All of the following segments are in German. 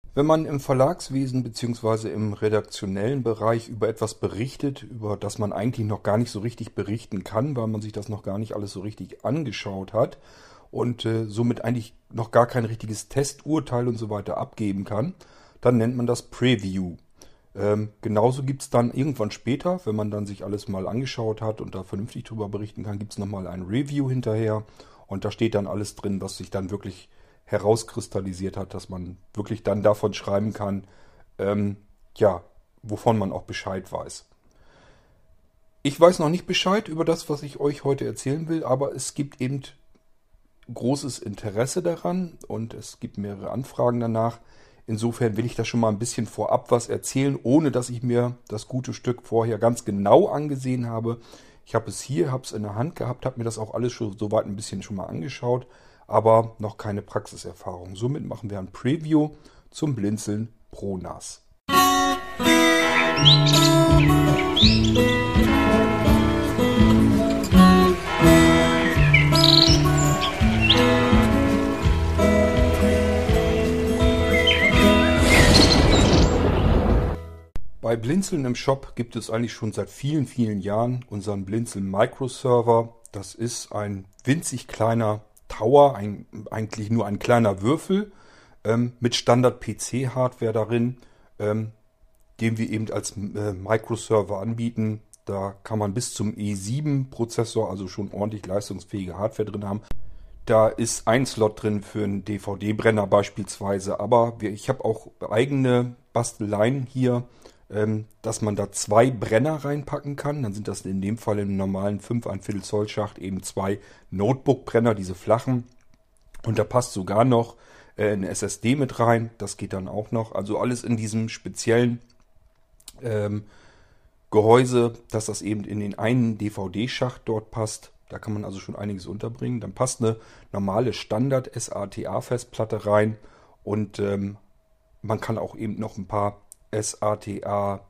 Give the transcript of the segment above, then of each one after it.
Wenn man im Verlagswesen beziehungsweise im redaktionellen Bereich über etwas berichtet, über das man eigentlich noch gar nicht so richtig berichten kann, weil man sich das noch gar nicht alles so richtig angeschaut hat und somit eigentlich noch gar kein richtiges Testurteil und so weiter abgeben kann, dann nennt man das Preview. Genauso gibt es dann irgendwann später, wenn man dann sich alles mal angeschaut hat und da vernünftig drüber berichten kann, gibt es nochmal ein Review hinterher und da steht dann alles drin, was sich dann wirklich herauskristallisiert hat, dass man wirklich dann davon schreiben kann, ja, wovon man auch Bescheid weiß. Ich weiß noch nicht Bescheid über das, was ich euch heute erzählen will, aber es gibt eben großes Interesse daran und es gibt mehrere Anfragen danach. Insofern will ich da schon mal ein bisschen vorab was erzählen, ohne dass ich mir das gute Stück vorher ganz genau angesehen habe. Ich habe es hier, habe es in der Hand gehabt, habe mir das auch alles schon soweit ein bisschen schon mal angeschaut, aber noch keine Praxiserfahrung. Somit machen wir ein Preview zum Blinzeln Pro NAS. Bei Blinzeln im Shop gibt es eigentlich schon seit vielen, vielen Jahren unseren Blinzeln Microserver. Das ist ein winzig kleiner Tower, eigentlich nur ein kleiner Würfel mit Standard-PC-Hardware darin, den wir eben als Microserver anbieten. Da kann man bis zum E7-Prozessor, also schon ordentlich leistungsfähige Hardware drin haben. Da ist ein Slot drin für einen DVD-Brenner beispielsweise, aber ich habe auch eigene Basteleien hier, dass man da 2 Brenner reinpacken kann. Dann sind das in dem Fall im normalen 5,25 Zoll Schacht eben 2 Notebook-Brenner, diese flachen. Und da passt sogar noch eine SSD mit rein. Das geht dann auch noch. Also alles in diesem speziellen Gehäuse, dass das eben in den einen DVD-Schacht dort passt. Da kann man also schon einiges unterbringen. Dann passt eine normale Standard-SATA-Festplatte rein. Und man kann auch eben noch ein paar SATA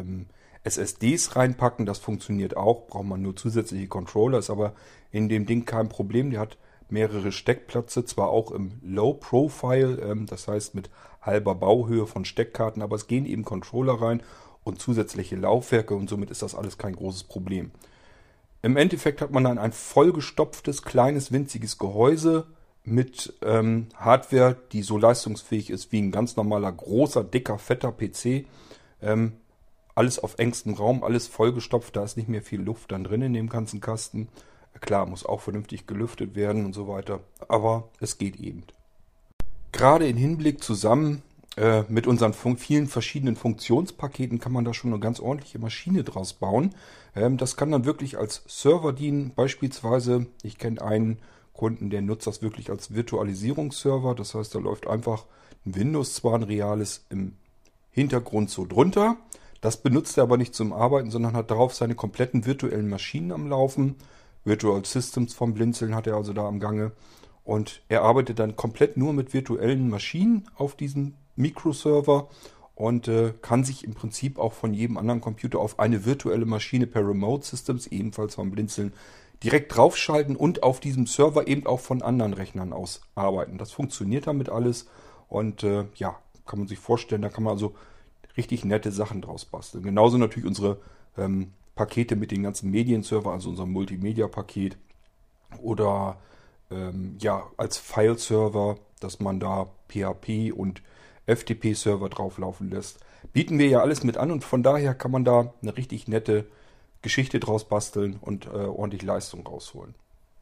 SSDs reinpacken, das funktioniert auch, braucht man nur zusätzliche Controller, ist aber in dem Ding kein Problem. Der hat mehrere Steckplätze, zwar auch im Low Profile, das heißt mit halber Bauhöhe von Steckkarten, aber es gehen eben Controller rein und zusätzliche Laufwerke und somit ist das alles kein großes Problem. Im Endeffekt hat man dann ein vollgestopftes, kleines, winziges Gehäuse mit Hardware, die so leistungsfähig ist wie ein ganz normaler, großer, dicker, fetter PC. Alles auf engstem Raum, alles vollgestopft, da ist nicht mehr viel Luft dann drin in dem ganzen Kasten. Klar, muss auch vernünftig gelüftet werden und so weiter, aber es geht eben. Gerade in Hinblick zusammen mit unseren vielen verschiedenen Funktionspaketen kann man da schon eine ganz ordentliche Maschine draus bauen. Das kann dann wirklich als Server dienen, beispielsweise, ich kenne einen Kunden, der nutzt das wirklich als Virtualisierungsserver. Das heißt, da läuft einfach ein Windows, zwar ein reales, im Hintergrund so drunter. Das benutzt er aber nicht zum Arbeiten, sondern hat darauf seine kompletten virtuellen Maschinen am Laufen. Virtual Systems vom Blinzeln hat er also da am Gange. Und er arbeitet dann komplett nur mit virtuellen Maschinen auf diesem Mikroserver und kann sich im Prinzip auch von jedem anderen Computer auf eine virtuelle Maschine per Remote Systems, ebenfalls vom Blinzeln, direkt draufschalten und auf diesem Server eben auch von anderen Rechnern aus arbeiten. Das funktioniert damit alles und ja, kann man sich vorstellen, da kann man also richtig nette Sachen draus basteln. Genauso natürlich unsere Pakete mit den ganzen Medienserver, also unser Multimedia-Paket oder ja, als File-Server, dass man da PHP und FTP-Server drauflaufen lässt. Bieten wir ja alles mit an und von daher kann man da eine richtig nette Geschichte draus basteln und ordentlich Leistung rausholen.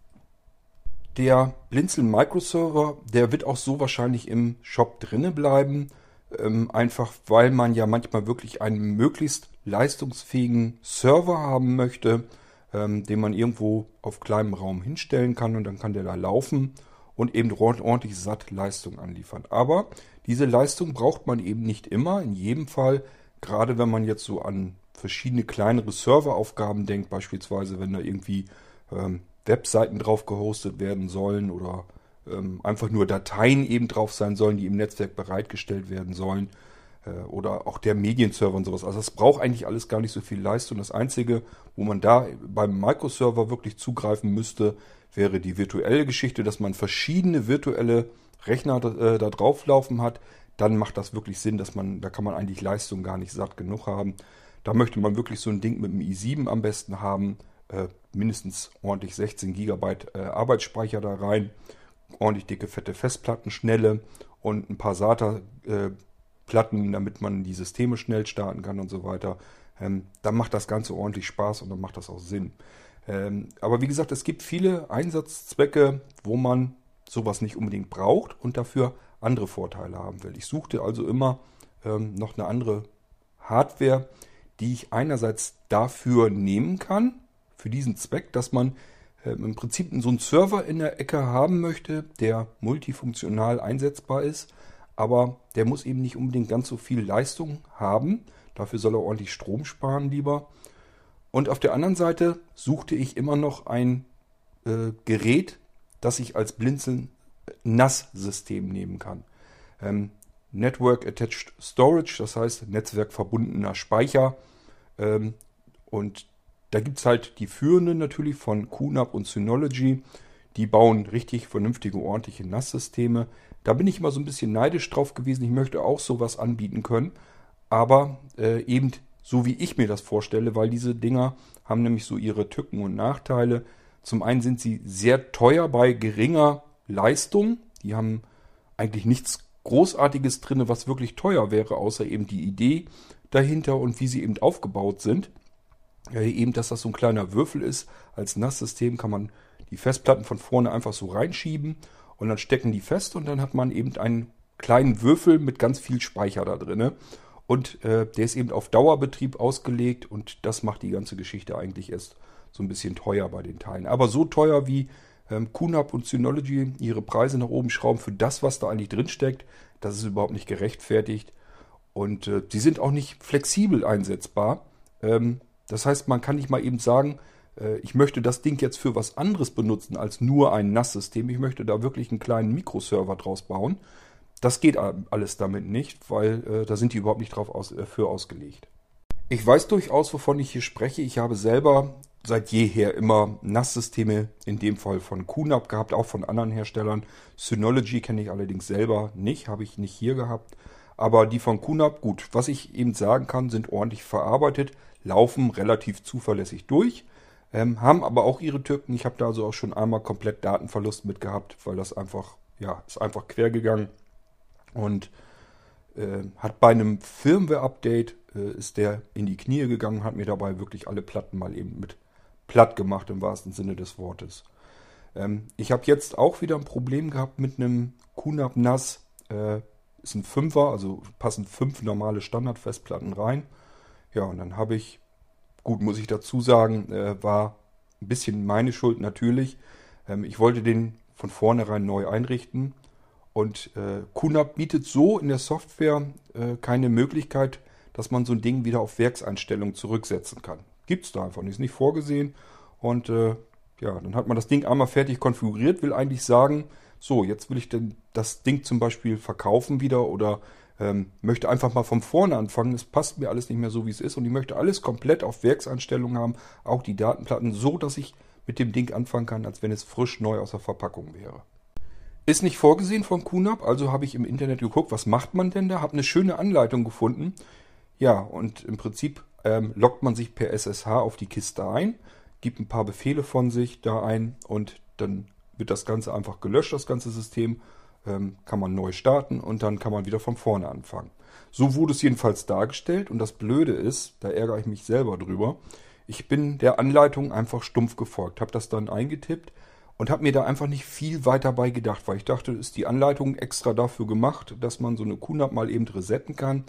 Der Blinzeln Microserver, der wird auch so wahrscheinlich im Shop drinne bleiben. Einfach weil man ja manchmal wirklich einen möglichst leistungsfähigen Server haben möchte, den man irgendwo auf kleinem Raum hinstellen kann und dann kann der da laufen und eben ordentlich satt Leistung anliefern. Aber diese Leistung braucht man eben nicht immer, in jedem Fall, gerade wenn man jetzt so an verschiedene kleinere Serveraufgaben denkt, beispielsweise wenn da irgendwie Webseiten drauf gehostet werden sollen oder einfach nur Dateien eben drauf sein sollen, die im Netzwerk bereitgestellt werden sollen oder auch der Medienserver und sowas. Also das braucht eigentlich alles gar nicht so viel Leistung. Das Einzige, wo man da beim Microserver wirklich zugreifen müsste, wäre die virtuelle Geschichte, dass man verschiedene virtuelle Rechner da drauf laufen hat, dann macht das wirklich Sinn, da kann man eigentlich Leistung gar nicht satt genug haben. Da möchte man wirklich so ein Ding mit dem i7 am besten haben, mindestens ordentlich 16 GB Arbeitsspeicher da rein, ordentlich dicke, fette Festplatten, schnelle und ein paar SATA-Platten, damit man die Systeme schnell starten kann und so weiter. Dann macht das Ganze ordentlich Spaß und dann macht das auch Sinn. Aber wie gesagt, es gibt viele Einsatzzwecke, wo man sowas nicht unbedingt braucht und dafür andere Vorteile haben will. Ich suchte also immer noch eine andere Hardware, die ich einerseits dafür nehmen kann, für diesen Zweck, dass man im Prinzip so einen Server in der Ecke haben möchte, der multifunktional einsetzbar ist, aber der muss eben nicht unbedingt ganz so viel Leistung haben. Dafür soll er ordentlich Strom sparen lieber. Und auf der anderen Seite suchte ich immer noch ein Gerät, das ich als Blinzeln NAS-System nehmen kann. Network Attached Storage, das heißt netzwerkverbundener Speicher. Und da gibt es halt die führenden natürlich von QNAP und Synology. Die bauen richtig vernünftige, ordentliche NAS-Systeme. Da bin ich immer so ein bisschen neidisch drauf gewesen. Ich möchte auch sowas anbieten können. Aber eben so wie ich mir das vorstelle, weil diese Dinger haben nämlich so ihre Tücken und Nachteile. Zum einen sind sie sehr teuer bei geringer Leistung. Die haben eigentlich nichts Großartiges drin, was wirklich teuer wäre, außer eben die Idee dahinter und wie sie eben aufgebaut sind. Eben, dass das so ein kleiner Würfel ist. Als NAS-System kann man die Festplatten von vorne einfach so reinschieben und dann stecken die fest und dann hat man eben einen kleinen Würfel mit ganz viel Speicher da drin. Und der ist eben auf Dauerbetrieb ausgelegt und das macht die ganze Geschichte eigentlich erst so ein bisschen teuer bei den Teilen. Aber so teuer wie QNAP und Synology ihre Preise nach oben schrauben für das, was da eigentlich drin steckt, das ist überhaupt nicht gerechtfertigt. Und sie sind auch nicht flexibel einsetzbar. Das heißt, man kann nicht mal eben sagen, ich möchte das Ding jetzt für was anderes benutzen als nur ein NAS-System. Ich möchte da wirklich einen kleinen Mikroserver draus bauen. Das geht alles damit nicht, weil da sind die überhaupt nicht für ausgelegt. Ich weiß durchaus, wovon ich hier spreche. Ich habe selber seit jeher immer NAS-Systeme, in dem Fall von QNAP gehabt, auch von anderen Herstellern. Synology kenne ich allerdings selber nicht, habe ich nicht hier gehabt. Aber die von QNAP, gut, was ich eben sagen kann, sind ordentlich verarbeitet, laufen relativ zuverlässig durch, haben aber auch ihre Tücken. Ich habe da also auch schon einmal komplett Datenverlust mit gehabt, weil das einfach, ja, ist einfach quer gegangen. Und hat bei einem Firmware-Update ist der in die Knie gegangen, hat mir dabei wirklich alle Platten mal eben mit platt gemacht, im wahrsten Sinne des Wortes. Ich habe jetzt auch wieder ein Problem gehabt mit einem QNAP NAS. Ist ein 5er, also passen 5 normale Standardfestplatten rein. Ja, und dann habe ich, gut, muss ich dazu sagen, war ein bisschen meine Schuld natürlich. Ich wollte den von vornherein neu einrichten. Und QNAP bietet so in der Software keine Möglichkeit, dass man so ein Ding wieder auf Werkseinstellungen zurücksetzen kann. Gibt es da einfach nicht, ist nicht vorgesehen. Und ja, dann hat man das Ding einmal fertig konfiguriert, will eigentlich sagen, so, jetzt will ich denn das Ding zum Beispiel verkaufen wieder oder möchte einfach mal von vorne anfangen. Es passt mir alles nicht mehr so, wie es ist. Und ich möchte alles komplett auf Werkseinstellungen haben, auch die Datenplatten, so dass ich mit dem Ding anfangen kann, als wenn es frisch neu aus der Verpackung wäre. Ist nicht vorgesehen von QNAP, also habe ich im Internet geguckt, was macht man denn da? Habe eine schöne Anleitung gefunden. Ja, und im Prinzip loggt man sich per SSH auf die Kiste ein, gibt ein paar Befehle von sich da ein und dann wird das Ganze einfach gelöscht, das ganze System. Kann man neu starten und dann kann man wieder von vorne anfangen. So wurde es jedenfalls dargestellt und das Blöde ist, da ärgere ich mich selber drüber, ich bin der Anleitung einfach stumpf gefolgt, habe das dann eingetippt und habe mir da einfach nicht viel weiter bei gedacht, weil ich dachte, ist die Anleitung extra dafür gemacht, dass man so eine QNAP mal eben resetten kann.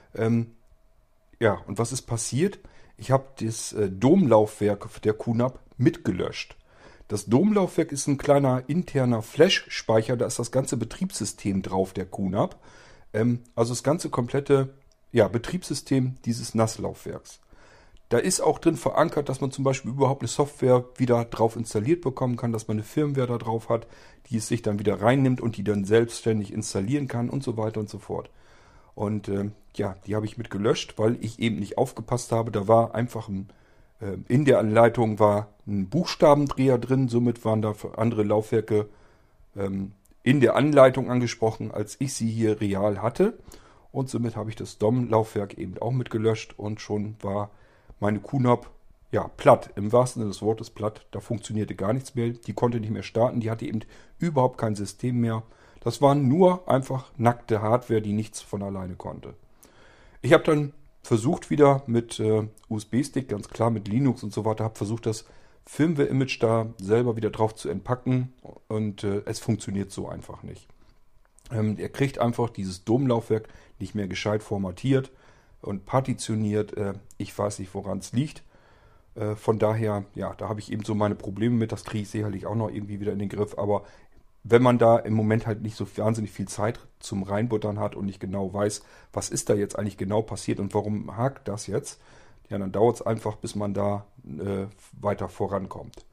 Ja, und was ist passiert? Ich habe das DOM-Laufwerk der QNAP mitgelöscht. Das DOM-Laufwerk ist ein kleiner interner Flash-Speicher, da ist das ganze Betriebssystem drauf der QNAP. Also das ganze komplette Betriebssystem dieses NAS-Laufwerks. Da ist auch drin verankert, dass man zum Beispiel überhaupt eine Software wieder drauf installiert bekommen kann, dass man eine Firmware da drauf hat, die es sich dann wieder reinnimmt und die dann selbstständig installieren kann und so weiter und so fort. Und die habe ich mit gelöscht, weil ich eben nicht aufgepasst habe. Da war einfach in der Anleitung war ein Buchstabendreher drin, somit waren da andere Laufwerke in der Anleitung angesprochen, als ich sie hier real hatte. Und somit habe ich das DOM-Laufwerk eben auch mitgelöscht und schon war meine QNAP ja platt. Im wahrsten Sinne des Wortes platt. Da funktionierte gar nichts mehr. Die konnte nicht mehr starten. Die hatte eben überhaupt kein System mehr. Das war nur einfach nackte Hardware, die nichts von alleine konnte. Ich habe dann versucht wieder mit USB-Stick, ganz klar mit Linux und so weiter, habe versucht, das Firmware-Image da selber wieder drauf zu entpacken und es funktioniert so einfach nicht. Er kriegt einfach dieses DOM-Laufwerk nicht mehr gescheit formatiert und partitioniert. Ich weiß nicht, woran es liegt. Von daher, ja, da habe ich eben so meine Probleme mit. Das kriege ich sicherlich auch noch irgendwie wieder in den Griff. Aber wenn man da im Moment halt nicht so wahnsinnig viel Zeit zum Reinbuttern hat und nicht genau weiß, was ist da jetzt eigentlich genau passiert und warum hakt das jetzt, ja, dann dauert es einfach, bis man da weiter vorankommt.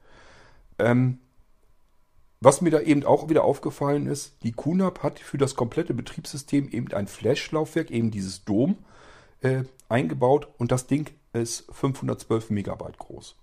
Was mir da eben auch wieder aufgefallen ist, die QNAP hat für das komplette Betriebssystem eben ein Flash-Laufwerk, eben dieses DOM, eingebaut und das Ding ist 512 Megabyte groß.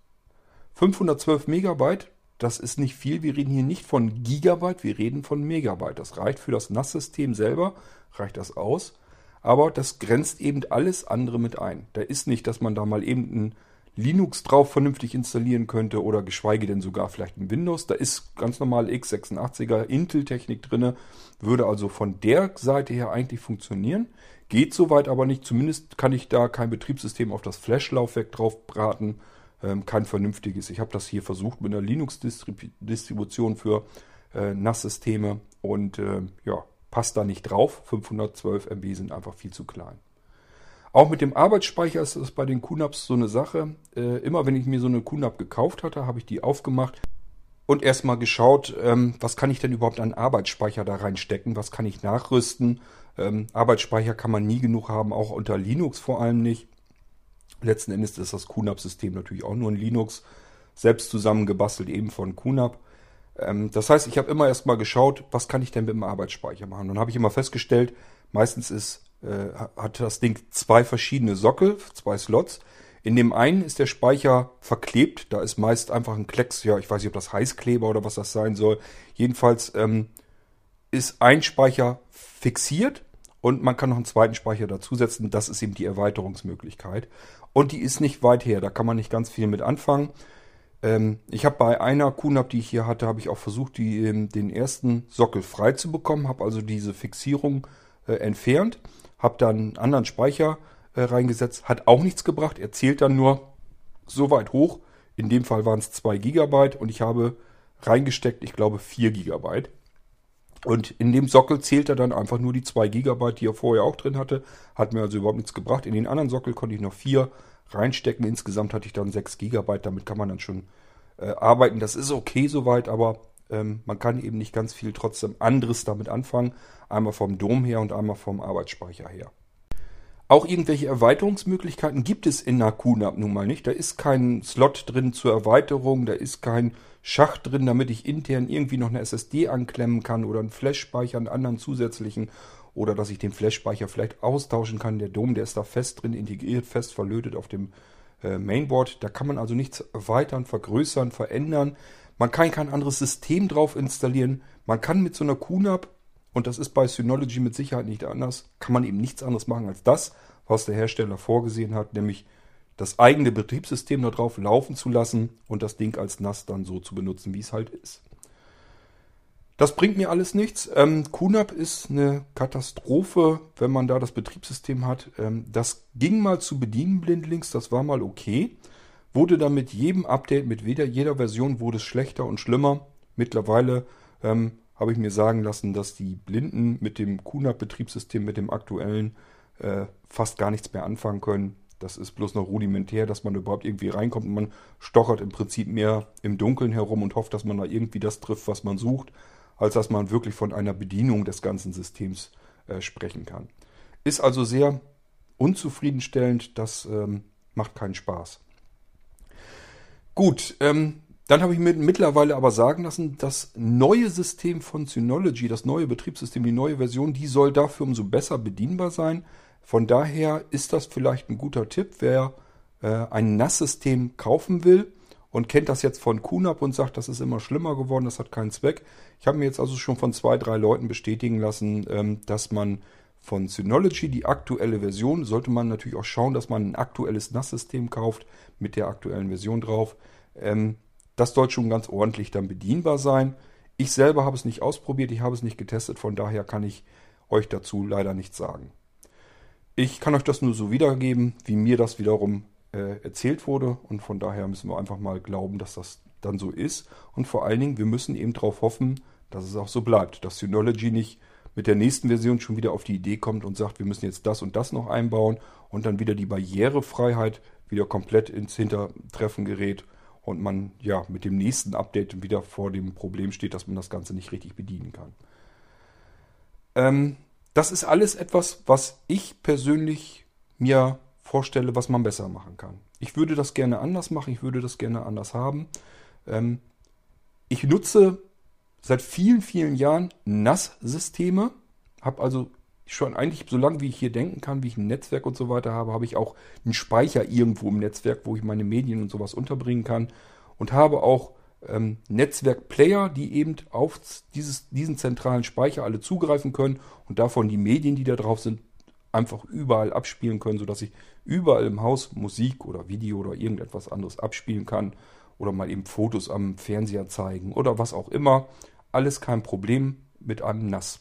512 Megabyte, das ist nicht viel, wir reden hier nicht von Gigabyte, wir reden von Megabyte. Das reicht für das NAS-System selber, reicht das aus, aber das grenzt eben alles andere mit ein. Da ist nicht, dass man da mal eben ein Linux drauf vernünftig installieren könnte oder geschweige denn sogar vielleicht ein Windows. Da ist ganz normal x86er Intel-Technik drin, würde also von der Seite her eigentlich funktionieren. Geht soweit aber nicht, zumindest kann ich da kein Betriebssystem auf das Flash-Laufwerk drauf braten, kein vernünftiges. Ich habe das hier versucht mit einer Linux-Distribution für NAS-Systeme und ja, passt da nicht drauf. 512 MB sind einfach viel zu klein. Auch mit dem Arbeitsspeicher ist das bei den QNAPs so eine Sache. Immer wenn ich mir so eine QNAP gekauft hatte, habe ich die aufgemacht und erstmal geschaut, was kann ich denn überhaupt an Arbeitsspeicher da reinstecken, was kann ich nachrüsten. Arbeitsspeicher kann man nie genug haben, auch unter Linux vor allem nicht. Letzten Endes ist das QNAP-System natürlich auch nur ein Linux, selbst zusammengebastelt eben von QNAP. Das heißt, ich habe immer erstmal geschaut, was kann ich denn mit dem Arbeitsspeicher machen. Dann habe ich immer festgestellt, meistens hat das Ding zwei verschiedene Sockel, zwei Slots. In dem einen ist der Speicher verklebt, da ist meist einfach ein Klecks, ja, ich weiß nicht, ob das Heißkleber oder was das sein soll. Jedenfalls ist ein Speicher fixiert und man kann noch einen zweiten Speicher dazusetzen. Das ist eben die Erweiterungsmöglichkeit. Und die ist nicht weit her, da kann man nicht ganz viel mit anfangen. Ich habe bei einer QNAP, die ich hier hatte, habe ich auch versucht, den ersten Sockel frei zu bekommen, habe also diese Fixierung entfernt, habe dann einen anderen Speicher reingesetzt, hat auch nichts gebracht, er zählt dann nur so weit hoch. In dem Fall waren es 2 GB und ich habe reingesteckt, ich glaube 4 GB. Und in dem Sockel zählt er dann einfach nur die 2 GB, die er vorher auch drin hatte. Hat mir also überhaupt nichts gebracht. In den anderen Sockel konnte ich noch 4 reinstecken. Insgesamt hatte ich dann 6 GB. Damit kann man dann schon arbeiten. Das ist okay soweit, aber man kann eben nicht ganz viel trotzdem anderes damit anfangen. Einmal vom DOM her und einmal vom Arbeitsspeicher her. Auch irgendwelche Erweiterungsmöglichkeiten gibt es in einer QNAP nun mal nicht. Da ist kein Slot drin zur Erweiterung, da ist kein Schacht drin, damit ich intern irgendwie noch eine SSD anklemmen kann oder einen Flash-Speicher, einen anderen zusätzlichen oder dass ich den Flash-Speicher vielleicht austauschen kann. Der DOM, der ist da fest drin integriert, fest verlötet auf dem Mainboard. Da kann man also nichts erweitern, vergrößern, verändern. Man kann kein anderes System drauf installieren. Man kann mit so einer QNAP, und das ist bei Synology mit Sicherheit nicht anders, kann man eben nichts anderes machen als das, was der Hersteller vorgesehen hat, nämlich das eigene Betriebssystem da drauf laufen zu lassen und das Ding als NAS dann so zu benutzen, wie es halt ist. Das bringt mir alles nichts. QNAP ist eine Katastrophe, wenn man da das Betriebssystem hat. Das ging mal zu bedienen blindlings, das war mal okay. Wurde dann mit jedem Update, mit jeder Version wurde es schlechter und schlimmer. Mittlerweile habe ich mir sagen lassen, dass die Blinden mit dem QNAP-Betriebssystem, mit dem aktuellen, fast gar nichts mehr anfangen können. Das ist bloß noch rudimentär, dass man überhaupt irgendwie reinkommt und man stochert im Prinzip mehr im Dunkeln herum und hofft, dass man da irgendwie das trifft, was man sucht, als dass man wirklich von einer Bedienung des ganzen Systems sprechen kann. Ist also sehr unzufriedenstellend, das macht keinen Spaß. Gut, dann habe ich mir mittlerweile aber sagen lassen, das neue System von Synology, das neue Betriebssystem, die neue Version, die soll dafür umso besser bedienbar sein. Von daher ist das vielleicht ein guter Tipp, wer ein NAS-System kaufen will und kennt das jetzt von QNAP und sagt, das ist immer schlimmer geworden, das hat keinen Zweck. Ich habe mir jetzt also schon von 2, 3 Leuten bestätigen lassen, dass man von Synology die aktuelle Version, sollte man natürlich auch schauen, dass man ein aktuelles NAS-System kauft mit der aktuellen Version drauf. Das soll schon ganz ordentlich dann bedienbar sein. Ich selber habe es nicht ausprobiert, ich habe es nicht getestet, von daher kann ich euch dazu leider nichts sagen. Ich kann euch das nur so wiedergeben, wie mir das wiederum erzählt wurde, und von daher müssen wir einfach mal glauben, dass das dann so ist, und vor allen Dingen, wir müssen eben darauf hoffen, dass es auch so bleibt, dass Synology nicht mit der nächsten Version schon wieder auf die Idee kommt und sagt, wir müssen jetzt das und das noch einbauen und dann wieder die Barrierefreiheit wieder komplett ins Hintertreffen gerät und man ja mit dem nächsten Update wieder vor dem Problem steht, dass man das Ganze nicht richtig bedienen kann. Das ist alles etwas, was ich persönlich mir vorstelle, was man besser machen kann. Ich würde das gerne anders machen, ich würde das gerne anders haben. Ich nutze seit vielen, vielen Jahren NAS-Systeme, habe also schon eigentlich so lange, wie ich hier denken kann, wie ich ein Netzwerk und so weiter habe, habe ich auch einen Speicher irgendwo im Netzwerk, wo ich meine Medien und sowas unterbringen kann, und habe auch Netzwerkplayer, die eben auf diesen zentralen Speicher alle zugreifen können und davon die Medien, die da drauf sind, einfach überall abspielen können, sodass ich überall im Haus Musik oder Video oder irgendetwas anderes abspielen kann oder mal eben Fotos am Fernseher zeigen oder was auch immer. Alles kein Problem mit einem NAS.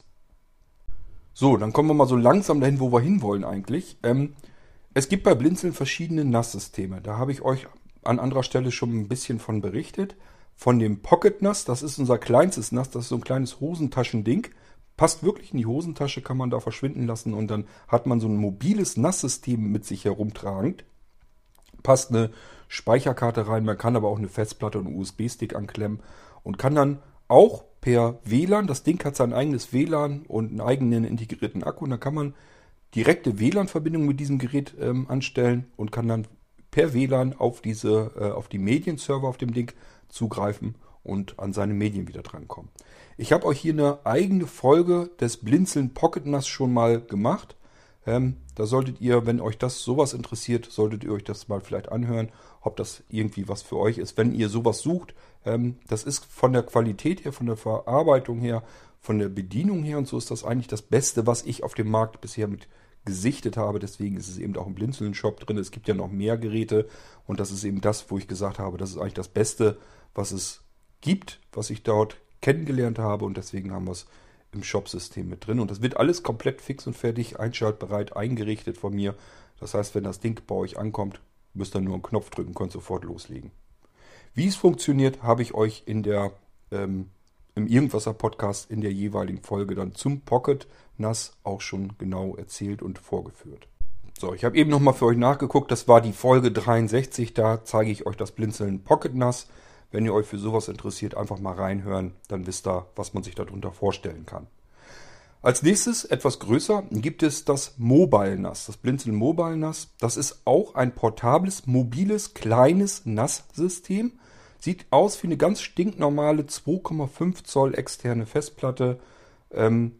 So, dann kommen wir mal so langsam dahin, wo wir hinwollen eigentlich. Es gibt bei Blinzeln verschiedene NAS-Systeme. Da habe ich euch an anderer Stelle schon ein bisschen von berichtet. Von dem Pocket NAS, das ist unser kleinstes NAS, das ist so ein kleines Hosentaschending. Passt wirklich in die Hosentasche, kann man da verschwinden lassen und dann hat man so ein mobiles NAS-System mit sich herumtragend. Passt eine Speicherkarte rein, man kann aber auch eine Festplatte und einen USB-Stick anklemmen und kann dann auch per WLAN, das Ding hat sein eigenes WLAN und einen eigenen integrierten Akku, und dann kann man direkte WLAN-Verbindung mit diesem Gerät anstellen und kann dann per WLAN auf die Medienserver auf dem Ding zugreifen und an seine Medien wieder drankommen. Ich habe euch hier eine eigene Folge des Blinzeln Pocket NAS schon mal gemacht. Da solltet ihr, wenn euch das sowas interessiert, solltet ihr euch das mal vielleicht anhören, ob das irgendwie was für euch ist. Wenn ihr sowas sucht, das ist von der Qualität her, von der Verarbeitung her, von der Bedienung her und so ist das eigentlich das Beste, was ich auf dem Markt bisher mit gesichtet habe. Deswegen ist es eben auch im Blinzeln-Shop drin. Es gibt ja noch mehr Geräte und das ist eben das, wo ich gesagt habe, das ist eigentlich das Beste, was es gibt, was ich dort kennengelernt habe, und deswegen haben wir es im Shop-System mit drin. Und das wird alles komplett fix und fertig, einschaltbereit, eingerichtet von mir. Das heißt, wenn das Ding bei euch ankommt, müsst ihr nur einen Knopf drücken, könnt sofort loslegen. Wie es funktioniert, habe ich euch im Irgendwasser-Podcast in der jeweiligen Folge dann zum Pocket NAS auch schon genau erzählt und vorgeführt. So, ich habe eben nochmal für euch nachgeguckt, das war die Folge 63, da zeige ich euch das Blinzeln Pocket NAS. Wenn ihr euch für sowas interessiert, einfach mal reinhören, dann wisst ihr, was man sich darunter vorstellen kann. Als nächstes, etwas größer, gibt es das Mobile NAS, das Blinzeln Mobile NAS. Das ist auch ein portables, mobiles, kleines NAS-System. Sieht aus wie eine ganz stinknormale 2,5 Zoll externe Festplatte. Kann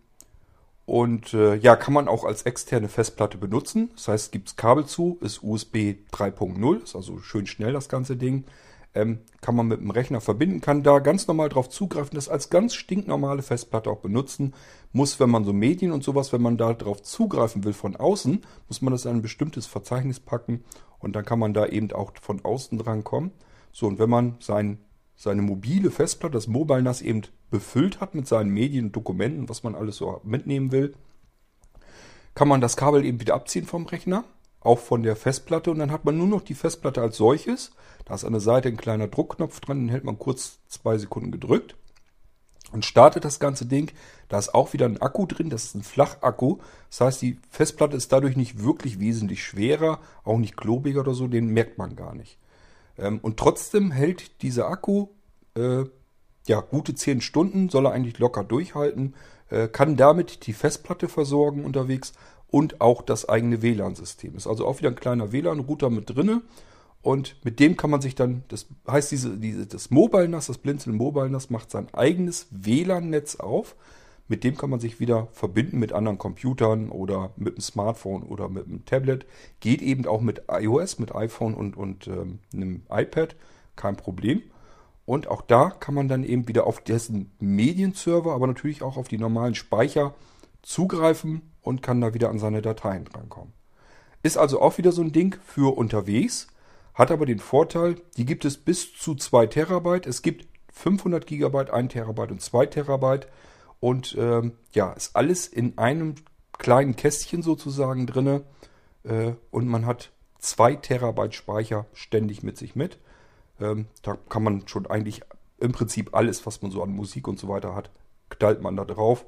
man auch als externe Festplatte benutzen. Das heißt, gibt es Kabel zu, ist USB 3.0, ist also schön schnell das ganze Ding. Kann man mit dem Rechner verbinden, kann da ganz normal drauf zugreifen, das als ganz stinknormale Festplatte auch benutzen. Muss, wenn man so Medien und sowas, wenn man da drauf zugreifen will von außen, muss man das in ein bestimmtes Verzeichnis packen und dann kann man da eben auch von außen dran kommen. So, und wenn man seine mobile Festplatte, das Mobile NAS eben befüllt hat mit seinen Medien und Dokumenten, was man alles so mitnehmen will, kann man das Kabel eben wieder abziehen vom Rechner, auch von der Festplatte, und dann hat man nur noch die Festplatte als solches. Da ist an der Seite ein kleiner Druckknopf dran, den hält man kurz 2 Sekunden gedrückt und startet das ganze Ding. Da ist auch wieder ein Akku drin, das ist ein Flachakku. Das heißt, die Festplatte ist dadurch nicht wirklich wesentlich schwerer, auch nicht klobiger oder so, den merkt man gar nicht. Und trotzdem hält dieser Akku gute 10 Stunden, soll er eigentlich locker durchhalten, kann damit die Festplatte versorgen unterwegs und auch das eigene WLAN-System. Ist also auch wieder ein kleiner WLAN-Router mit drinne. Und mit dem kann man sich dann, das heißt, das Mobile NAS, das Blinzeln Mobile NAS macht sein eigenes WLAN-Netz auf. Mit dem kann man sich wieder verbinden mit anderen Computern oder mit einem Smartphone oder mit einem Tablet. Geht eben auch mit iOS, mit iPhone und einem iPad. kein Problem. Und auch da kann man dann eben wieder auf dessen Medienserver, aber natürlich auch auf die normalen Speicher zugreifen und kann da wieder an seine Dateien drankommen. Ist also auch wieder so ein Ding für unterwegs, hat aber den Vorteil, die gibt es bis zu 2 Terabyte. Es gibt 500 Gigabyte, 1 Terabyte und 2 Terabyte. Und ja, ist alles in einem kleinen Kästchen sozusagen drinne. Und man hat 2 Terabyte Speicher ständig mit sich mit. Da kann man schon eigentlich im Prinzip alles, was man so an Musik und so weiter hat, knallt man da drauf.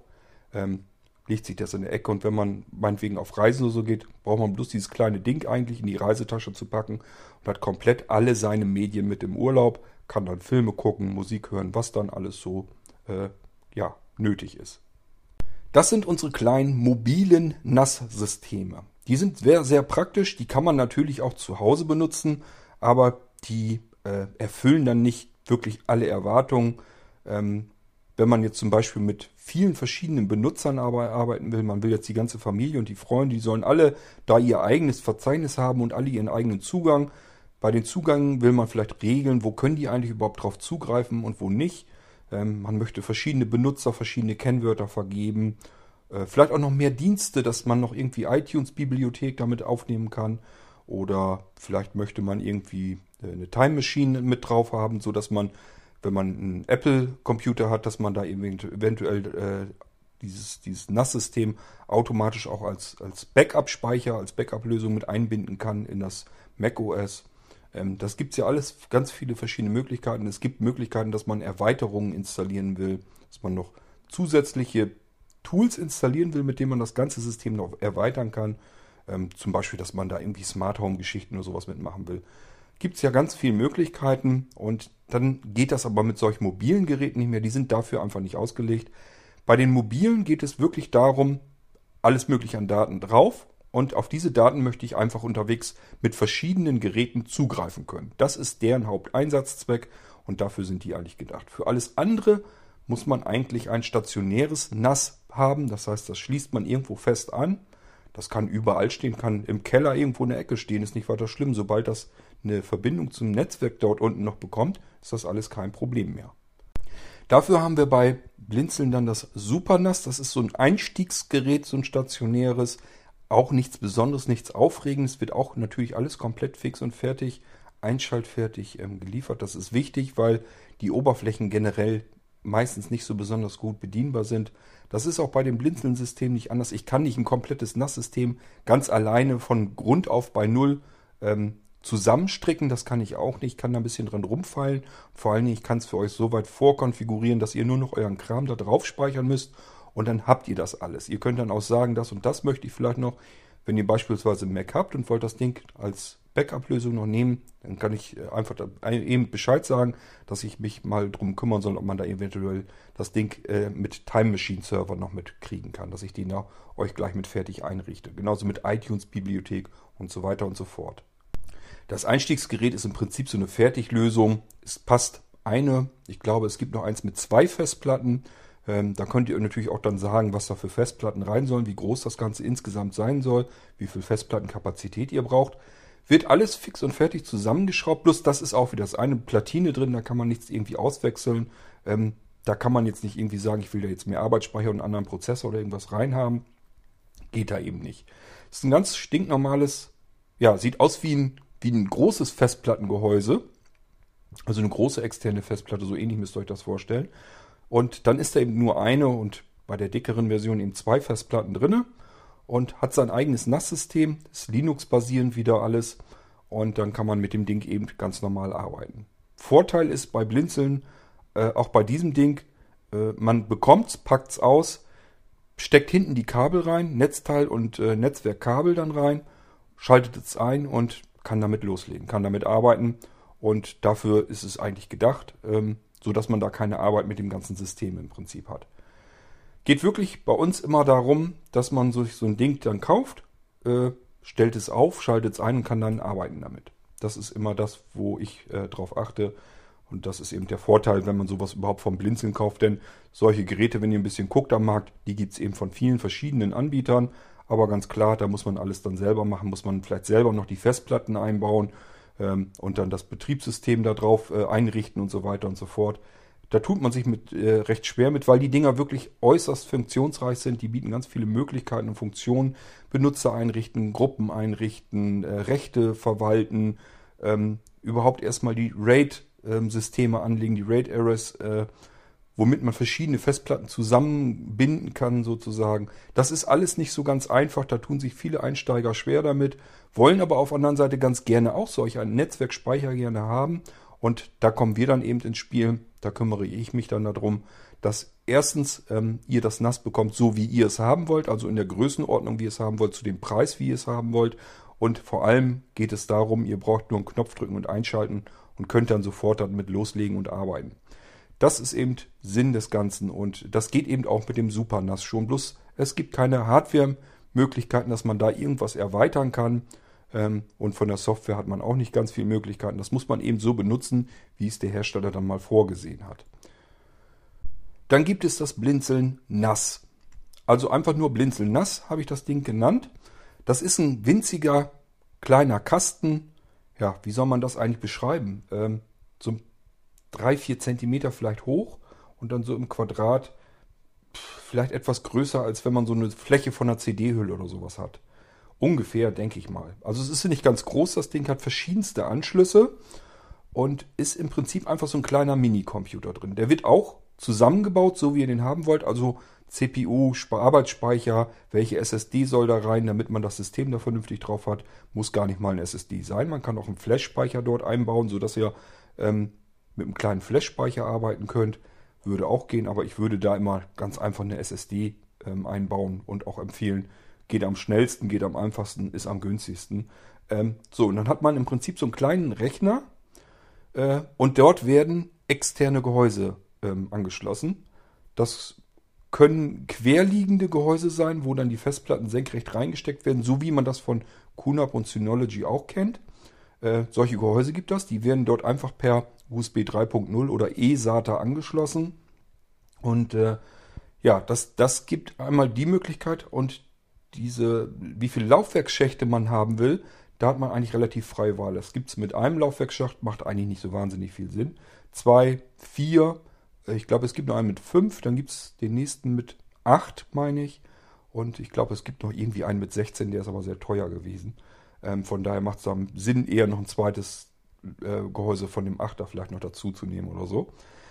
Legt sich das in der Ecke und wenn man meinetwegen auf Reisen oder so geht, braucht man bloß dieses kleine Ding eigentlich in die Reisetasche zu packen und hat komplett alle seine Medien mit im Urlaub, kann dann Filme gucken, Musik hören, was dann alles so ja, nötig ist. Das sind unsere kleinen mobilen NAS-Systeme. Die sind sehr, sehr praktisch, die kann man natürlich auch zu Hause benutzen, aber die erfüllen dann nicht wirklich alle Erwartungen. Wenn man jetzt zum Beispiel mit vielen verschiedenen Benutzern arbeiten will, man will jetzt die ganze Familie und die Freunde, die sollen alle da ihr eigenes Verzeichnis haben und alle ihren eigenen Zugang. Bei den Zugängen will man vielleicht regeln, wo können die eigentlich überhaupt drauf zugreifen und wo nicht. Man möchte verschiedene Benutzer, verschiedene Kennwörter vergeben. Vielleicht auch noch mehr Dienste, dass man noch irgendwie iTunes-Bibliothek damit aufnehmen kann. Oder vielleicht möchte man irgendwie eine Time Machine mit drauf haben, sodass man, wenn man einen Apple-Computer hat, dass man da eventuell dieses NAS-System automatisch auch als Backup-Speicher, als Backup-Lösung mit einbinden kann in das macOS. Das gibt es ja alles, ganz viele verschiedene Möglichkeiten. Es gibt Möglichkeiten, dass man Erweiterungen installieren will, dass man noch zusätzliche Tools installieren will, mit denen man das ganze System noch erweitern kann. Zum Beispiel, dass man da irgendwie Smart Home Geschichten oder sowas mitmachen will. Gibt es ja ganz viele Möglichkeiten und dann geht das aber mit solchen mobilen Geräten nicht mehr. Die sind dafür einfach nicht ausgelegt. Bei den mobilen geht es wirklich darum, alles mögliche an Daten drauf und auf diese Daten möchte ich einfach unterwegs mit verschiedenen Geräten zugreifen können. Das ist deren Haupteinsatzzweck und dafür sind die eigentlich gedacht. Für alles andere muss man eigentlich ein stationäres NAS haben. Das heißt, das schließt man irgendwo fest an. Das kann überall stehen, kann im Keller irgendwo in der Ecke stehen, ist nicht weiter schlimm. Sobald das eine Verbindung zum Netzwerk dort unten noch bekommt, ist das alles kein Problem mehr. Dafür haben wir bei Blinzeln dann das SuperNAS. Das ist so ein Einstiegsgerät, so ein stationäres. Auch nichts Besonderes, nichts Aufregendes. Wird auch natürlich alles komplett fix und fertig, einschaltfertig geliefert. Das ist wichtig, weil die Oberflächen generell meistens nicht so besonders gut bedienbar sind. Das ist auch bei dem Blinzeln-System nicht anders. Ich kann nicht ein komplettes NAS-System ganz alleine von Grund auf bei Null zusammenstricken. Das kann ich auch nicht. Ich kann da ein bisschen dran rumfeilen. Vor allen Dingen, ich kann es für euch so weit vorkonfigurieren, dass ihr nur noch euren Kram da drauf speichern müsst und dann habt ihr das alles. Ihr könnt dann auch sagen, das und das möchte ich vielleicht noch. Wenn ihr beispielsweise einen Mac habt und wollt das Ding als Backup-Lösung noch nehmen, dann kann ich einfach eben Bescheid sagen, dass ich mich mal drum kümmern soll, ob man da eventuell das Ding mit Time Machine Server noch mitkriegen kann, dass ich den da euch gleich mit fertig einrichte. Genauso mit iTunes Bibliothek und so weiter und so fort. Das Einstiegsgerät ist im Prinzip so eine Fertiglösung. Es passt ich glaube, es gibt noch eins mit 2 Festplatten. Da könnt ihr natürlich auch dann sagen, was da für Festplatten rein sollen, wie groß das Ganze insgesamt sein soll, wie viel Festplattenkapazität ihr braucht. Wird alles fix und fertig zusammengeschraubt, plus das ist auch wieder das eine Platine drin, da kann man nichts irgendwie auswechseln. Da kann man jetzt nicht irgendwie sagen, ich will da jetzt mehr Arbeitsspeicher und einen anderen Prozessor oder irgendwas reinhaben. Geht da eben nicht. Das ist ein ganz stinknormales, ja, sieht aus wie ein großes Festplattengehäuse. Also eine große externe Festplatte, so ähnlich müsst ihr euch das vorstellen. Und dann ist da eben nur eine und bei der dickeren Version eben 2 Festplatten drinne. Und hat sein eigenes NAS-System, ist Linux-basierend wieder alles und dann kann man mit dem Ding eben ganz normal arbeiten. Vorteil ist bei Blinzeln, auch bei diesem Ding, man bekommt's, packt's aus, steckt hinten die Kabel rein, Netzteil und Netzwerkkabel dann rein, schaltet es ein und kann damit loslegen, kann damit arbeiten und dafür ist es eigentlich gedacht, sodass man da keine Arbeit mit dem ganzen System im Prinzip hat. Geht wirklich bei uns immer darum, dass man sich so ein Ding dann kauft, stellt es auf, schaltet es ein und kann dann arbeiten damit. Das ist immer das, wo ich drauf achte. Und das ist eben der Vorteil, wenn man sowas überhaupt vom Blinzeln kauft. Denn solche Geräte, wenn ihr ein bisschen guckt am Markt, die gibt es eben von vielen verschiedenen Anbietern. Aber ganz klar, da muss man alles dann selber machen, muss man vielleicht selber noch die Festplatten einbauen. und dann das Betriebssystem da drauf einrichten und so weiter und so fort. Da tut man sich mit recht schwer mit, weil die Dinger wirklich äußerst funktionsreich sind. Die bieten ganz viele Möglichkeiten und Funktionen. Benutzer einrichten, Gruppen einrichten, Rechte verwalten, überhaupt erstmal die RAID-Systeme anlegen, die RAID-Arrays, womit man verschiedene Festplatten zusammenbinden kann sozusagen. Das ist alles nicht so ganz einfach, da tun sich viele Einsteiger schwer damit, wollen aber auf der anderen Seite ganz gerne auch solch einen Netzwerkspeicher gerne haben. Und da kommen wir dann eben ins Spiel, da kümmere ich mich dann darum, dass erstens ihr das NAS bekommt, so wie ihr es haben wollt, also in der Größenordnung, wie ihr es haben wollt, zu dem Preis, wie ihr es haben wollt. Und vor allem geht es darum, ihr braucht nur einen Knopf drücken und einschalten und könnt dann sofort damit loslegen und arbeiten. Das ist eben Sinn des Ganzen und das geht eben auch mit dem Super NAS schon. Bloß es gibt keine Hardware-Möglichkeiten, dass man da irgendwas erweitern kann. Und von der Software hat man auch nicht ganz viele Möglichkeiten. Das muss man eben so benutzen, wie es der Hersteller dann mal vorgesehen hat. Dann gibt es das Blinzeln NAS. Also einfach nur Blinzeln NAS habe ich das Ding genannt. Das ist ein winziger kleiner Kasten. Ja, wie soll man das eigentlich beschreiben? So 3-4 Zentimeter vielleicht hoch und dann so im Quadrat vielleicht etwas größer, als wenn man so eine Fläche von einer CD-Hülle oder sowas hat. Ungefähr, denke ich mal. Also es ist nicht ganz groß, das Ding hat verschiedenste Anschlüsse und ist im Prinzip einfach so ein kleiner Minicomputer drin. Der wird auch zusammengebaut, so wie ihr den haben wollt, also CPU, Arbeitsspeicher, welche SSD soll da rein, damit man das System da vernünftig drauf hat. Muss gar nicht mal ein SSD sein. Man kann auch einen Flash-Speicher dort einbauen, sodass ihr mit einem kleinen Flash-Speicher arbeiten könnt. Würde auch gehen, aber ich würde da immer ganz einfach eine SSD einbauen und auch empfehlen, geht am schnellsten, geht am einfachsten, ist am günstigsten. So, und dann hat man im Prinzip so einen kleinen Rechner und dort werden externe Gehäuse angeschlossen. Das können querliegende Gehäuse sein, wo dann die Festplatten senkrecht reingesteckt werden, so wie man das von QNAP und Synology auch kennt. Solche Gehäuse gibt es, die werden dort einfach per USB 3.0 oder eSATA angeschlossen. Und ja, das gibt einmal die Möglichkeit und wie viele Laufwerksschächte man haben will, da hat man eigentlich relativ freie Wahl. Das gibt es mit einem Laufwerksschacht, macht eigentlich nicht so wahnsinnig viel Sinn. 2, 4, ich glaube es gibt noch einen mit 5, dann gibt es den nächsten mit 8, meine ich. Und ich glaube es gibt noch irgendwie einen mit 16, der ist aber sehr teuer gewesen. Von daher macht es dann Sinn, eher noch ein zweites Gehäuse von dem 8er vielleicht noch dazu zu nehmen oder so.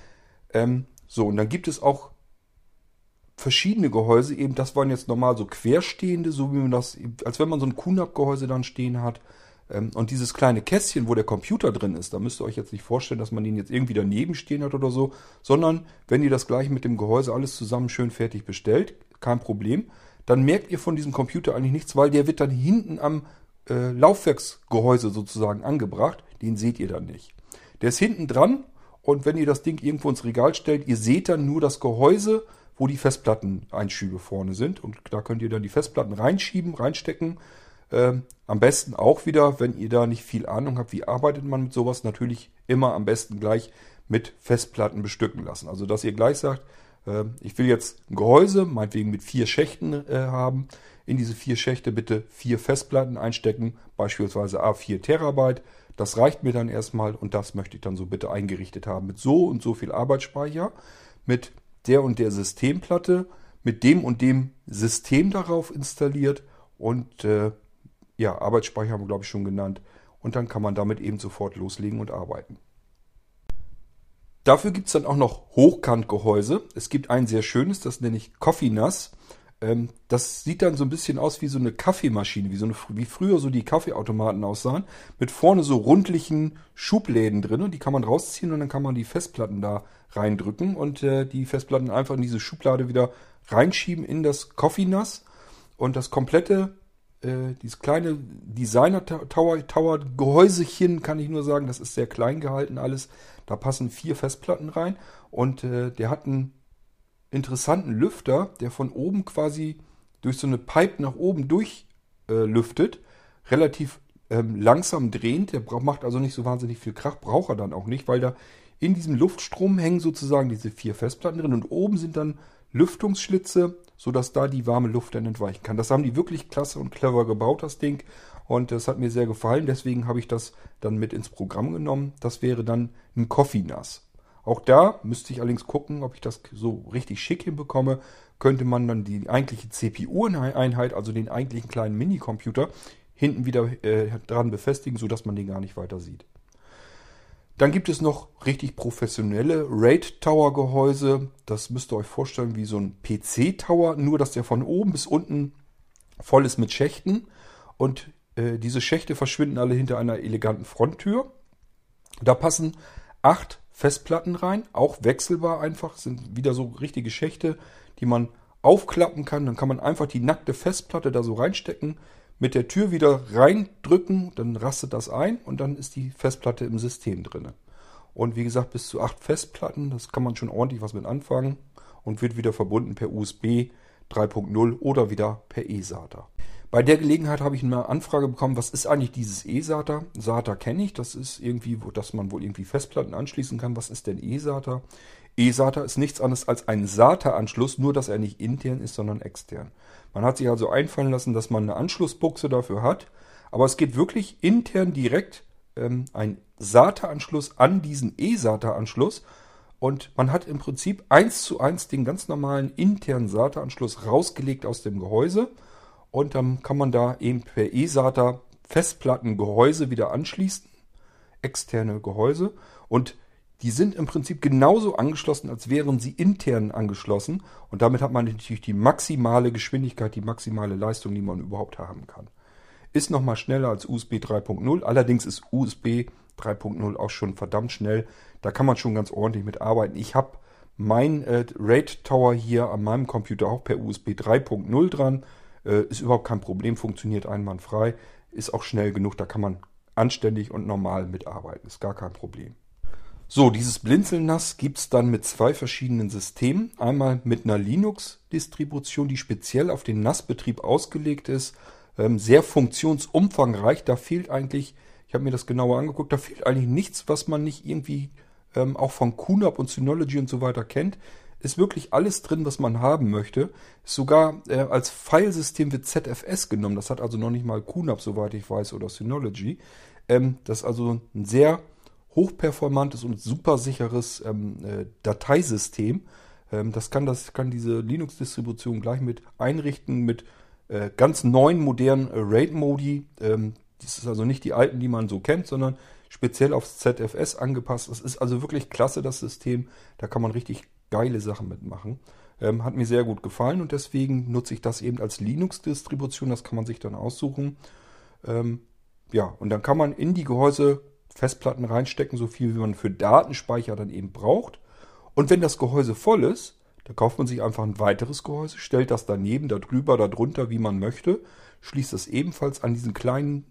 So, und dann gibt es auch verschiedene Gehäuse, eben das waren jetzt normal so querstehende, so wie man das, als wenn man so ein QNAP-Gehäuse dann stehen hat. Und dieses kleine Kästchen, wo der Computer drin ist, da müsst ihr euch jetzt nicht vorstellen, dass man den jetzt irgendwie daneben stehen hat oder so, sondern wenn ihr das gleich mit dem Gehäuse alles zusammen schön fertig bestellt, kein Problem, dann merkt ihr von diesem Computer eigentlich nichts, weil der wird dann hinten am Laufwerksgehäuse sozusagen angebracht, den seht ihr dann nicht. Der ist hinten dran und wenn ihr das Ding irgendwo ins Regal stellt, ihr seht dann nur das Gehäuse, wo die Festplatteneinschübe vorne sind. Und da könnt ihr dann die Festplatten reinschieben, reinstecken. Am besten auch wieder, wenn ihr da nicht viel Ahnung habt, wie arbeitet man mit sowas, natürlich immer am besten gleich mit Festplatten bestücken lassen. Also dass ihr gleich sagt, ich will jetzt ein Gehäuse, meinetwegen mit 4 Schächten haben. In diese 4 Schächte bitte 4 Festplatten einstecken, beispielsweise A4 Terabyte. Das reicht mir dann erstmal und das möchte ich dann so bitte eingerichtet haben mit so und so viel Arbeitsspeicher, mit der und der Systemplatte, mit dem und dem System darauf installiert und ja, Arbeitsspeicher haben wir glaube ich schon genannt und dann kann man damit eben sofort loslegen und arbeiten. Dafür gibt es dann auch noch Hochkantgehäuse. Es gibt ein sehr schönes, das nenne ich Coffee NAS. Das sieht dann so ein bisschen aus wie so eine Kaffeemaschine, wie früher so die Kaffeeautomaten aussahen, mit vorne so rundlichen Schubläden drin und die kann man rausziehen und dann kann man die Festplatten da reindrücken und die Festplatten einfach in diese Schublade wieder reinschieben in das Coffee NAS und das komplette, dieses kleine Designer-Tower-Gehäusechen kann ich nur sagen, das ist sehr klein gehalten alles, da passen 4 Festplatten rein und der hat einen interessanten Lüfter, der von oben quasi durch so eine Pipe nach oben durchlüftet, relativ langsam drehend, der macht also nicht so wahnsinnig viel Krach, braucht er dann auch nicht, weil da in diesem Luftstrom hängen sozusagen diese 4 Festplatten drin und oben sind dann Lüftungsschlitze, sodass da die warme Luft dann entweichen kann. Das haben die wirklich klasse und clever gebaut, das Ding. Und das hat mir sehr gefallen, deswegen habe ich das dann mit ins Programm genommen. Das wäre dann ein Coffee NAS. Auch da müsste ich allerdings gucken, ob ich das so richtig schick hinbekomme. Könnte man dann die eigentliche CPU-Einheit, also den eigentlichen kleinen Minicomputer, hinten wieder dran befestigen, sodass man den gar nicht weiter sieht. Dann gibt es noch richtig professionelle RAID-Tower-Gehäuse. Das müsst ihr euch vorstellen wie so ein PC-Tower, nur dass der von oben bis unten voll ist mit Schächten. Und diese Schächte verschwinden alle hinter einer eleganten Fronttür. Da passen 8 Festplatten rein, auch wechselbar einfach, sind wieder so richtige Schächte, die man aufklappen kann. Dann kann man einfach die nackte Festplatte da so reinstecken, mit der Tür wieder reindrücken, dann rastet das ein und dann ist die Festplatte im System drin. Und wie gesagt, bis zu 8 Festplatten, das kann man schon ordentlich was mit anfangen und wird wieder verbunden per USB 3.0 oder wieder per eSATA. Bei der Gelegenheit habe ich eine Anfrage bekommen, was ist eigentlich dieses eSATA? SATA kenne ich, das ist irgendwie, dass man wohl irgendwie Festplatten anschließen kann. Was ist denn eSATA? eSATA ist nichts anderes als ein SATA-Anschluss, nur dass er nicht intern ist, sondern extern. Man hat sich also einfallen lassen, dass man eine Anschlussbuchse dafür hat, aber es geht wirklich intern direkt ein SATA-Anschluss an diesen eSATA-Anschluss und man hat im Prinzip 1:1 den ganz normalen internen SATA-Anschluss rausgelegt aus dem Gehäuse. Und dann kann man da eben per eSATA Festplattengehäuse wieder anschließen, externe Gehäuse. Und die sind im Prinzip genauso angeschlossen, als wären sie intern angeschlossen. Und damit hat man natürlich die maximale Geschwindigkeit, die maximale Leistung, die man überhaupt haben kann. Ist nochmal schneller als USB 3.0. Allerdings ist USB 3.0 auch schon verdammt schnell. Da kann man schon ganz ordentlich mit arbeiten. Ich habe mein RAID Tower hier an meinem Computer auch per USB 3.0 dran. Ist überhaupt kein Problem, funktioniert einwandfrei, ist auch schnell genug, da kann man anständig und normal mitarbeiten, ist gar kein Problem. So, dieses Blinzeln-NAS gibt es dann mit 2 verschiedenen Systemen. Einmal mit einer Linux-Distribution, die speziell auf den NAS-Betrieb ausgelegt ist, sehr funktionsumfangreich, da fehlt eigentlich, ich habe mir das genauer angeguckt, da fehlt eigentlich nichts, was man nicht irgendwie auch von QNAP und Synology und so weiter kennt. Ist wirklich alles drin, was man haben möchte. Sogar als Filesystem wird ZFS genommen. Das hat also noch nicht mal QNAP, soweit ich weiß, oder Synology. Das ist also ein sehr hochperformantes und super sicheres Dateisystem. Das kann diese Linux-Distribution gleich mit einrichten mit ganz neuen, modernen RAID-Modi. Das ist also nicht die alten, die man so kennt, sondern speziell aufs ZFS angepasst. Das ist also wirklich klasse, das System. Da kann man richtig geile Sachen mitmachen. Hat mir sehr gut gefallen und deswegen nutze ich das eben als Linux-Distribution. Das kann man sich dann aussuchen. Ja, und dann kann man in die Gehäuse Festplatten reinstecken, so viel wie man für Datenspeicher dann eben braucht. Und wenn das Gehäuse voll ist, dann kauft man sich einfach ein weiteres Gehäuse, stellt das daneben, darüber, darunter, wie man möchte, schließt das ebenfalls an diese kleine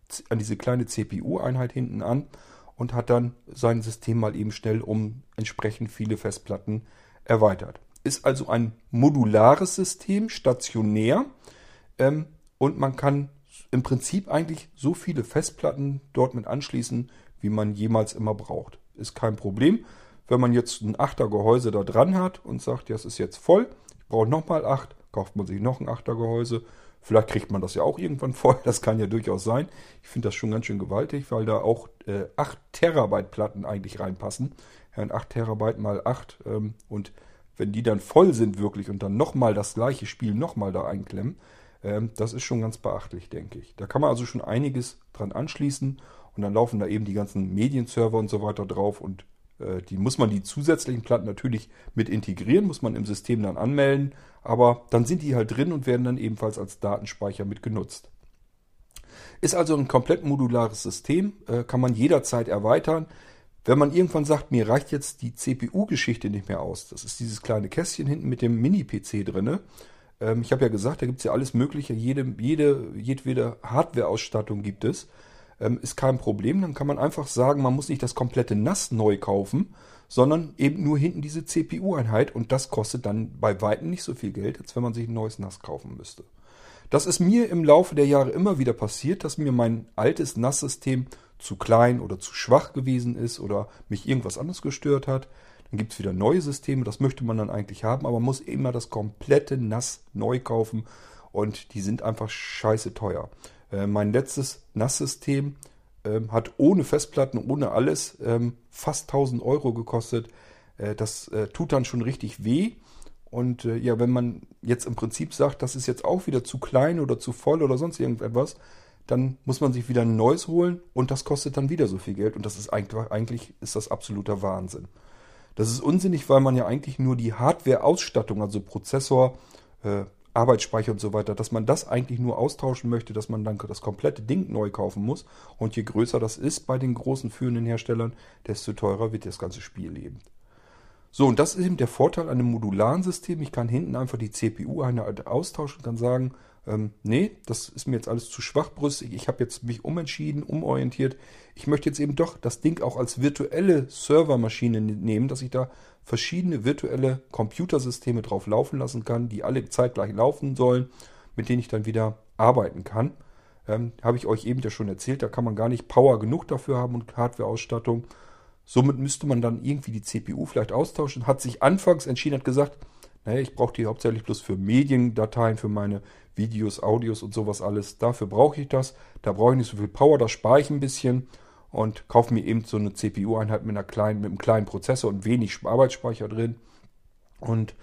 CPU-Einheit hinten an und hat dann sein System mal eben schnell um entsprechend viele Festplatten erweitert. Ist also ein modulares System, stationär, und man kann im Prinzip eigentlich so viele Festplatten dort mit anschließen, wie man jemals immer braucht. Ist kein Problem. Wenn man jetzt ein 8er Gehäuse da dran hat und sagt, ja, es ist jetzt voll, ich brauche nochmal 8, kauft man sich noch ein 8er Gehäuse. Vielleicht kriegt man das ja auch irgendwann voll, das kann ja durchaus sein. Ich finde das schon ganz schön gewaltig, weil da auch 8 Terabyte Platten eigentlich reinpassen. Ja, 8 Terabyte mal 8 und wenn die dann voll sind wirklich und dann nochmal das gleiche Spiel nochmal da einklemmen, das ist schon ganz beachtlich, denke ich. Da kann man also schon einiges dran anschließen und dann laufen da eben die ganzen Medienserver und so weiter drauf und die zusätzlichen Platten natürlich mit integrieren, muss man im System dann anmelden, aber dann sind die halt drin und werden dann ebenfalls als Datenspeicher mit genutzt. Ist also ein komplett modulares System, kann man jederzeit erweitern. Wenn man irgendwann sagt, mir reicht jetzt die CPU-Geschichte nicht mehr aus, das ist dieses kleine Kästchen hinten mit dem Mini-PC drin. Ich habe ja gesagt, da gibt es ja alles Mögliche, jedwede Hardware-Ausstattung gibt es. Ist kein Problem, dann kann man einfach sagen, man muss nicht das komplette NAS neu kaufen, sondern eben nur hinten diese CPU-Einheit und das kostet dann bei weitem nicht so viel Geld, als wenn man sich ein neues NAS kaufen müsste. Das ist mir im Laufe der Jahre immer wieder passiert, dass mir mein altes NAS-System zu klein oder zu schwach gewesen ist oder mich irgendwas anderes gestört hat. Dann gibt es wieder neue Systeme, das möchte man dann eigentlich haben, aber man muss immer das komplette NAS neu kaufen und die sind einfach scheiße teuer. Mein letztes NAS-System hat ohne Festplatten, ohne alles fast 1.000 € gekostet. Das tut dann schon richtig weh. Und ja, wenn man jetzt im Prinzip sagt, das ist jetzt auch wieder zu klein oder zu voll oder sonst irgendetwas, dann muss man sich wieder ein neues holen und das kostet dann wieder so viel Geld. Und das ist eigentlich ist das absoluter Wahnsinn. Das ist unsinnig, weil man ja eigentlich nur die Hardware-Ausstattung, also Prozessor, Arbeitsspeicher und so weiter, dass man das eigentlich nur austauschen möchte, dass man dann das komplette Ding neu kaufen muss. Und je größer das ist bei den großen führenden Herstellern, desto teurer wird das ganze Spiel eben. So, und das ist eben der Vorteil an einem modularen System. Ich kann hinten einfach die CPU-Einheit austauschen, kann sagen, nee, das ist mir jetzt alles zu schwachbrüstig. Ich habe jetzt mich umentschieden, umorientiert. Ich möchte jetzt eben doch das Ding auch als virtuelle Servermaschine nehmen, dass ich da verschiedene virtuelle Computersysteme drauf laufen lassen kann, die alle zeitgleich laufen sollen, mit denen ich dann wieder arbeiten kann. Habe ich euch eben ja schon erzählt, da kann man gar nicht Power genug dafür haben und Hardware-Ausstattung. Somit müsste man dann irgendwie die CPU vielleicht austauschen. Hat sich anfangs entschieden, hat gesagt, naja, ich brauche die hauptsächlich bloß für Mediendateien, für meine Videos, Audios und sowas alles. Dafür brauche ich das. Da brauche ich nicht so viel Power, da spare ich ein bisschen und kaufe mir eben so eine CPU-Einheit mit einem kleinen Prozessor und wenig Arbeitsspeicher drin. Und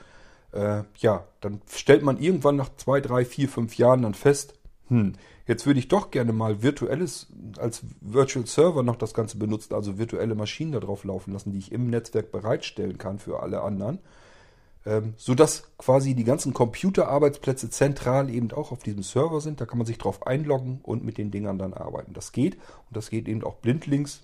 ja, dann stellt man irgendwann nach 2, 3, 4, 5 Jahren dann fest, jetzt würde ich doch gerne mal als Virtual Server noch das Ganze benutzen, also virtuelle Maschinen da drauf laufen lassen, die ich im Netzwerk bereitstellen kann für alle anderen, sodass quasi die ganzen Computerarbeitsplätze zentral eben auch auf diesem Server sind. Da kann man sich drauf einloggen und mit den Dingern dann arbeiten. Das geht und das geht eben auch blindlings.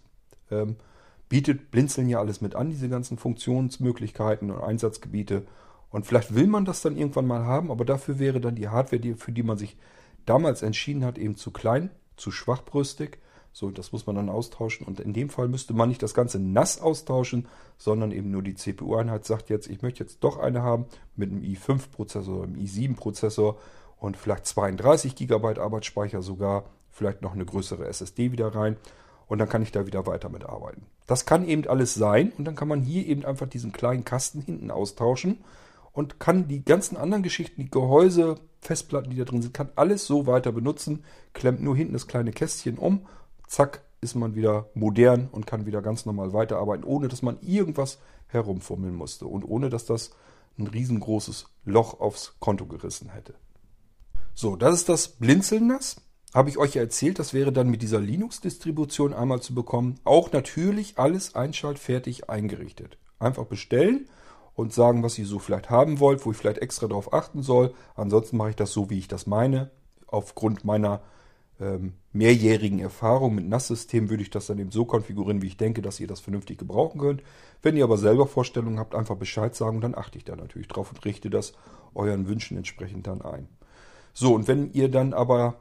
Bietet Blinzeln ja alles mit an, diese ganzen Funktionsmöglichkeiten und Einsatzgebiete. Und vielleicht will man das dann irgendwann mal haben, aber dafür wäre dann die Hardware, für die man sich damals entschieden hat, eben zu klein, zu schwachbrüstig. So, das muss man dann austauschen. Und in dem Fall müsste man nicht das ganze NAS austauschen, sondern eben nur die CPU-Einheit sagt jetzt, ich möchte jetzt doch eine haben mit einem i5-Prozessor, einem i7-Prozessor und vielleicht 32 GB Arbeitsspeicher sogar, vielleicht noch eine größere SSD wieder rein. Und dann kann ich da wieder weiter mitarbeiten. Das kann eben alles sein. Und dann kann man hier eben einfach diesen kleinen Kasten hinten austauschen und kann die ganzen anderen Geschichten, die Gehäuse, Festplatten, die da drin sind, kann alles so weiter benutzen, klemmt nur hinten das kleine Kästchen um, zack, ist man wieder modern und kann wieder ganz normal weiterarbeiten, ohne dass man irgendwas herumfummeln musste und ohne dass das ein riesengroßes Loch aufs Konto gerissen hätte. So, das ist das Blinzeln-NAS. Habe ich euch ja erzählt, das wäre dann mit dieser Linux-Distribution einmal zu bekommen. Auch natürlich alles einschaltfertig eingerichtet. Einfach bestellen und sagen, was ihr so vielleicht haben wollt, wo ich vielleicht extra darauf achten soll. Ansonsten mache ich das so, wie ich das meine. Aufgrund meiner mehrjährigen Erfahrung mit NAS-Systemen würde ich das dann eben so konfigurieren, wie ich denke, dass ihr das vernünftig gebrauchen könnt. Wenn ihr aber selber Vorstellungen habt, einfach Bescheid sagen und dann achte ich da natürlich drauf und richte das euren Wünschen entsprechend dann ein. So, und wenn ihr dann aber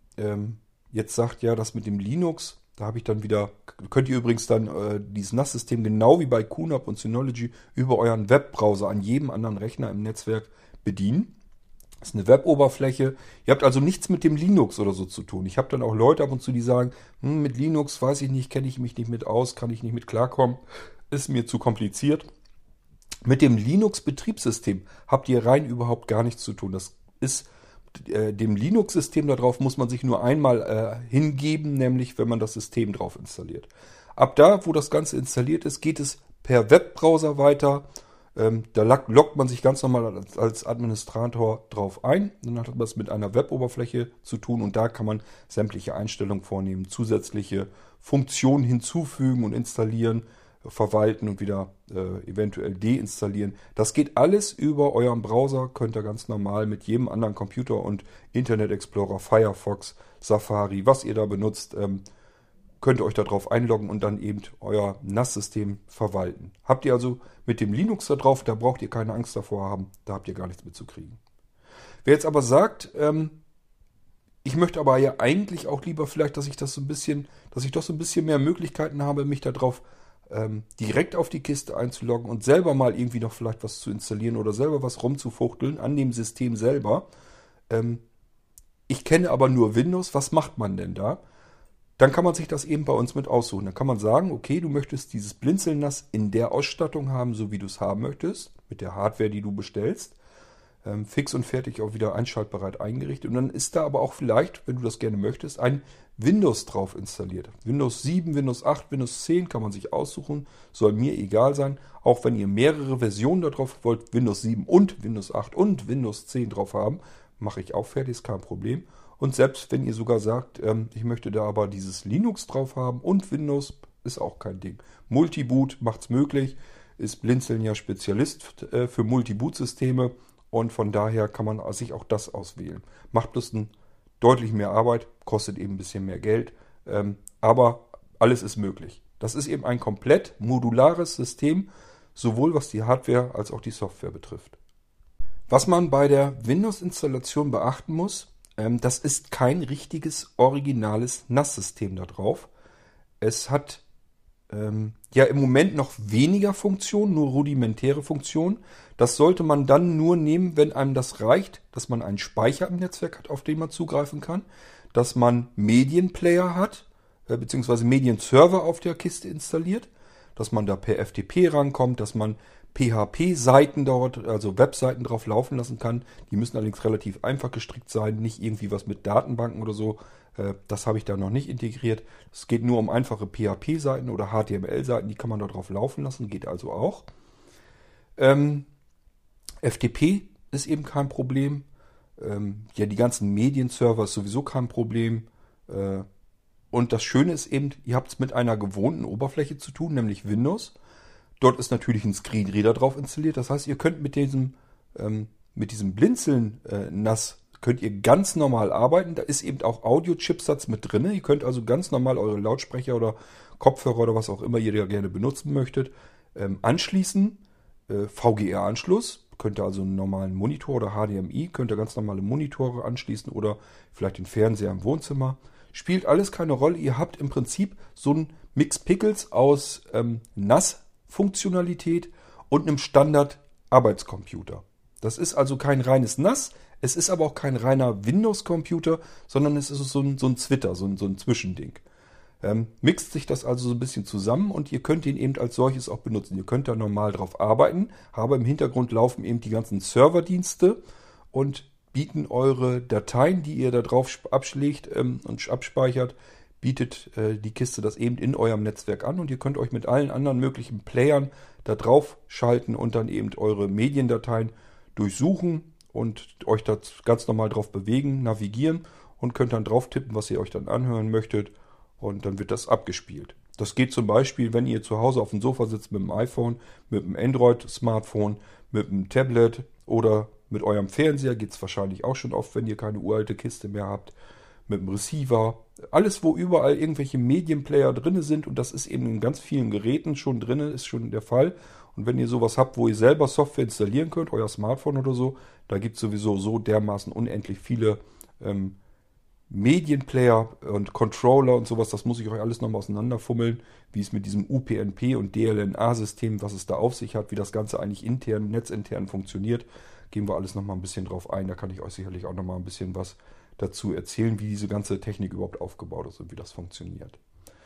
jetzt sagt, ja, das mit dem Linux, da habe ich dann wieder, könnt ihr übrigens dann dieses NAS-System genau wie bei QNAP und Synology über euren Webbrowser an jedem anderen Rechner im Netzwerk bedienen. Das ist eine Web-Oberfläche. Ihr habt also nichts mit dem Linux oder so zu tun. Ich habe dann auch Leute ab und zu, die sagen, mit Linux weiß ich nicht, kenne ich mich nicht mit aus, kann ich nicht mit klarkommen, ist mir zu kompliziert. Mit dem Linux-Betriebssystem habt ihr rein überhaupt gar nichts zu tun. Das ist dem Linux-System darauf muss man sich nur einmal hingeben, nämlich wenn man das System drauf installiert. Ab da, wo das Ganze installiert ist, geht es per Webbrowser weiter. Da loggt man sich ganz normal als Administrator drauf ein. Dann hat man es mit einer Web-Oberfläche zu tun und da kann man sämtliche Einstellungen vornehmen, zusätzliche Funktionen hinzufügen und installieren, verwalten und wieder eventuell deinstallieren. Das geht alles über euren Browser, könnt ihr ganz normal mit jedem anderen Computer und Internet Explorer, Firefox, Safari, was ihr da benutzt, könnt ihr euch darauf einloggen und dann eben euer NAS-System verwalten. Habt ihr also mit dem Linux da drauf, da braucht ihr keine Angst davor haben, da habt ihr gar nichts mitzukriegen. Wer jetzt aber sagt, ich möchte aber ja eigentlich auch lieber vielleicht, dass ich doch so ein bisschen mehr Möglichkeiten habe, mich da drauf direkt auf die Kiste einzuloggen und selber mal irgendwie noch vielleicht was zu installieren oder selber was rumzufuchteln an dem System selber. Ich kenne aber nur Windows, was macht man denn da? Dann kann man sich das eben bei uns mit aussuchen. Dann kann man sagen, okay, du möchtest dieses Blinzeln-NAS in der Ausstattung haben, so wie du es haben möchtest, mit der Hardware, die du bestellst. fix und fertig auch wieder einschaltbereit eingerichtet. Und dann ist da aber auch vielleicht, wenn du das gerne möchtest, ein Windows drauf installiert. Windows 7, Windows 8, Windows 10 kann man sich aussuchen. Soll mir egal sein. Auch wenn ihr mehrere Versionen da drauf wollt, Windows 7 und Windows 8 und Windows 10 drauf haben, mache ich auch fertig, ist kein Problem. Und selbst wenn ihr sogar sagt, ich möchte da aber dieses Linux drauf haben und Windows, ist auch kein Ding. Multiboot macht's möglich. Ist Blinzeln ja Spezialist für Multiboot-Systeme. Und von daher kann man sich auch das auswählen. Macht bloß deutlich mehr Arbeit, kostet eben ein bisschen mehr Geld. Aber alles ist möglich. Das ist eben ein komplett modulares System, sowohl was die Hardware als auch die Software betrifft. Was man bei der Windows-Installation beachten muss, das ist kein richtiges, originales NAS-System da drauf. Es hat ja im Moment noch weniger Funktionen, nur rudimentäre Funktionen. Das sollte man dann nur nehmen, wenn einem das reicht, dass man einen Speicher im Netzwerk hat, auf den man zugreifen kann, dass man Medienplayer hat, beziehungsweise Medienserver auf der Kiste installiert, dass man da per FTP rankommt, dass man PHP-Seiten dort, also Webseiten drauf laufen lassen kann. Die müssen allerdings relativ einfach gestrickt sein, nicht irgendwie was mit Datenbanken oder so. Das habe ich da noch nicht integriert. Es geht nur um einfache PHP-Seiten oder HTML-Seiten, die kann man dort drauf laufen lassen, geht also auch. FTP ist eben kein Problem. Ja, die ganzen Medienserver ist sowieso kein Problem. Und das Schöne ist eben, ihr habt es mit einer gewohnten Oberfläche zu tun, nämlich Windows. Dort ist natürlich ein Screenreader drauf installiert. Das heißt, ihr könnt mit diesem Blinzeln NAS könnt ihr ganz normal arbeiten. Da ist eben auch Audio-Chipsatz mit drin. Ihr könnt also ganz normal eure Lautsprecher oder Kopfhörer oder was auch immer ihr da gerne benutzen möchtet, anschließen. VGA-Anschluss. Könnt ihr also einen normalen Monitor oder HDMI, könnt ihr ganz normale Monitore anschließen oder vielleicht den Fernseher im Wohnzimmer. Spielt alles keine Rolle. Ihr habt im Prinzip so ein Mix Pickles aus NAS-Funktionalität und einem Standard-Arbeitscomputer. Das ist also kein reines NAS, es ist aber auch kein reiner Windows-Computer, sondern es ist so ein Zwitter, so ein Zwischending. Mixt sich das also so ein bisschen zusammen und ihr könnt ihn eben als solches auch benutzen. Ihr könnt da normal drauf arbeiten, aber im Hintergrund laufen eben die ganzen Serverdienste und bieten eure Dateien, die ihr da drauf abschlägt und abspeichert, bietet die Kiste das eben in eurem Netzwerk an und ihr könnt euch mit allen anderen möglichen Playern da drauf schalten und dann eben eure Mediendateien durchsuchen und euch da ganz normal drauf bewegen, navigieren und könnt dann drauf tippen, was ihr euch dann anhören möchtet und dann wird das abgespielt. Das geht zum Beispiel, wenn ihr zu Hause auf dem Sofa sitzt mit dem iPhone, mit dem Android-Smartphone, mit dem Tablet oder mit eurem Fernseher, geht es wahrscheinlich auch schon oft, wenn ihr keine uralte Kiste mehr habt, mit dem Receiver. Alles, wo überall irgendwelche Medienplayer drin sind und das ist eben in ganz vielen Geräten schon drin, ist schon der Fall. Und wenn ihr sowas habt, wo ihr selber Software installieren könnt, euer Smartphone oder so, da gibt es sowieso so dermaßen unendlich viele Medienplayer und Controller und sowas. Das muss ich euch alles nochmal auseinanderfummeln, wie es mit diesem UPnP und DLNA-System, was es da auf sich hat, wie das Ganze eigentlich intern, netzintern funktioniert. Gehen wir alles nochmal ein bisschen drauf ein. Da kann ich euch sicherlich auch nochmal ein bisschen was dazu erzählen, wie diese ganze Technik überhaupt aufgebaut ist und wie das funktioniert.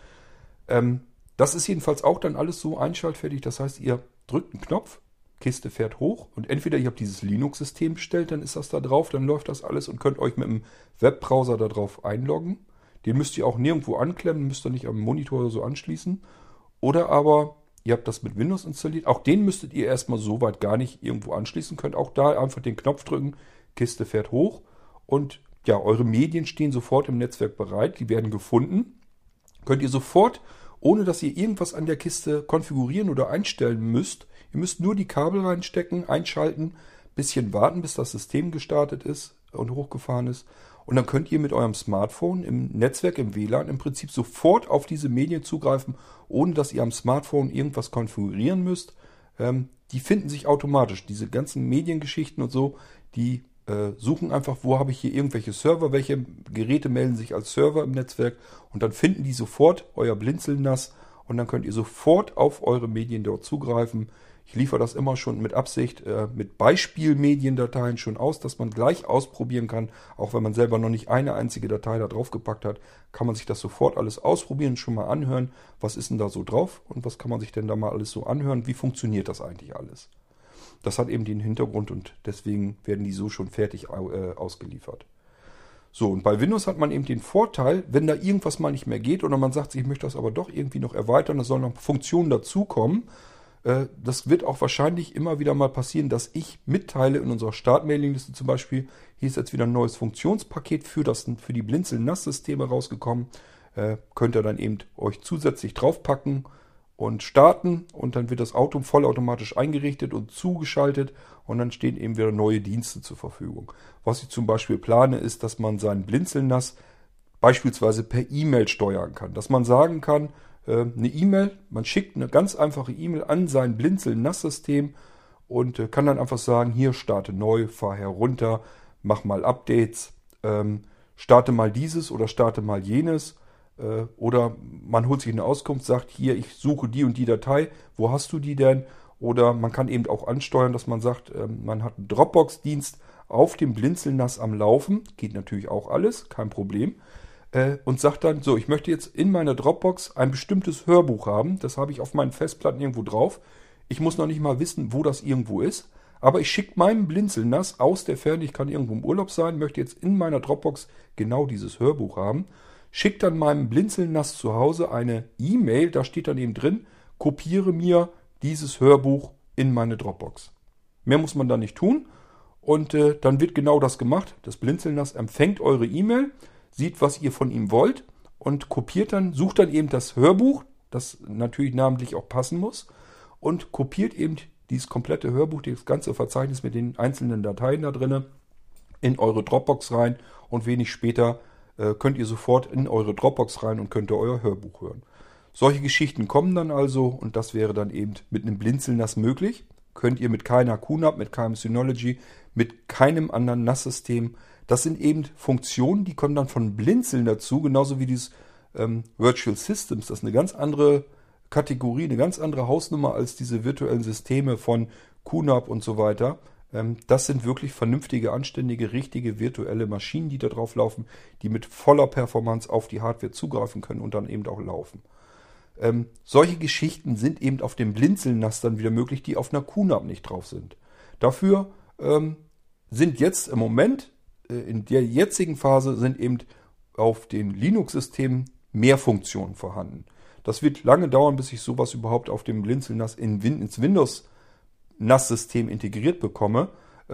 Das ist jedenfalls auch dann alles so einschaltfertig. Das heißt, ihr drückt einen Knopf, Kiste fährt hoch und entweder ihr habt dieses Linux-System bestellt, dann ist das da drauf, dann läuft das alles und könnt euch mit dem Webbrowser da drauf einloggen. Den müsst ihr auch nirgendwo anklemmen, müsst ihr nicht am Monitor oder so anschließen. Oder aber ihr habt das mit Windows installiert. Auch den müsstet ihr erstmal so weit gar nicht irgendwo anschließen. Könnt auch da einfach den Knopf drücken, Kiste fährt hoch und ja, eure Medien stehen sofort im Netzwerk bereit, die werden gefunden. Könnt ihr sofort, ohne dass ihr irgendwas an der Kiste konfigurieren oder einstellen müsst, ihr müsst nur die Kabel reinstecken, einschalten, bisschen warten, bis das System gestartet ist und hochgefahren ist. Und dann könnt ihr mit eurem Smartphone im Netzwerk, im WLAN im Prinzip sofort auf diese Medien zugreifen, ohne dass ihr am Smartphone irgendwas konfigurieren müsst. Die finden sich automatisch. Diese ganzen Mediengeschichten und so, die suchen einfach, wo habe ich hier irgendwelche Server, welche Geräte melden sich als Server im Netzwerk und dann finden die sofort euer Blinzeln-NAS und dann könnt ihr sofort auf eure Medien dort zugreifen. Ich liefere das immer schon mit Absicht mit Beispielmediendateien schon aus, dass man gleich ausprobieren kann, auch wenn man selber noch nicht eine einzige Datei da drauf gepackt hat, kann man sich das sofort alles ausprobieren, schon mal anhören, was ist denn da so drauf und was kann man sich denn da mal alles so anhören, wie funktioniert das eigentlich alles. Das hat eben den Hintergrund und deswegen werden die so schon fertig ausgeliefert. So, und bei Windows hat man eben den Vorteil, wenn da irgendwas mal nicht mehr geht oder man sagt, ich möchte das aber doch irgendwie noch erweitern, da sollen noch Funktionen dazukommen. Das wird auch wahrscheinlich immer wieder mal passieren, dass ich mitteile in unserer Start-Mailing-Liste zum Beispiel, hier ist jetzt wieder ein neues Funktionspaket für die Blinzeln-NAS-Systeme rausgekommen. Könnt ihr dann eben euch zusätzlich draufpacken und starten und dann wird das Auto vollautomatisch eingerichtet und zugeschaltet und dann stehen eben wieder neue Dienste zur Verfügung. Was ich zum Beispiel plane, ist, dass man seinen Blinzeln-NAS beispielsweise per E-Mail steuern kann. Dass man sagen kann, eine E-Mail, man schickt eine ganz einfache E-Mail an sein Blinzeln-NAS-System und kann dann einfach sagen, hier starte neu, fahr herunter, mach mal Updates, starte mal dieses oder starte mal jenes. Oder man holt sich eine Auskunft, sagt, hier, ich suche die und die Datei, wo hast du die denn? Oder man kann eben auch ansteuern, dass man sagt, man hat einen Dropbox-Dienst auf dem Blinzeln-NAS am Laufen, geht natürlich auch alles, kein Problem. Und sagt dann, so, ich möchte jetzt in meiner Dropbox ein bestimmtes Hörbuch haben, das habe ich auf meinen Festplatten irgendwo drauf. Ich muss noch nicht mal wissen, wo das irgendwo ist, aber ich schicke meinem Blinzeln-NAS aus der Ferne, ich kann irgendwo im Urlaub sein, möchte jetzt in meiner Dropbox genau dieses Hörbuch haben. Schickt dann meinem Blinzeln-NAS zu Hause eine E-Mail, da steht dann eben drin, kopiere mir dieses Hörbuch in meine Dropbox. Mehr muss man da nicht tun und dann wird genau das gemacht. Das Blinzeln-NAS empfängt eure E-Mail, sieht, was ihr von ihm wollt und kopiert dann, sucht dann eben das Hörbuch, das natürlich namentlich auch passen muss und kopiert eben dieses komplette Hörbuch, das ganze Verzeichnis mit den einzelnen Dateien da drin in eure Dropbox rein und wenig später könnt ihr sofort in eure Dropbox rein und könnt ihr euer Hörbuch hören. Solche Geschichten kommen dann also und das wäre dann eben mit einem Blinzeln-NAS möglich. Könnt ihr mit keiner QNAP, mit keinem Synology, mit keinem anderen NAS-System. Das sind eben Funktionen, die kommen dann von Blinzeln dazu, genauso wie dieses Virtual Systems. Das ist eine ganz andere Kategorie, eine ganz andere Hausnummer als diese virtuellen Systeme von QNAP und so weiter. Das sind wirklich vernünftige, anständige, richtige virtuelle Maschinen, die da drauf laufen, die mit voller Performance auf die Hardware zugreifen können und dann eben auch laufen. Solche Geschichten sind eben auf dem Blinzeln-NAS dann wieder möglich, die auf einer QNAP nicht drauf sind. Dafür sind jetzt im Moment, in der jetzigen Phase, sind eben auf den Linux-Systemen mehr Funktionen vorhanden. Das wird lange dauern, bis ich sowas überhaupt auf dem Blinzeln-NAS ins Windows-NAS-System integriert bekomme.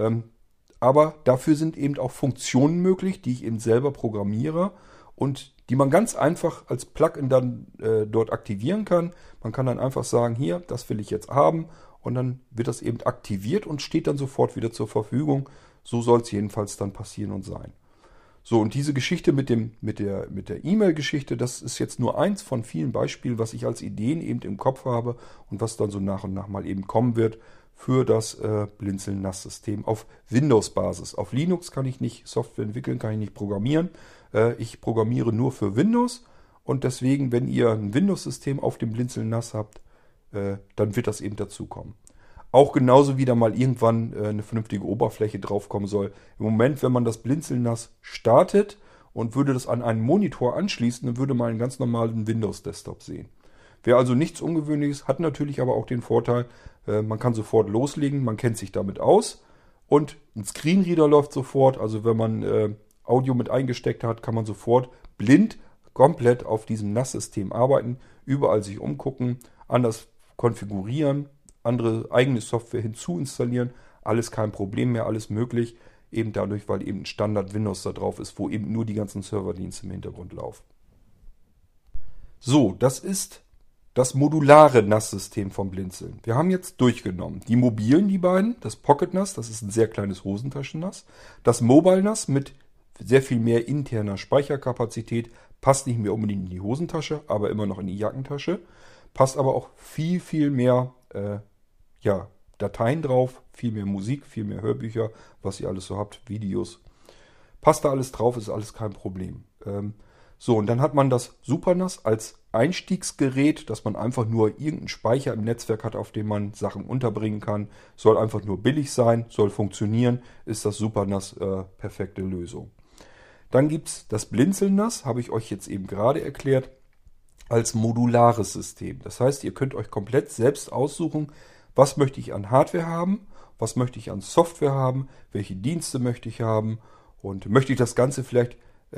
Aber dafür sind eben auch Funktionen möglich, die ich eben selber programmiere und die man ganz einfach als Plugin dann dort aktivieren kann. Man kann dann einfach sagen, hier, das will ich jetzt haben und dann wird das eben aktiviert und steht dann sofort wieder zur Verfügung. So soll es jedenfalls dann passieren und sein. So, und diese Geschichte mit der E-Mail-Geschichte, das ist jetzt nur eins von vielen Beispielen, was ich als Ideen eben im Kopf habe und was dann so nach und nach mal eben kommen wird für das Blinzeln-NAS-System auf Windows-Basis. Auf Linux kann ich nicht Software entwickeln, kann ich nicht programmieren. Ich programmiere nur für Windows und deswegen, wenn ihr ein Windows-System auf dem Blinzeln-NAS habt, dann wird das eben dazukommen. Auch genauso wie da mal irgendwann eine vernünftige Oberfläche draufkommen soll. Im Moment, wenn man das Blinzeln-NAS startet und würde das an einen Monitor anschließen, dann würde man einen ganz normalen Windows-Desktop sehen. Wäre also nichts Ungewöhnliches, hat natürlich aber auch den Vorteil, man kann sofort loslegen, man kennt sich damit aus und ein Screenreader läuft sofort. Also wenn man Audio mit eingesteckt hat, kann man sofort blind komplett auf diesem NAS-System arbeiten, überall sich umgucken, anders konfigurieren, andere eigene Software hinzuinstallieren, alles kein Problem mehr, alles möglich, eben dadurch, weil eben ein Standard Windows da drauf ist, wo eben nur die ganzen Serverdienste im Hintergrund laufen. So, das ist das modulare NAS-System vom Blinzeln. Wir haben jetzt durchgenommen die mobilen, die beiden, das Pocket NAS, das ist ein sehr kleines Hosentaschen-NAS, das Mobile NAS mit sehr viel mehr interner Speicherkapazität, passt nicht mehr unbedingt in die Hosentasche, aber immer noch in die Jackentasche, passt aber auch viel, viel mehr Dateien drauf, viel mehr Musik, viel mehr Hörbücher, was ihr alles so habt, Videos. Passt da alles drauf, ist alles kein Problem. So, und dann hat man das SuperNAS als Einstiegsgerät, dass man einfach nur irgendeinen Speicher im Netzwerk hat, auf dem man Sachen unterbringen kann. Soll einfach nur billig sein, soll funktionieren, ist das SuperNAS perfekte Lösung. Dann gibt es das Blinzeln-NAS, habe ich euch jetzt eben gerade erklärt, als modulares System. Das heißt, ihr könnt euch komplett selbst aussuchen, was möchte ich an Hardware haben was möchte ich an Software haben, welche Dienste möchte ich haben und möchte ich das Ganze vielleicht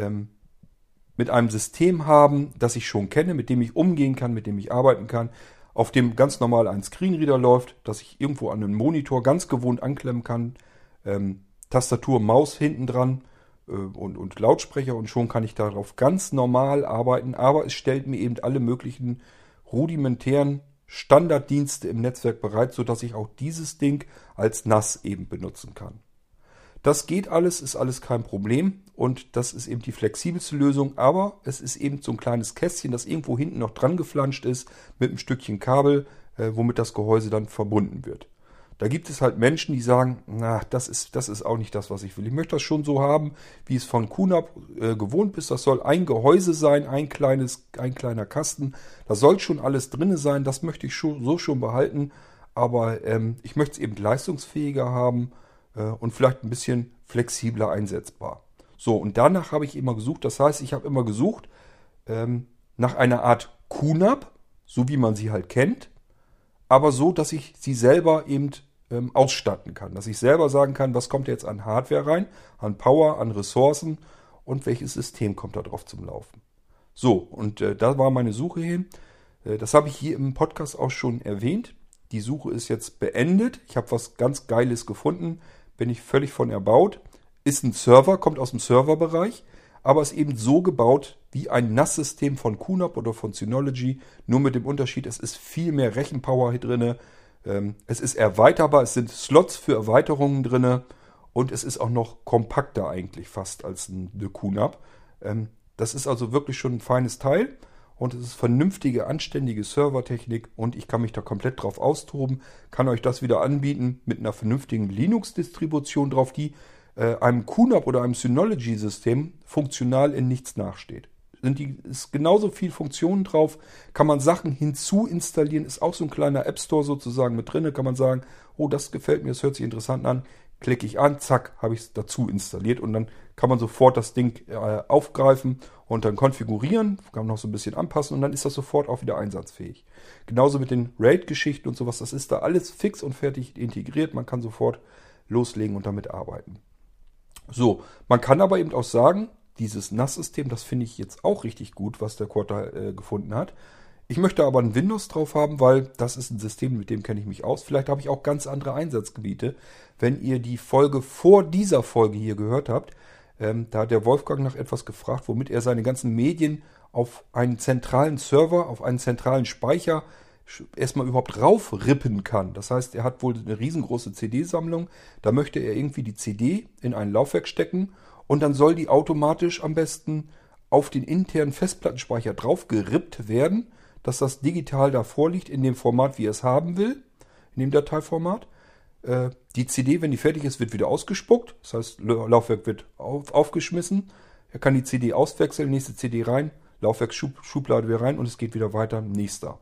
mit einem System haben, das ich schon kenne, mit dem ich umgehen kann, mit dem ich arbeiten kann, auf dem ganz normal ein Screenreader läuft, dass ich irgendwo an einen Monitor ganz gewohnt anklemmen kann, Tastatur, Maus hinten dran und Lautsprecher und schon kann ich darauf ganz normal arbeiten, aber es stellt mir eben alle möglichen rudimentären Standarddienste im Netzwerk bereit, sodass ich auch dieses Ding als NAS eben benutzen kann. Das geht alles, ist alles kein Problem und das ist eben die flexibelste Lösung, aber es ist eben so ein kleines Kästchen, das irgendwo hinten noch dran geflanscht ist mit einem Stückchen Kabel, womit das Gehäuse dann verbunden wird. Da gibt es halt Menschen, die sagen, na, das ist auch nicht das, was ich will. Ich möchte das schon so haben, wie es von QNAP gewohnt ist. Das soll ein Gehäuse sein, ein kleiner Kasten. Da soll schon alles drin sein, das möchte ich so schon behalten, aber ich möchte es eben leistungsfähiger haben und vielleicht ein bisschen flexibler einsetzbar. So, und danach habe ich immer gesucht. Das heißt, ich habe immer gesucht nach einer Art QNAP, so wie man sie halt kennt, aber so, dass ich sie selber eben ausstatten kann. Dass ich selber sagen kann, was kommt jetzt an Hardware rein, an Power, an Ressourcen und welches System kommt da drauf zum Laufen. So, und da war meine Suche hin. Das habe ich hier im Podcast auch schon erwähnt. Die Suche ist jetzt beendet. Ich habe was ganz Geiles gefunden. Bin ich völlig von erbaut. Ist ein Server, kommt aus dem Serverbereich, aber ist eben so gebaut wie ein NAS-System von QNAP oder von Synology. Nur mit dem Unterschied, es ist viel mehr Rechenpower hier drin. Es ist erweiterbar, es sind Slots für Erweiterungen drin und es ist auch noch kompakter eigentlich fast als eine QNAP. Das ist also wirklich schon ein feines Teil und es ist vernünftige, anständige Servertechnik und ich kann mich da komplett drauf austoben, kann euch das wieder anbieten mit einer vernünftigen Linux-Distribution drauf, die einem QNAP oder einem Synology-System funktional in nichts nachsteht. Ist genauso viel Funktionen drauf, kann man Sachen hinzu installieren, ist auch so ein kleiner App Store sozusagen mit drin, kann man sagen, oh, das gefällt mir, das hört sich interessant an, klicke ich an, zack, habe ich es dazu installiert und dann kann man sofort das Ding aufgreifen und dann konfigurieren, kann man noch so ein bisschen anpassen und dann ist das sofort auch wieder einsatzfähig. Genauso mit den RAID-Geschichten und sowas, das ist da alles fix und fertig integriert, man kann sofort loslegen und damit arbeiten. So, man kann aber eben auch sagen, dieses NAS-System, das finde ich jetzt auch richtig gut, was der Kurt da gefunden hat. Ich möchte aber ein Windows drauf haben, weil das ist ein System, mit dem kenne ich mich aus. Vielleicht habe ich auch ganz andere Einsatzgebiete. Wenn ihr die Folge vor dieser Folge hier gehört habt, da hat der Wolfgang nach etwas gefragt, womit er seine ganzen Medien auf einen zentralen Server, auf einen zentralen Speicher erstmal überhaupt raufrippen kann. Das heißt, er hat wohl eine riesengroße CD-Sammlung. Da möchte er irgendwie die CD in ein Laufwerk stecken und dann soll die automatisch am besten auf den internen Festplattenspeicher drauf gerippt werden, dass das digital da vorliegt in dem Format, wie er es haben will, in dem Dateiformat. Die CD, wenn die fertig ist, wird wieder ausgespuckt. Das heißt, Laufwerk wird aufgeschmissen. Er kann die CD auswechseln, nächste CD rein, Laufwerksschublade wieder rein und es geht wieder weiter, nächster.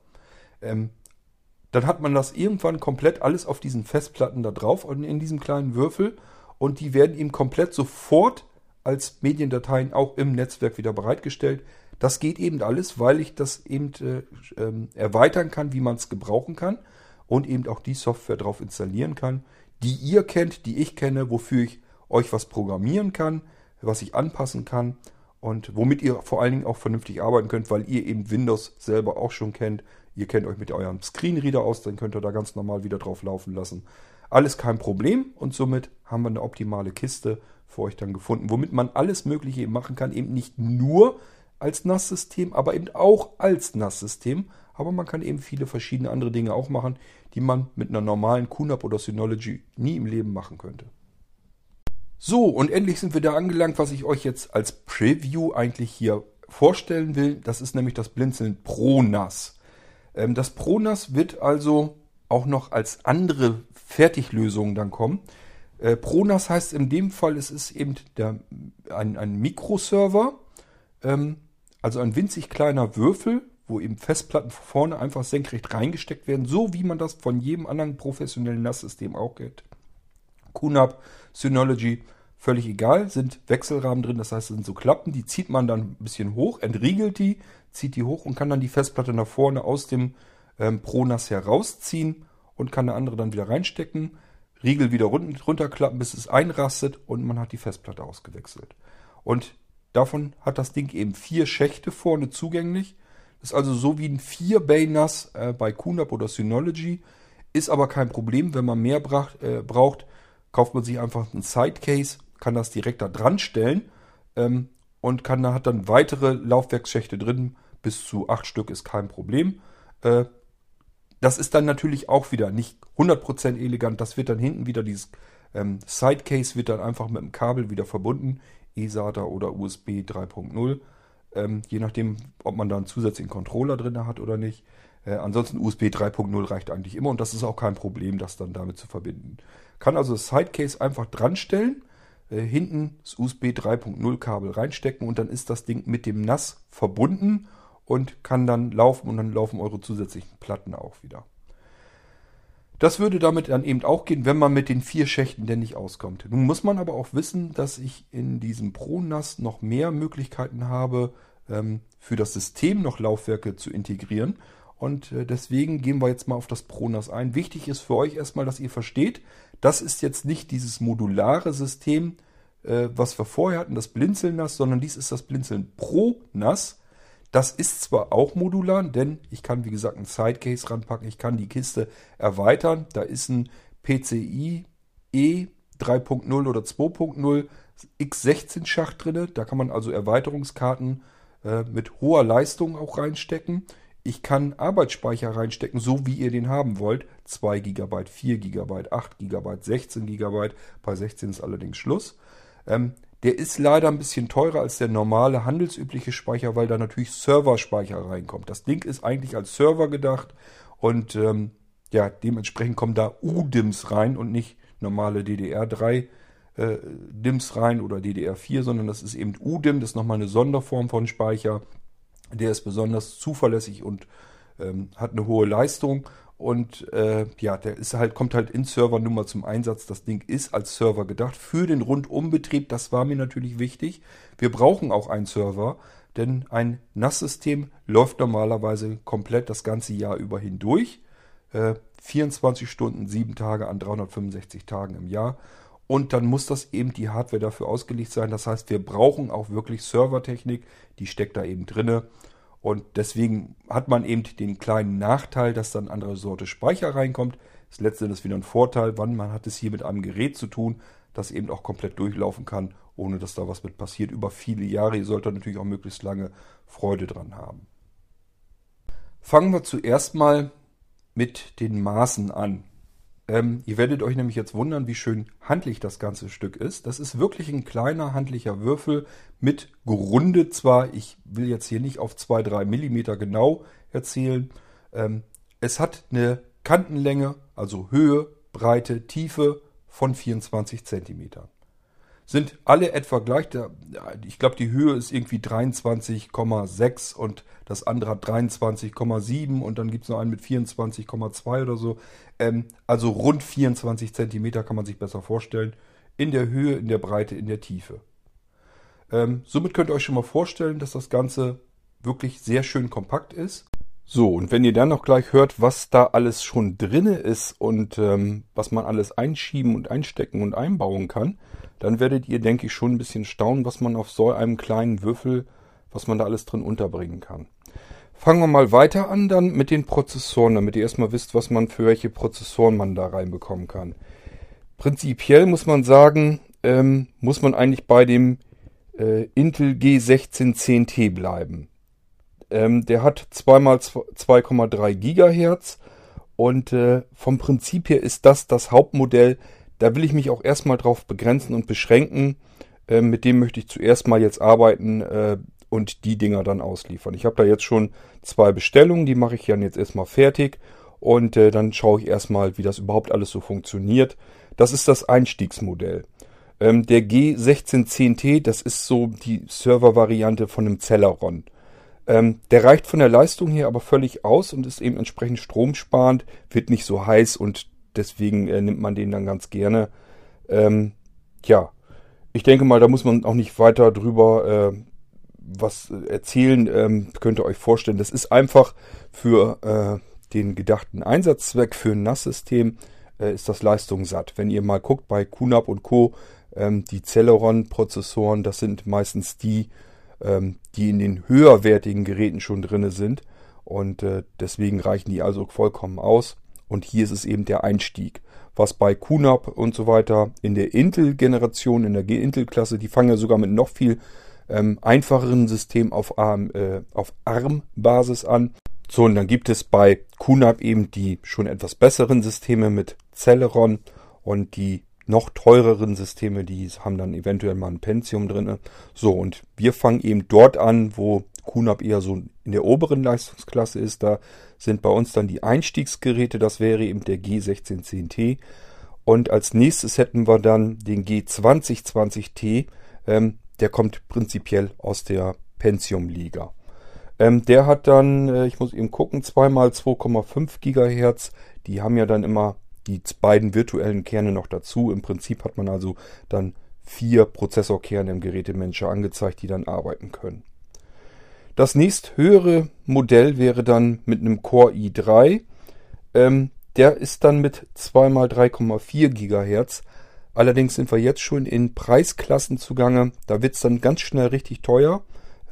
Dann hat man das irgendwann komplett alles auf diesen Festplatten da drauf und in diesem kleinen Würfel und die werden ihm komplett sofort als Mediendateien auch im Netzwerk wieder bereitgestellt. Das geht eben alles, weil ich das eben erweitern kann, wie man es gebrauchen kann und eben auch die Software drauf installieren kann, die ihr kennt, die ich kenne, wofür ich euch was programmieren kann, was ich anpassen kann und womit ihr vor allen Dingen auch vernünftig arbeiten könnt, weil ihr eben Windows selber auch schon kennt. Ihr kennt euch mit eurem Screenreader aus, dann könnt ihr da ganz normal wieder drauf laufen lassen. Alles kein Problem und somit haben wir eine optimale Kiste für euch dann gefunden, womit man alles Mögliche eben machen kann, eben nicht nur als NAS-System, aber eben auch als NAS-System. Aber man kann eben viele verschiedene andere Dinge auch machen, die man mit einer normalen QNAP oder Synology nie im Leben machen könnte. So, und endlich sind wir da angelangt, was ich euch jetzt als Preview eigentlich hier vorstellen will. Das ist nämlich das Blinzeln Pro NAS. Das Pro NAS wird also auch noch als andere Fertiglösung dann kommen. Pro NAS heißt in dem Fall, es ist eben ein Mikroserver, also ein winzig kleiner Würfel, wo eben Festplatten vorne einfach senkrecht reingesteckt werden, so wie man das von jedem anderen professionellen NAS-System auch kennt. QNAP, Synology, völlig egal, sind Wechselrahmen drin, das heißt, es sind so Klappen, die zieht man dann ein bisschen hoch, entriegelt die, zieht die hoch und kann dann die Festplatte nach vorne aus dem Pro NAS herausziehen und kann eine andere dann wieder reinstecken. Riegel wieder runterklappen, bis es einrastet und man hat die Festplatte ausgewechselt. Und davon hat das Ding eben 4 Schächte vorne zugänglich. Das ist also so wie ein 4-Bay-NAS bei QNAP oder Synology. Ist aber kein Problem, wenn man mehr braucht, kauft man sich einfach einen Sidecase, kann das direkt da dran stellen und hat dann weitere Laufwerksschächte drin. Bis zu 8 Stück ist kein Problem. Das ist dann natürlich auch wieder nicht 100% elegant. Das wird dann hinten wieder, dieses Sidecase wird dann einfach mit dem Kabel wieder verbunden. eSATA oder USB 3.0. Je nachdem, ob man da einen zusätzlichen Controller drin hat oder nicht. Ansonsten USB 3.0 reicht eigentlich immer und das ist auch kein Problem, das dann damit zu verbinden. Kann also das Sidecase einfach dran stellen, hinten das USB 3.0 Kabel reinstecken und dann ist das Ding mit dem NAS verbunden und kann dann laufen und dann laufen eure zusätzlichen Platten auch wieder. Das würde damit dann eben auch gehen, wenn man mit den 4 Schächten denn nicht auskommt. Nun muss man aber auch wissen, dass ich in diesem Pro-NAS noch mehr Möglichkeiten habe, für das System noch Laufwerke zu integrieren. Und deswegen gehen wir jetzt mal auf das Pro-NAS ein. Wichtig ist für euch erstmal, dass ihr versteht, das ist jetzt nicht dieses modulare System, was wir vorher hatten, das Blinzeln-NAS, sondern dies ist das Blinzeln Pro-NAS. Das ist zwar auch modular, denn ich kann, wie gesagt, ein Sidecase ranpacken, ich kann die Kiste erweitern. Da ist ein PCI E 3.0 oder 2.0 X16-Schacht drin. Da kann man also Erweiterungskarten mit hoher Leistung auch reinstecken. Ich kann Arbeitsspeicher reinstecken, so wie ihr den haben wollt. 2 GB, 4 GB, 8 GB, 16 GB. Bei 16 ist allerdings Schluss. Der ist leider ein bisschen teurer als der normale handelsübliche Speicher, weil da natürlich Serverspeicher reinkommt. Das Ding ist eigentlich als Server gedacht und dementsprechend kommen da UDIMMs rein und nicht normale DDR3 DIMMs rein oder DDR4, sondern das ist eben UDIMM, das ist nochmal eine Sonderform von Speicher. Der ist besonders zuverlässig und hat eine hohe Leistung. Und der ist kommt halt in Server nur mal zum Einsatz. Das Ding ist als Server gedacht für den Rundumbetrieb. Das war mir natürlich wichtig. Wir brauchen auch einen Server, denn ein NAS-System läuft normalerweise komplett das ganze Jahr über hindurch. 24 Stunden, 7 Tage an 365 Tagen im Jahr. Und dann muss das eben die Hardware dafür ausgelegt sein. Das heißt, wir brauchen auch wirklich Servertechnik. Die steckt da eben drinne. Und deswegen hat man eben den kleinen Nachteil, dass dann andere Sorte Speicher reinkommt. Das letzte ist wieder ein Vorteil, wann man hat es hier mit einem Gerät zu tun, das eben auch komplett durchlaufen kann, ohne dass da was mit passiert. Über viele Jahre, ihr solltet natürlich auch möglichst lange Freude dran haben. Fangen wir zuerst mal mit den Maßen an. Ihr werdet euch nämlich jetzt wundern, wie schön handlich das ganze Stück ist. Das ist wirklich ein kleiner handlicher Würfel mit gerundet zwar. Ich will jetzt hier nicht auf 2-3 mm genau erzählen. Es hat eine Kantenlänge, also Höhe, Breite, Tiefe von 24 cm. Sind alle etwa gleich. Ich glaube, die Höhe ist irgendwie 23,6 und das andere hat 23,7 und dann gibt es noch einen mit 24,2 oder so. Also rund 24 cm kann man sich besser vorstellen. In der Höhe, in der Breite, in der Tiefe. Somit könnt ihr euch schon mal vorstellen, dass das Ganze wirklich sehr schön kompakt ist. So, und wenn ihr dann noch gleich hört, was da alles schon drinne ist und was man alles einschieben und einstecken und einbauen kann, dann werdet ihr, denke ich, schon ein bisschen staunen, was man auf so einem kleinen Würfel, was man da alles drin unterbringen kann. Fangen wir mal weiter an dann mit den Prozessoren, damit ihr erstmal wisst, was man für welche Prozessoren man da reinbekommen kann. Prinzipiell muss man sagen, muss man eigentlich bei dem Intel G1610T bleiben. Der hat 2x2,3 GHz und vom Prinzip her ist das Hauptmodell. Da will ich mich auch erstmal drauf begrenzen und beschränken. Mit dem möchte ich zuerst mal jetzt arbeiten und die Dinger dann ausliefern. Ich habe da jetzt schon 2 Bestellungen, die mache ich dann jetzt erstmal fertig und dann schaue ich erstmal, wie das überhaupt alles so funktioniert. Das ist das Einstiegsmodell. Der G1610T, das ist so die Server-Variante von einem Celeron. Der reicht von der Leistung her aber völlig aus und ist eben entsprechend stromsparend, wird nicht so heiß und deswegen nimmt man den dann ganz gerne. Ich denke mal, da muss man auch nicht weiter drüber was erzählen. Könnt ihr euch vorstellen, das ist einfach für den gedachten Einsatzzweck für ein NAS-System ist das Leistung satt. Wenn ihr mal guckt bei QNAP und Co., die Celeron-Prozessoren, das sind meistens die in den höherwertigen Geräten schon drinne sind. Und deswegen reichen die also vollkommen aus. Und hier ist es eben der Einstieg. Was bei QNAP und so weiter in der Intel-Generation, in der Intel-Klasse, die fangen ja sogar mit noch viel einfacheren System auf ARM-Basis an. So, und dann gibt es bei QNAP eben die schon etwas besseren Systeme mit Celeron und die noch teureren Systeme, die haben dann eventuell mal ein Pentium drin. So, und wir fangen eben dort an, wo QNAP eher so in der oberen Leistungsklasse ist. Da sind bei uns dann die Einstiegsgeräte, das wäre eben der G1610T. Und als nächstes hätten wir dann den G2020T. Der kommt prinzipiell aus der Pentium-Liga. Der hat dann, ich muss eben gucken, 2x2,5 GHz. Die haben ja dann immer die beiden virtuellen Kerne noch dazu. Im Prinzip hat man also dann 4 Prozessorkerne im Gerätemanager angezeigt, die dann arbeiten können. Das nächsthöhere Modell wäre dann mit einem Core i3. Der ist dann mit 2x3,4 GHz. Allerdings sind wir jetzt schon in Preisklassen zugange. Da wird es dann ganz schnell richtig teuer.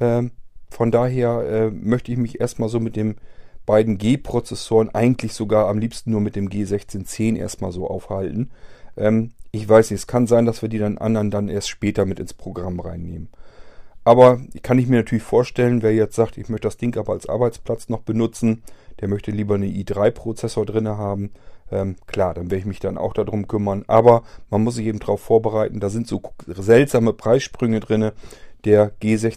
Von daher möchte ich mich erstmal so mit den beiden G-Prozessoren, eigentlich sogar am liebsten nur mit dem G1610 erstmal so aufhalten. Ich weiß nicht, es kann sein, dass wir die dann anderen dann erst später mit ins Programm reinnehmen. Aber kann ich mir natürlich vorstellen, wer jetzt sagt, ich möchte das Ding aber als Arbeitsplatz noch benutzen, der möchte lieber einen i3-Prozessor drin haben. Klar, dann werde ich mich dann auch darum kümmern. Aber man muss sich eben darauf vorbereiten, da sind so seltsame Preissprünge drin. Der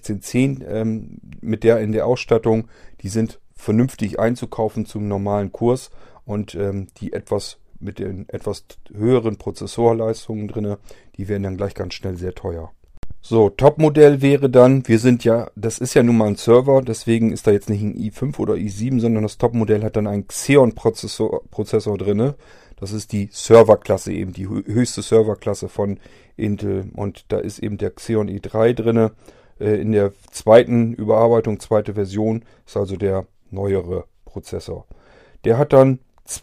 G1610 mit der in der Ausstattung, die sind vernünftig einzukaufen zum normalen Kurs. Und die mit den etwas höheren Prozessorleistungen drin, die werden dann gleich ganz schnell sehr teuer. So, Topmodell wäre dann, das ist ja nun mal ein Server, deswegen ist da jetzt nicht ein i5 oder i7, sondern das Topmodell hat dann einen Xeon-Prozessor drinne. Das ist die Serverklasse eben, die höchste Serverklasse von Intel. Und da ist eben der Xeon i3 drinne. In der zweiten Überarbeitung, zweite Version, ist also der neuere Prozessor. Der hat dann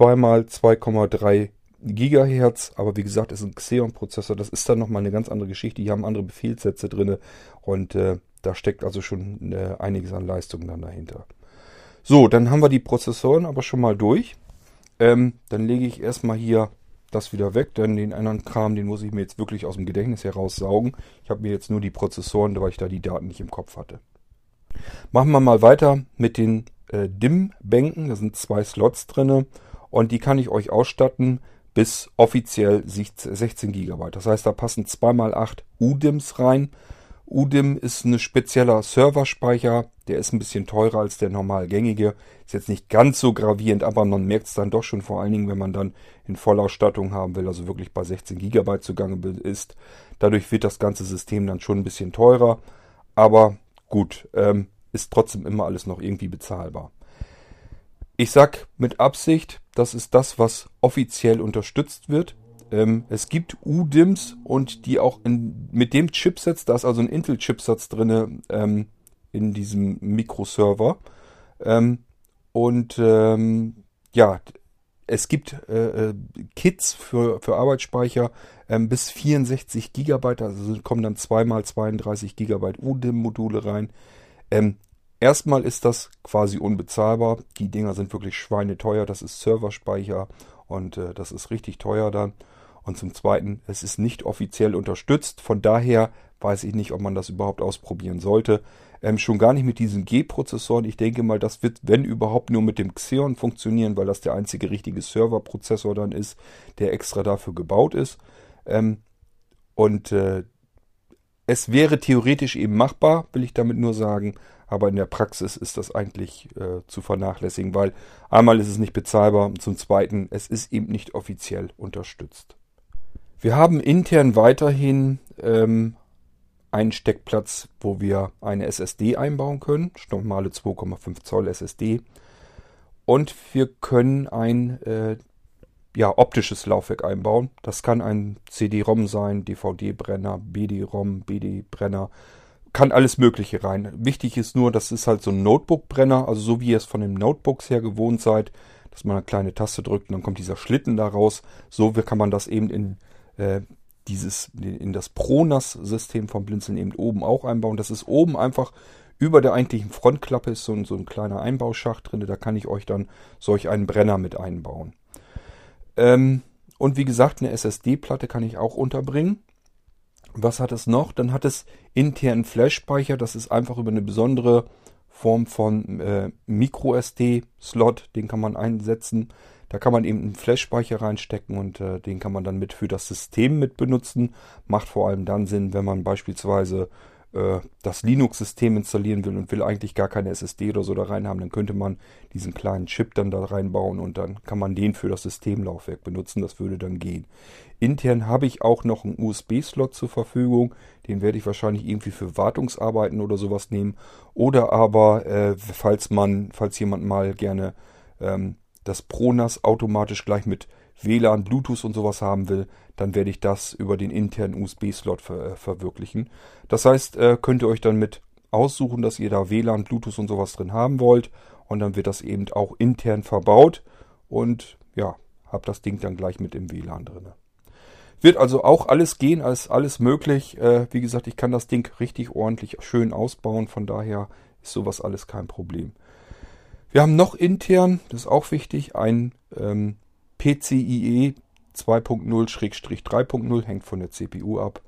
2x2,3 Gigahertz, aber wie gesagt, ist ein Xeon-Prozessor, das ist dann nochmal eine ganz andere Geschichte, die haben andere Befehlssätze drin und da steckt also schon einiges an Leistung dann dahinter. So, dann haben wir die Prozessoren aber schon mal durch. Dann lege ich erstmal hier das wieder weg, denn den anderen Kram, den muss ich mir jetzt wirklich aus dem Gedächtnis heraussaugen. Ich habe mir jetzt nur die Prozessoren, weil ich da die Daten nicht im Kopf hatte. Machen wir mal weiter mit den DIMM-Bänken, da sind 2 Slots drin und die kann ich euch ausstatten bis offiziell 16 GB. Das heißt, da passen 2x8 UDIMMs rein. UDIMM ist ein spezieller Serverspeicher, der ist ein bisschen teurer als der normal gängige. Ist jetzt nicht ganz so gravierend, aber man merkt es dann doch schon, vor allen Dingen, wenn man dann in Vollausstattung haben will, also wirklich bei 16 GB zugange ist. Dadurch wird das ganze System dann schon ein bisschen teurer, aber gut, ist trotzdem immer alles noch irgendwie bezahlbar. Ich sag mit Absicht, das ist das, was offiziell unterstützt wird. Es gibt UDIMMs und die auch mit dem Chipsatz, da ist also ein Intel-Chipsatz drin in diesem Mikroserver. Es gibt Kits für Arbeitsspeicher bis 64 GB, also kommen dann 2x32 GB UDIMM-Module rein. Erstmal ist das quasi unbezahlbar. Die Dinger sind wirklich schweineteuer. Das ist Serverspeicher und das ist richtig teuer dann. Und zum Zweiten, es ist nicht offiziell unterstützt. Von daher weiß ich nicht, ob man das überhaupt ausprobieren sollte. Schon gar nicht mit diesen G-Prozessoren. Ich denke mal, das wird, wenn überhaupt, nur mit dem Xeon funktionieren, weil das der einzige richtige Serverprozessor dann ist, der extra dafür gebaut ist. Es wäre theoretisch eben machbar, will ich damit nur sagen. Aber in der Praxis ist das eigentlich zu vernachlässigen, weil einmal ist es nicht bezahlbar und zum Zweiten, es ist eben nicht offiziell unterstützt. Wir haben intern weiterhin einen Steckplatz, wo wir eine SSD einbauen können, normale 2,5 Zoll SSD. Und wir können ein optisches Laufwerk einbauen. Das kann ein CD-ROM sein, DVD-Brenner, BD-ROM, BD-Brenner. Kann alles Mögliche rein. Wichtig ist nur, das ist halt so ein Notebook-Brenner, also so wie ihr es von den Notebooks her gewohnt seid. dass man eine kleine Taste drückt und dann kommt dieser Schlitten da raus. So kann man das eben in das ProNAS-System vom Blinzeln eben oben auch einbauen. Das ist oben einfach über der eigentlichen Frontklappe ist so ein kleiner Einbauschacht drin. Da kann ich euch dann solch einen Brenner mit einbauen. Und wie gesagt, eine SSD-Platte kann ich auch unterbringen. Was hat es noch? Dann hat es internen Flash-Speicher. Das ist einfach über eine besondere Form von Micro-SD-Slot. Den kann man einsetzen. Da kann man eben einen Flash-Speicher reinstecken und den kann man dann mit für das System mit benutzen. Macht vor allem dann Sinn, wenn man beispielsweise das Linux-System installieren will und will eigentlich gar keine SSD oder so da rein haben, dann könnte man diesen kleinen Chip dann da reinbauen und dann kann man den für das Systemlaufwerk benutzen. Das würde dann gehen. Intern habe ich auch noch einen USB-Slot zur Verfügung. Den werde ich wahrscheinlich irgendwie für Wartungsarbeiten oder sowas nehmen. Oder aber, falls jemand mal gerne das ProNAS automatisch gleich mit WLAN, Bluetooth und sowas haben will, dann werde ich das über den internen USB-Slot verwirklichen. Das heißt, könnt ihr euch dann mit aussuchen, dass ihr da WLAN, Bluetooth und sowas drin haben wollt. Und dann wird das eben auch intern verbaut. Und ja, habt das Ding dann gleich mit im WLAN drin. Wird also auch alles gehen, alles möglich. Wie gesagt, ich kann das Ding richtig ordentlich schön ausbauen. Von daher ist sowas alles kein Problem. Wir haben noch intern, das ist auch wichtig, ein PCIe 2.0/3.0, hängt von der CPU ab.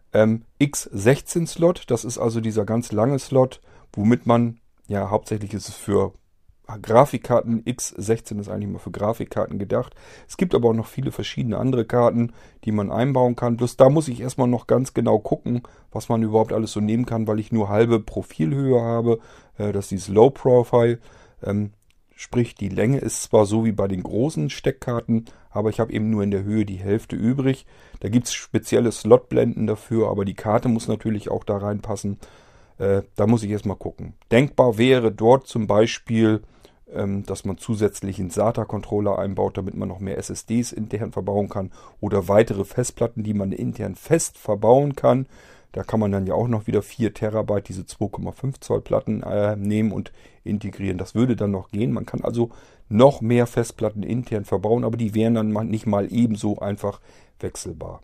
X16-Slot, das ist also dieser ganz lange Slot, womit man, ja hauptsächlich ist es für Grafikkarten, X16 ist eigentlich mal für Grafikkarten gedacht. Es gibt aber auch noch viele verschiedene andere Karten, die man einbauen kann. Bloß da muss ich erstmal noch ganz genau gucken, was man überhaupt alles so nehmen kann, weil ich nur halbe Profilhöhe habe. Das ist dieses Low Profile. Sprich, die Länge ist zwar so wie bei den großen Steckkarten, aber ich habe eben nur in der Höhe die Hälfte übrig. Da gibt es spezielle Slotblenden dafür, aber die Karte muss natürlich auch da reinpassen. Da muss ich erstmal gucken. Denkbar wäre dort zum Beispiel, dass man zusätzlich einen SATA-Controller einbaut, damit man noch mehr SSDs intern verbauen kann oder weitere Festplatten, die man intern fest verbauen kann. Da kann man dann ja auch noch wieder 4 Terabyte, diese 2,5 Zoll Platten nehmen und integrieren. Das würde dann noch gehen. Man kann also noch mehr Festplatten intern verbauen, aber die wären dann nicht mal ebenso einfach wechselbar.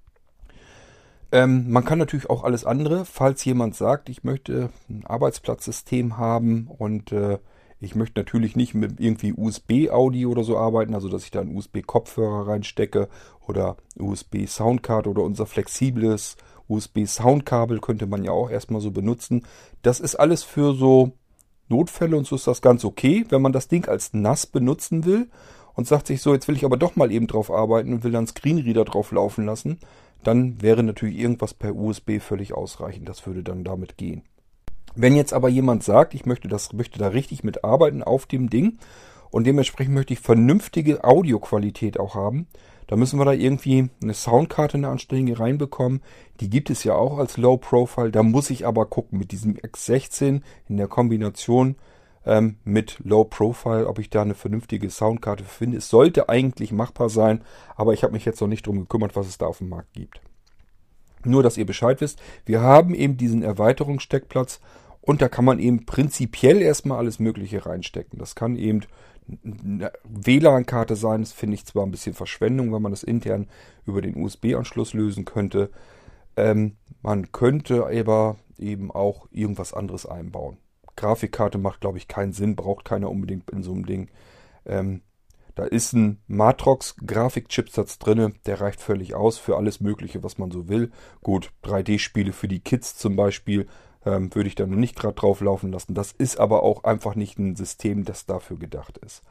Man kann natürlich auch alles andere, falls jemand sagt, ich möchte ein Arbeitsplatzsystem haben und ich möchte natürlich nicht mit irgendwie USB-Audio oder so arbeiten, also dass ich da einen USB-Kopfhörer reinstecke oder USB-Soundcard oder unser flexibles USB-Soundkabel könnte man ja auch erstmal so benutzen. Das ist alles für so Notfälle und so ist das ganz okay, wenn man das Ding als NAS benutzen will und sagt sich so, jetzt will ich aber doch mal eben drauf arbeiten und will dann Screenreader drauf laufen lassen, dann wäre natürlich irgendwas per USB völlig ausreichend. Das würde dann damit gehen. Wenn jetzt aber jemand sagt, ich möchte da richtig mit arbeiten auf dem Ding und dementsprechend möchte ich vernünftige Audioqualität auch haben, da müssen wir da irgendwie eine Soundkarte, eine anständige reinbekommen. Die gibt es ja auch als Low Profile. Da muss ich aber gucken mit diesem X16 in der Kombination mit Low Profile, ob ich da eine vernünftige Soundkarte finde. Es sollte eigentlich machbar sein, aber ich habe mich jetzt noch nicht drum gekümmert, was es da auf dem Markt gibt. Nur, dass ihr Bescheid wisst, wir haben eben diesen Erweiterungssteckplatz und da kann man eben prinzipiell erstmal alles Mögliche reinstecken. Das kann eben eine WLAN-Karte sein. Das finde ich zwar ein bisschen Verschwendung, wenn man das intern über den USB-Anschluss lösen könnte. Man könnte aber eben auch irgendwas anderes einbauen. Grafikkarte macht, glaube ich, keinen Sinn, braucht keiner unbedingt in so einem Ding. Da ist ein Matrox-Grafikchipsatz drin, der reicht völlig aus für alles Mögliche, was man so will. Gut, 3D-Spiele für die Kids zum Beispiel würde ich da noch nicht gerade drauf laufen lassen. Das ist aber auch einfach nicht ein System, das dafür gedacht ist.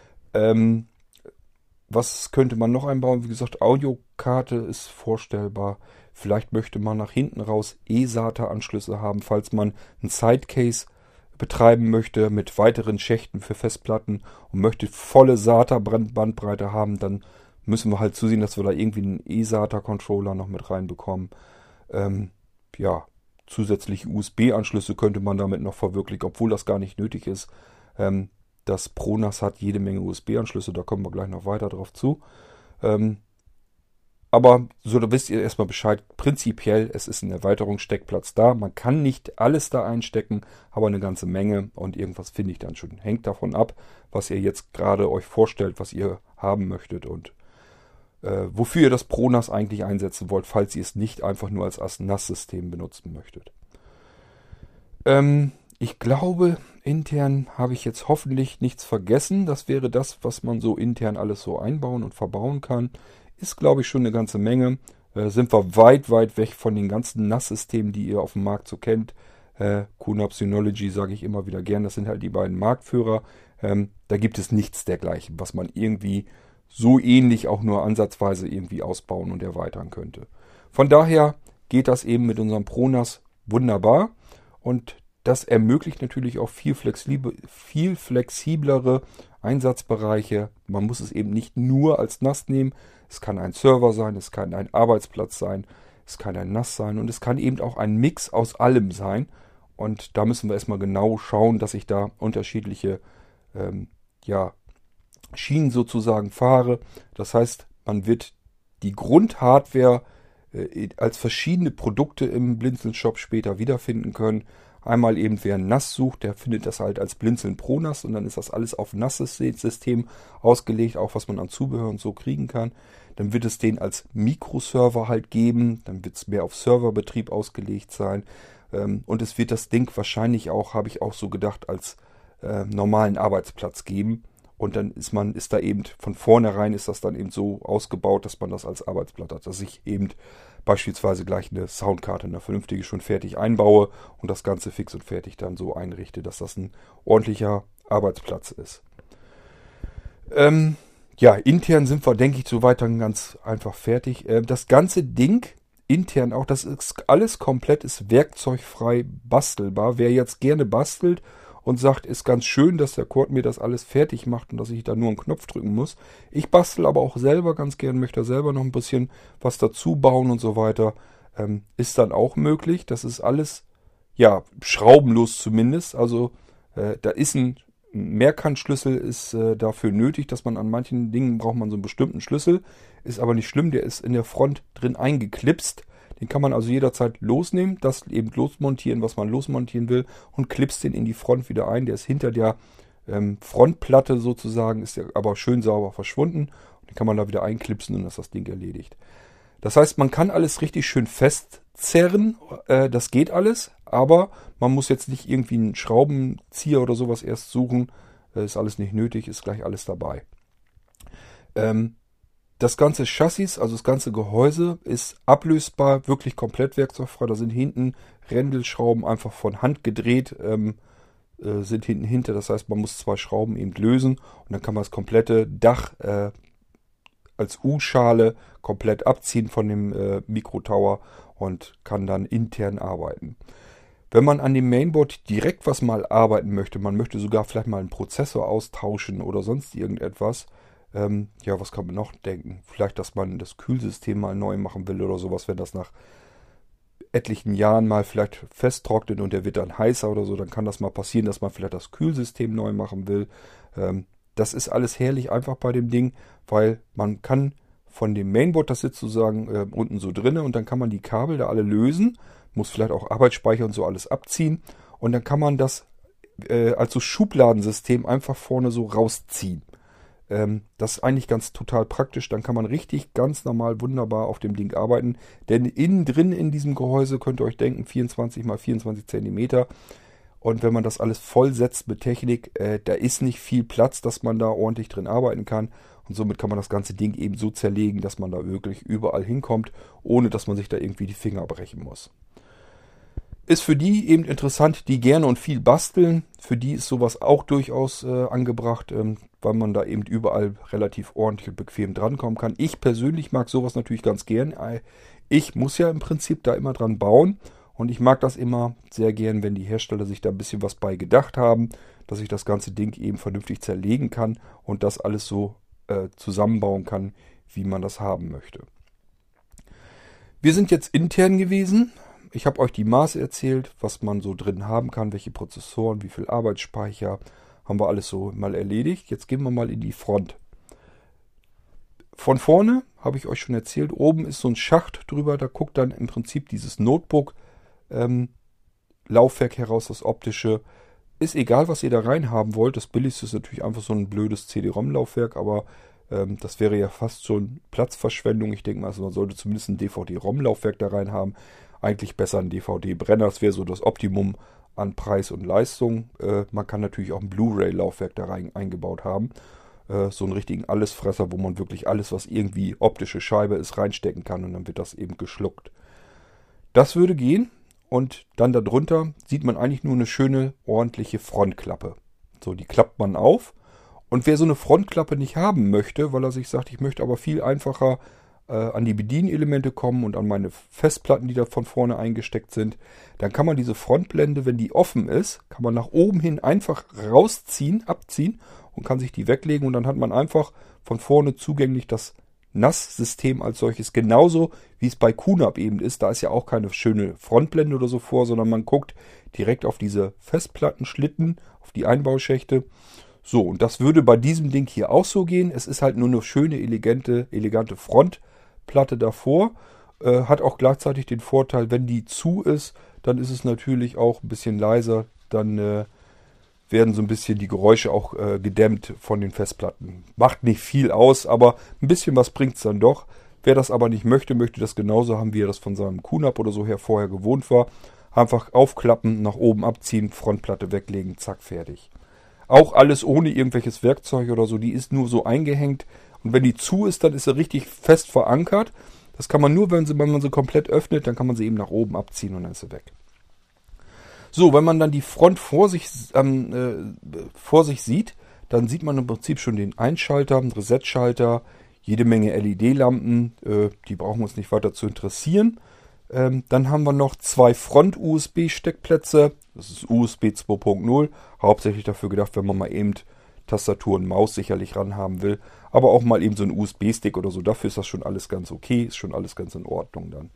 Was könnte man noch einbauen? Wie gesagt, Audiokarte ist vorstellbar. Vielleicht möchte man nach hinten raus eSATA-Anschlüsse haben, falls man ein Sidecase betreiben möchte mit weiteren Schächten für Festplatten und möchte volle SATA-Bandbreite haben, dann müssen wir halt zusehen, dass wir da irgendwie einen eSATA-Controller noch mit reinbekommen. Zusätzliche USB-Anschlüsse könnte man damit noch verwirklichen, obwohl das gar nicht nötig ist. Das ProNAS hat jede Menge USB-Anschlüsse, da kommen wir gleich noch weiter drauf zu. Aber so, da wisst ihr erstmal Bescheid. Prinzipiell, es ist ein Erweiterungssteckplatz da. Man kann nicht alles da einstecken, aber eine ganze Menge. Und irgendwas finde ich dann schon. Hängt davon ab, was ihr jetzt gerade euch vorstellt, was ihr haben möchtet und wofür ihr das ProNAS eigentlich einsetzen wollt, falls ihr es nicht einfach nur als NAS-System benutzen möchtet. Ich glaube, intern habe ich jetzt hoffentlich nichts vergessen. Das wäre das, was man so intern alles so einbauen und verbauen kann. Ist, glaube ich, schon eine ganze Menge. Sind wir weit, weit weg von den ganzen NAS-Systemen, die ihr auf dem Markt so kennt. QNAP, Synology sage ich immer wieder gern. Das sind halt die beiden Marktführer. Da gibt es nichts dergleichen, was man irgendwie so ähnlich auch nur ansatzweise irgendwie ausbauen und erweitern könnte. Von daher geht das eben mit unserem ProNAS wunderbar und das ermöglicht natürlich auch viel flexiblere Einsatzbereiche. Man muss es eben nicht nur als NAS nehmen. Es kann ein Server sein, es kann ein Arbeitsplatz sein, es kann ein NAS sein und es kann eben auch ein Mix aus allem sein. Und da müssen wir erstmal genau schauen, dass ich da unterschiedliche Schienen sozusagen fahre. Das heißt, man wird die Grundhardware als verschiedene Produkte im Blinzeln-Shop später wiederfinden können. Einmal eben, wer ein NAS sucht, der findet das halt als Blinzeln Pro NAS und dann ist das alles auf NAS-System ausgelegt, auch was man an Zubehör und so kriegen kann. Dann wird es den als Mikroserver halt geben, dann wird es mehr auf Serverbetrieb ausgelegt sein und es wird das Ding wahrscheinlich auch, habe ich auch so gedacht, als normalen Arbeitsplatz geben. Und dann ist da eben von vornherein ist das dann eben so ausgebaut, dass man das als Arbeitsplatz hat. Dass ich eben beispielsweise gleich eine Soundkarte, eine vernünftige schon fertig einbaue und das Ganze fix und fertig dann so einrichte, dass das ein ordentlicher Arbeitsplatz ist. Intern sind wir, denke ich, soweit dann ganz einfach fertig. Das ganze Ding intern auch, das ist alles komplett, ist werkzeugfrei bastelbar. Wer jetzt gerne bastelt und sagt, ist ganz schön, dass der Kurt mir das alles fertig macht und dass ich da nur einen Knopf drücken muss. Ich bastel aber auch selber ganz gern, möchte selber noch ein bisschen was dazu bauen und so weiter. Ist dann auch möglich. Das ist alles, schraubenlos zumindest. Also da ist ein Mehrkantschlüssel ist dafür nötig, dass man an manchen Dingen braucht man so einen bestimmten Schlüssel. Ist aber nicht schlimm, der ist in der Front drin eingeklipst. Den kann man also jederzeit losnehmen, das eben losmontieren, was man losmontieren will und klipst den in die Front wieder ein. Der ist hinter der Frontplatte sozusagen, ist der aber schön sauber verschwunden. Und den kann man da wieder einklipsen und dann ist das Ding erledigt. Das heißt, man kann alles richtig schön festzerren, das geht alles, aber man muss jetzt nicht irgendwie einen Schraubenzieher oder sowas erst suchen. Ist alles nicht nötig, ist gleich alles dabei. Das ganze Chassis, also das ganze Gehäuse, ist ablösbar, wirklich komplett werkzeugfrei. Da sind hinten Rändelschrauben einfach von Hand gedreht, sind hinten hinter. Das heißt, man muss 2 Schrauben eben lösen und dann kann man das komplette Dach als U-Schale komplett abziehen von dem Mikrotower und kann dann intern arbeiten. Wenn man an dem Mainboard direkt was mal arbeiten möchte, man möchte sogar vielleicht mal einen Prozessor austauschen oder sonst irgendetwas, was kann man noch denken? Vielleicht, dass man das Kühlsystem mal neu machen will oder sowas, wenn das nach etlichen Jahren mal vielleicht festtrocknet und der wird dann heißer oder so, dann kann das mal passieren, dass man vielleicht das Kühlsystem neu machen will. Das ist alles herrlich einfach bei dem Ding, weil man kann von dem Mainboard, das sitzt sozusagen unten so drinne und dann kann man die Kabel da alle lösen, muss vielleicht auch Arbeitsspeicher und so alles abziehen und dann kann man das als so Schubladensystem einfach vorne so rausziehen. Das ist eigentlich ganz total praktisch. Dann kann man richtig ganz normal wunderbar auf dem Ding arbeiten. Denn innen drin in diesem Gehäuse könnt ihr euch denken, 24 x 24 cm. Und wenn man das alles vollsetzt mit Technik, da ist nicht viel Platz, dass man da ordentlich drin arbeiten kann. Und somit kann man das ganze Ding eben so zerlegen, dass man da wirklich überall hinkommt, ohne dass man sich da irgendwie die Finger brechen muss. Ist für die eben interessant, die gerne und viel basteln. Für die ist sowas auch durchaus angebracht, weil man da eben überall relativ ordentlich und bequem drankommen kann. Ich persönlich mag sowas natürlich ganz gern. Ich muss ja im Prinzip da immer dran bauen. Und ich mag das immer sehr gern, wenn die Hersteller sich da ein bisschen was bei gedacht haben, dass ich das ganze Ding eben vernünftig zerlegen kann und das alles so zusammenbauen kann, wie man das haben möchte. Wir sind jetzt intern gewesen. Ich habe euch die Maße erzählt, was man so drin haben kann, welche Prozessoren, wie viel Arbeitsspeicher, haben wir alles so mal erledigt. Jetzt gehen wir mal in die Front. Von vorne, habe ich euch schon erzählt, oben ist so ein Schacht drüber, da guckt dann im Prinzip dieses Notebook Laufwerk heraus, das optische. Ist egal, was ihr da rein haben wollt. Das billigste ist natürlich einfach so ein blödes CD-ROM-Laufwerk, aber das wäre ja fast schon Platzverschwendung. Ich denke mal, also man sollte zumindest ein DVD-ROM-Laufwerk da rein haben. Eigentlich besser ein DVD-Brenner. Das wäre so das Optimum an Preis und Leistung. Man kann natürlich auch ein Blu-ray-Laufwerk da rein eingebaut haben. So einen richtigen Allesfresser, wo man wirklich alles, was irgendwie optische Scheibe ist, reinstecken kann und dann wird das eben geschluckt. Das würde gehen. Und dann darunter sieht man eigentlich nur eine schöne, ordentliche Frontklappe. So, die klappt man auf. Und wer so eine Frontklappe nicht haben möchte, weil er sich sagt, ich möchte aber viel einfacher an die Bedienelemente kommen und an meine Festplatten, die da von vorne eingesteckt sind, dann kann man diese Frontblende, wenn die offen ist, kann man nach oben hin einfach rausziehen, abziehen und kann sich die weglegen. Und dann hat man einfach von vorne zugänglich das NAS-System als solches, genauso wie es bei QNAP eben ist. Da ist ja auch keine schöne Frontblende oder so vor, sondern man guckt direkt auf diese Festplattenschlitten, auf die Einbauschächte. So, und das würde bei diesem Ding hier auch so gehen. Es ist halt nur eine schöne, elegante Frontplatte davor. Hat auch gleichzeitig den Vorteil, wenn die zu ist, dann ist es natürlich auch ein bisschen leiser. Dann werden so ein bisschen die Geräusche auch gedämmt von den Festplatten. Macht nicht viel aus, aber ein bisschen was bringt es dann doch. Wer das aber nicht möchte, möchte das genauso haben, wie er das von seinem QNAP oder so her vorher gewohnt war. Einfach aufklappen, nach oben abziehen, Frontplatte weglegen, zack, fertig. Auch alles ohne irgendwelches Werkzeug oder so, die ist nur so eingehängt. Und wenn die zu ist, dann ist sie richtig fest verankert. Das kann man nur, wenn man sie komplett öffnet, dann kann man sie eben nach oben abziehen und dann ist sie weg. So, wenn man dann die Front vor sich sieht, dann sieht man im Prinzip schon den Einschalter, einen Reset-Schalter, jede Menge LED-Lampen, die brauchen uns nicht weiter zu interessieren. Dann haben wir noch 2 Front-USB-Steckplätze, das ist USB 2.0, hauptsächlich dafür gedacht, wenn man mal eben Tastatur und Maus sicherlich ran haben will, aber auch mal eben so ein USB-Stick oder so, dafür ist das schon alles ganz okay, ist schon alles ganz in Ordnung dann.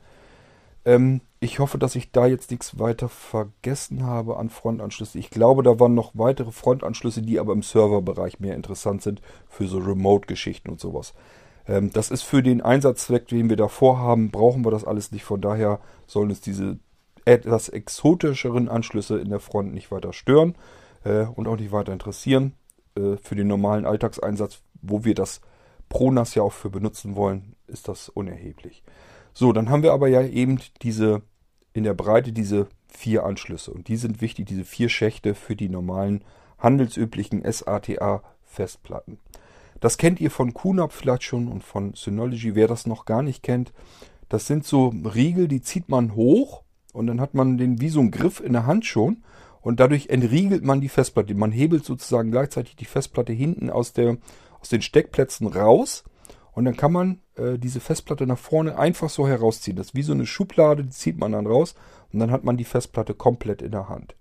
Ich hoffe, dass ich da jetzt nichts weiter vergessen habe an Frontanschlüssen. Ich glaube, da waren noch weitere Frontanschlüsse, die aber im Serverbereich mehr interessant sind für so Remote-Geschichten und sowas. Das ist für den Einsatzzweck, den wir da vorhaben, brauchen wir das alles nicht. Von daher sollen uns diese etwas exotischeren Anschlüsse in der Front nicht weiter stören und auch nicht weiter interessieren. Für den normalen Alltagseinsatz, wo wir das ProNAS ja auch für benutzen wollen, ist das unerheblich. So, dann haben wir aber ja eben in der Breite diese 4 Anschlüsse. Und die sind wichtig, diese 4 Schächte für die normalen handelsüblichen SATA-Festplatten. Das kennt ihr von QNAP vielleicht schon und von Synology, wer das noch gar nicht kennt. Das sind so Riegel, die zieht man hoch und dann hat man den wie so einen Griff in der Hand schon. Und dadurch entriegelt man die Festplatte. Man hebelt sozusagen gleichzeitig die Festplatte hinten aus den Steckplätzen raus. Und dann kann man diese Festplatte nach vorne einfach so herausziehen. Das ist wie so eine Schublade, die zieht man dann raus und dann hat man die Festplatte komplett in der Hand.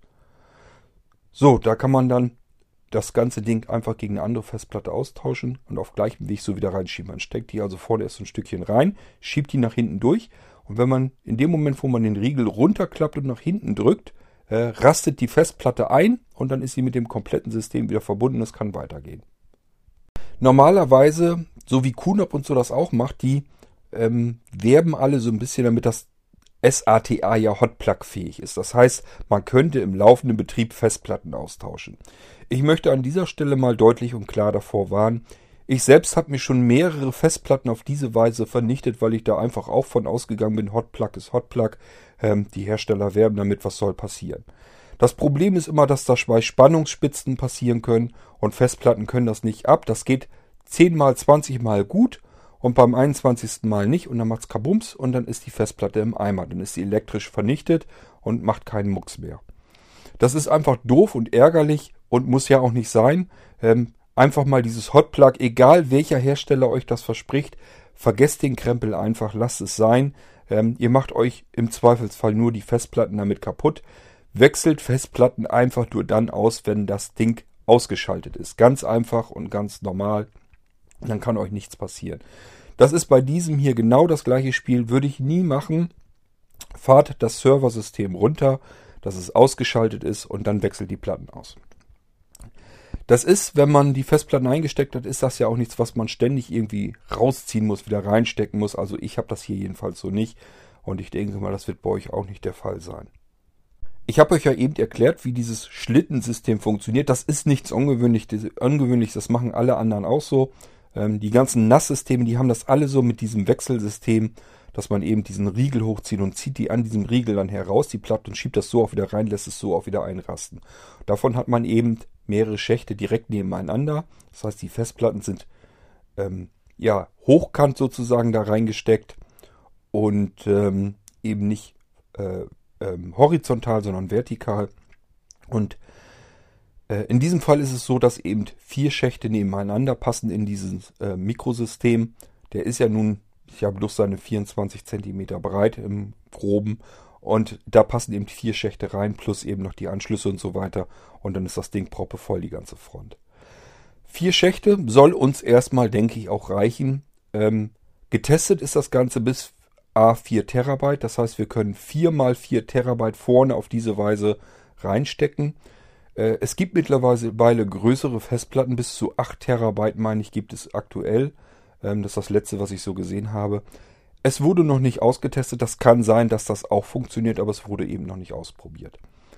So, da kann man dann das ganze Ding einfach gegen eine andere Festplatte austauschen und auf gleichem Weg so wieder reinschieben. Man steckt die also vorne erst so ein Stückchen rein, schiebt die nach hinten durch und wenn man in dem Moment, wo man den Riegel runterklappt und nach hinten drückt, rastet die Festplatte ein und dann ist sie mit dem kompletten System wieder verbunden. Es kann weitergehen. Normalerweise, so wie QNAP und so das auch macht, die werben alle so ein bisschen damit, dass SATA ja Hotplug-fähig ist. Das heißt, man könnte im laufenden Betrieb Festplatten austauschen. Ich möchte an dieser Stelle mal deutlich und klar davor warnen. Ich selbst habe mir schon mehrere Festplatten auf diese Weise vernichtet, weil ich da einfach auch von ausgegangen bin, Hotplug ist Hotplug. Die Hersteller werben damit, was soll passieren. Das Problem ist immer, dass da bei Spannungsspitzen passieren können und Festplatten können das nicht ab. Das geht 10-mal, 20-mal gut und beim 21. Mal nicht und dann macht's Kabums und dann ist die Festplatte im Eimer. Dann ist sie elektrisch vernichtet und macht keinen Mucks mehr. Das ist einfach doof und ärgerlich und muss ja auch nicht sein. Einfach mal dieses Hotplug, egal welcher Hersteller euch das verspricht, vergesst den Krempel einfach, lasst es sein. Ihr macht euch im Zweifelsfall nur die Festplatten damit kaputt. Wechselt Festplatten einfach nur dann aus, wenn das Ding ausgeschaltet ist. Ganz einfach und ganz normal. Dann kann euch nichts passieren. Das ist bei diesem hier genau das gleiche Spiel. Würde ich nie machen. Fahrt das Serversystem runter, dass es ausgeschaltet ist und dann wechselt die Platten aus. Das ist, wenn man die Festplatten eingesteckt hat, ist das ja auch nichts, was man ständig irgendwie rausziehen muss, wieder reinstecken muss. Also ich habe das hier jedenfalls so nicht und ich denke mal, das wird bei euch auch nicht der Fall sein. Ich habe euch ja eben erklärt, wie dieses Schlittensystem funktioniert. Das ist nichts Ungewöhnliches, das machen alle anderen auch so. Die ganzen NAS-Systeme, die haben das alle so mit diesem Wechselsystem, dass man eben diesen Riegel hochzieht und zieht die an diesem Riegel dann heraus, die Platte, und schiebt das so auch wieder rein, lässt es so auch wieder einrasten. Davon hat man eben mehrere Schächte direkt nebeneinander. Das heißt, die Festplatten sind hochkant sozusagen da reingesteckt und eben nicht horizontal, sondern vertikal. Und in diesem Fall ist es so, dass eben 4 Schächte nebeneinander passen in dieses Mikrosystem. Der ist ja nun, ich habe bloß seine 24 Zentimeter breit im Groben. Und da passen eben 4 Schächte rein, plus eben noch die Anschlüsse und so weiter. Und dann ist das Ding proppevoll, die ganze Front. 4 Schächte soll uns erstmal, denke ich, auch reichen. Getestet ist das Ganze bis A4 Terabyte. Das heißt, wir können 4 mal 4 Terabyte vorne auf diese Weise reinstecken. Es gibt mittlerweile größere Festplatten, bis zu 8 Terabyte, meine ich, gibt es aktuell. Das ist das letzte, was ich so gesehen habe. Es wurde noch nicht ausgetestet. Das kann sein, dass das auch funktioniert, aber es wurde eben noch nicht ausprobiert.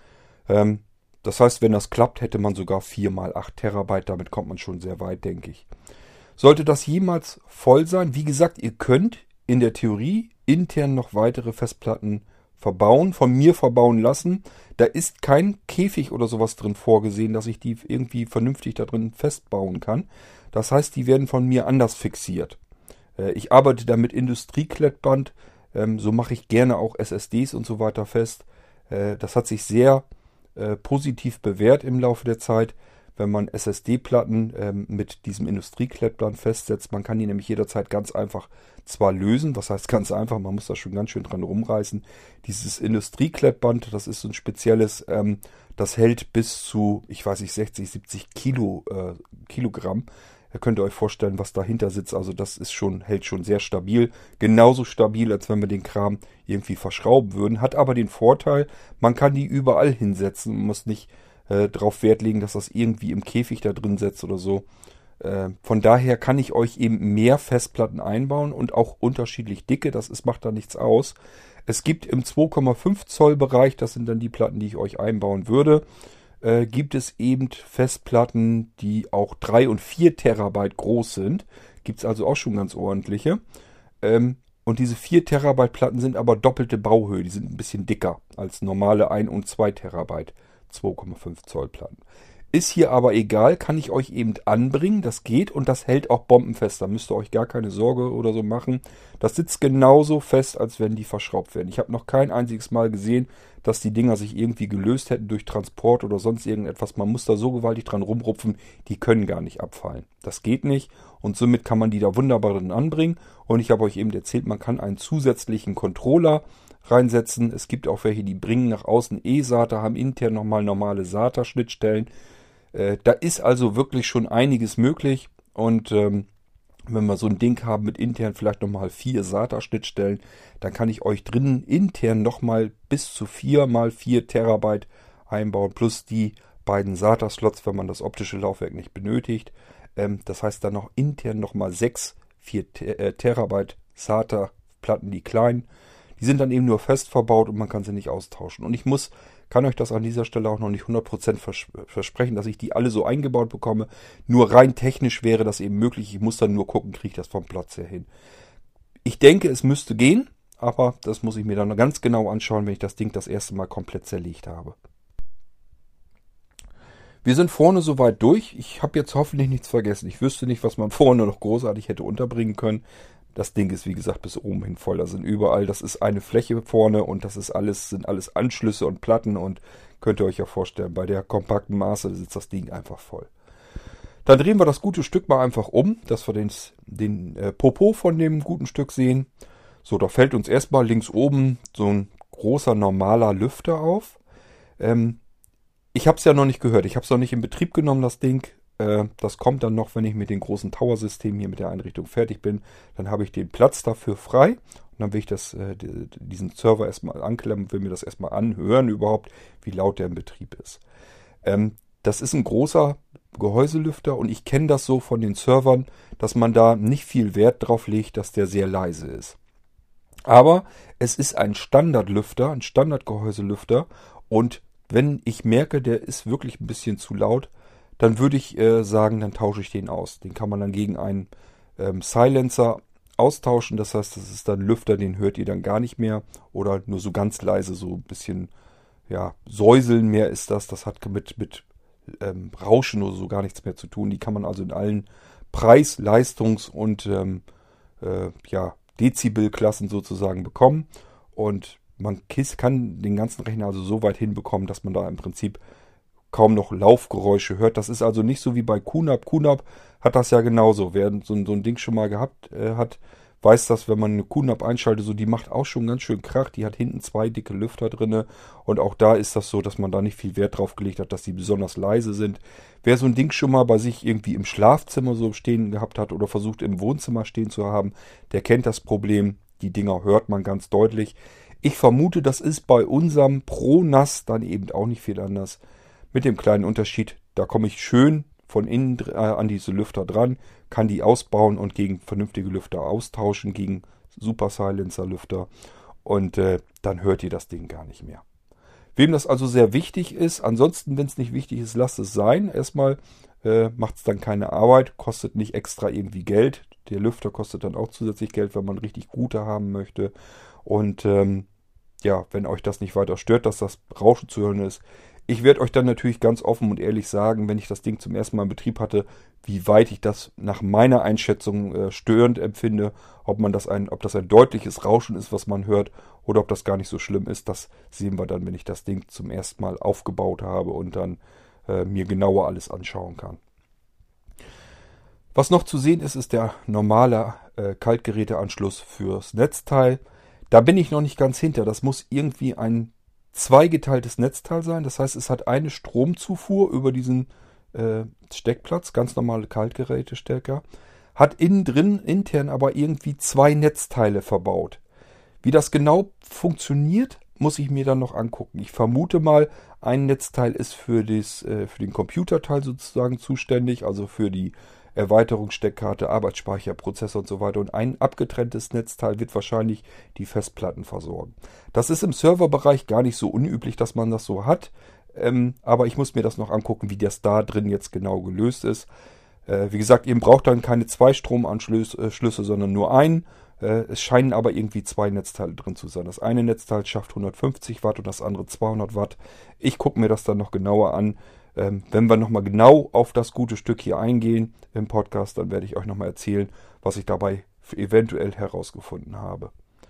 Das heißt, wenn das klappt, hätte man sogar 4 mal 8 Terabyte. Damit kommt man schon sehr weit, denke ich. Sollte das jemals voll sein, wie gesagt, ihr könnt in der Theorie intern noch weitere Festplatten von mir verbauen lassen. Da ist kein Käfig oder sowas drin vorgesehen, dass ich die irgendwie vernünftig da drin festbauen kann. Das heißt, die werden von mir anders fixiert. Ich arbeite da mit Industrieklettband. So mache ich gerne auch SSDs und so weiter fest. Das hat sich sehr positiv bewährt im Laufe der Zeit, wenn man SSD-Platten mit diesem Industrieklettband festsetzt. Man kann die nämlich jederzeit ganz einfach zwar lösen, was heißt ganz einfach, man muss da schon ganz schön dran rumreißen. Dieses Industrieklettband, das ist so ein spezielles, das hält bis zu, ich weiß nicht, 60, 70 Kilogramm. Da könnt ihr euch vorstellen, was dahinter sitzt. Also das ist hält schon sehr stabil. Genauso stabil, als wenn wir den Kram irgendwie verschrauben würden. Hat aber den Vorteil, man kann die überall hinsetzen und muss nicht darauf Wert legen, dass das irgendwie im Käfig da drin setzt oder so. Von daher kann ich euch eben mehr Festplatten einbauen und auch unterschiedlich dicke. Macht da nichts aus. Es gibt im 2,5 Zoll Bereich, das sind dann die Platten, die ich euch einbauen würde, gibt es eben Festplatten, die auch 3 und 4 Terabyte groß sind. Gibt es also auch schon ganz ordentliche. Und diese 4 Terabyte Platten sind aber doppelte Bauhöhe. Die sind ein bisschen dicker als normale 1 und 2 Terabyte 2,5 Zoll Platten. Ist hier aber egal, kann ich euch eben anbringen, das geht und das hält auch bombenfest. Da müsst ihr euch gar keine Sorge oder so machen. Das sitzt genauso fest, als wenn die verschraubt werden. Ich habe noch kein einziges Mal gesehen, dass die Dinger sich irgendwie gelöst hätten durch Transport oder sonst irgendetwas. Man muss da so gewaltig dran rumrupfen, die können gar nicht abfallen. Das geht nicht und somit kann man die da wunderbar drin anbringen. Und ich habe euch eben erzählt, man kann einen zusätzlichen Controller reinsetzen. Es gibt auch welche, die bringen nach außen eSATA, haben intern nochmal normale SATA-Schnittstellen. Da ist also wirklich schon einiges möglich und wenn wir so ein Ding haben mit intern vielleicht nochmal 4 SATA-Schnittstellen, dann kann ich euch drinnen intern nochmal bis zu 4 mal 4 Terabyte einbauen, plus die beiden SATA-Slots, wenn man das optische Laufwerk nicht benötigt. Das heißt dann noch intern nochmal 4 Terabyte SATA-Platten, die kleinen. Die sind dann eben nur fest verbaut und man kann sie nicht austauschen. Und ich kann euch das an dieser Stelle auch noch nicht 100% versprechen, dass ich die alle so eingebaut bekomme. Nur rein technisch wäre das eben möglich. Ich muss dann nur gucken, kriege ich das vom Platz her hin. Ich denke, es müsste gehen, aber das muss ich mir dann ganz genau anschauen, wenn ich das Ding das erste Mal komplett zerlegt habe. Wir sind vorne soweit durch. Ich habe jetzt hoffentlich nichts vergessen. Ich wüsste nicht, was man vorne noch großartig hätte unterbringen können. Das Ding ist, wie gesagt, bis oben hin voll. Da sind überall, das ist eine Fläche vorne und sind alles Anschlüsse und Platten und könnt ihr euch ja vorstellen, bei der kompakten Maße sitzt das Ding einfach voll. Dann drehen wir das gute Stück mal einfach um, dass wir den Popo von dem guten Stück sehen. So, da fällt uns erstmal links oben so ein großer normaler Lüfter auf. Ich habe es ja noch nicht gehört, ich habe es noch nicht in Betrieb genommen, das Ding. Das kommt dann noch, wenn ich mit den großen Tower-Systemen hier mit der Einrichtung fertig bin. Dann habe ich den Platz dafür frei. Und dann will ich diesen Server erstmal anklemmen, will mir das erstmal anhören überhaupt, wie laut der in Betrieb ist. das ist ein großer Gehäuselüfter und ich kenne das so von den Servern, dass man da nicht viel Wert drauf legt, dass der sehr leise ist. Aber es ist ein Standardlüfter, ein Standardgehäuselüfter und wenn ich merke, der ist wirklich ein bisschen zu laut, dann würde ich sagen, dann tausche ich den aus. Den kann man dann gegen einen Silencer austauschen. Das heißt, das ist dann ein Lüfter, den hört ihr dann gar nicht mehr oder nur so ganz leise, so ein bisschen Säuseln mehr ist das. Das hat mit Rauschen oder so gar nichts mehr zu tun. Die kann man also in allen Preis-, Leistungs- und Dezibelklassen sozusagen bekommen. Und man kann den ganzen Rechner also so weit hinbekommen, dass man da im Prinzip kaum noch Laufgeräusche hört. Das ist also nicht so wie bei QNAP. QNAP hat das ja genauso. Wer so ein Ding schon mal gehabt hat, weiß das, wenn man eine QNAP einschaltet, so die macht auch schon ganz schön Krach. Die hat hinten 2 dicke Lüfter drinne und auch da ist das so, dass man da nicht viel Wert drauf gelegt hat, dass die besonders leise sind. Wer so ein Ding schon mal bei sich irgendwie im Schlafzimmer so stehen gehabt hat oder versucht im Wohnzimmer stehen zu haben, der kennt das Problem. Die Dinger hört man ganz deutlich. Ich vermute, das ist bei unserem Pro NAS dann eben auch nicht viel anders. Mit dem kleinen Unterschied, da komme ich schön von innen an diese Lüfter dran, kann die ausbauen und gegen vernünftige Lüfter austauschen, gegen Super Silencer Lüfter und dann hört ihr das Ding gar nicht mehr. Wem das also sehr wichtig ist, ansonsten, wenn es nicht wichtig ist, lasst es sein. Erstmal macht es dann keine Arbeit, kostet nicht extra irgendwie Geld. Der Lüfter kostet dann auch zusätzlich Geld, wenn man richtig gute haben möchte. Und wenn euch das nicht weiter stört, dass das Rauschen zu hören ist, ich werde euch dann natürlich ganz offen und ehrlich sagen, wenn ich das Ding zum ersten Mal in Betrieb hatte, wie weit ich das nach meiner Einschätzung störend empfinde, ob das ein deutliches Rauschen ist, was man hört, oder ob das gar nicht so schlimm ist. Das sehen wir dann, wenn ich das Ding zum ersten Mal aufgebaut habe und dann mir genauer alles anschauen kann. Was noch zu sehen ist, ist der normale Kaltgeräteanschluss fürs Netzteil. Da bin ich noch nicht ganz hinter. Das muss irgendwie ein zweigeteiltes Netzteil sein. Das heißt, es hat eine Stromzufuhr über diesen Steckplatz, ganz normale Kaltgerätestecker, hat innen drin intern aber irgendwie 2 Netzteile verbaut. Wie das genau funktioniert, muss ich mir dann noch angucken. Ich vermute mal, ein Netzteil ist für den Computerteil sozusagen zuständig, also für die Erweiterungssteckkarte, Arbeitsspeicher, Prozessor und so weiter. Und ein abgetrenntes Netzteil wird wahrscheinlich die Festplatten versorgen. Das ist im Serverbereich gar nicht so unüblich, dass man das so hat. Aber ich muss mir das noch angucken, wie das da drin jetzt genau gelöst ist. Wie gesagt, ihr braucht dann keine 2 Stromanschlüsse, sondern nur einen. Es scheinen aber irgendwie 2 Netzteile drin zu sein. Das eine Netzteil schafft 150 Watt und das andere 200 Watt. Ich gucke mir das dann noch genauer an. Wenn wir nochmal genau auf das gute Stück hier eingehen im Podcast, dann werde ich euch nochmal erzählen, was ich dabei eventuell herausgefunden habe.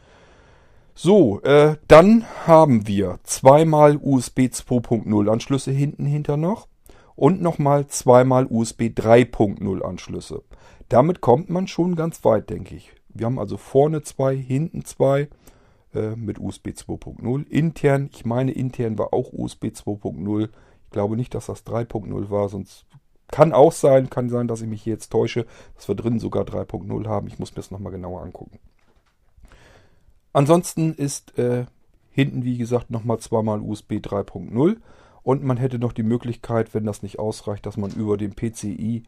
So, dann haben wir 2x USB 2.0 Anschlüsse hinter noch und nochmal 2x USB 3.0 Anschlüsse. Damit kommt man schon ganz weit, denke ich. Wir haben also vorne 2, hinten 2 mit USB 2.0. Intern, ich meine intern war auch USB 2.0. Ich glaube nicht, dass das 3.0 war, sonst kann sein, dass ich mich hier jetzt täusche, dass wir drin sogar 3.0 haben. Ich muss mir das nochmal genauer angucken. Ansonsten ist hinten, wie gesagt, nochmal 2x USB 3.0 und man hätte noch die Möglichkeit, wenn das nicht ausreicht, dass man über den PCI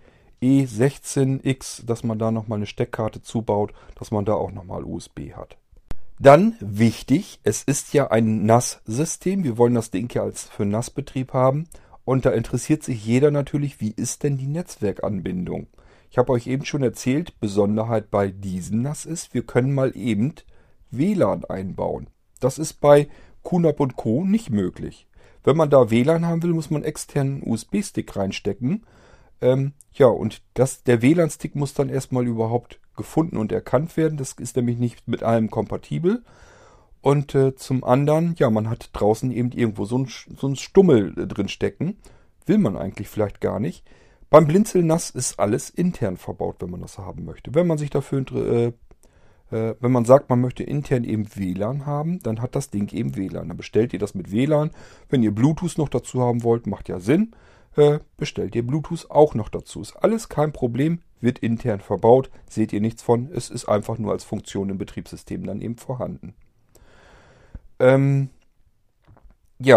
E16X, dass man da nochmal eine Steckkarte zubaut, dass man da auch nochmal USB hat. Dann wichtig, es ist ja ein NAS-System. Wir wollen das Ding ja als für NAS-Betrieb haben. Und da interessiert sich jeder natürlich, wie ist denn die Netzwerkanbindung? Ich habe euch eben schon erzählt, Besonderheit bei diesem NAS ist, wir können mal eben WLAN einbauen. Das ist bei QNAP und Co. nicht möglich. Wenn man da WLAN haben will, muss man externen USB-Stick reinstecken. Und der WLAN-Stick muss dann erstmal überhaupt gefunden und erkannt werden. Das ist nämlich nicht mit allem kompatibel. Und zum anderen, man hat draußen eben irgendwo so ein Stummel drin stecken. Will man eigentlich vielleicht gar nicht. Beim Blinzeln-NAS ist alles intern verbaut, wenn man das haben möchte. Wenn man sich dafür, wenn man sagt, man möchte intern eben WLAN haben, dann hat das Ding eben WLAN. Dann bestellt ihr das mit WLAN. Wenn ihr Bluetooth noch dazu haben wollt, macht ja Sinn. Bestellt ihr Bluetooth auch noch dazu. Ist alles kein Problem, wird intern verbaut, seht ihr nichts von. Es ist einfach nur als Funktion im Betriebssystem dann eben vorhanden.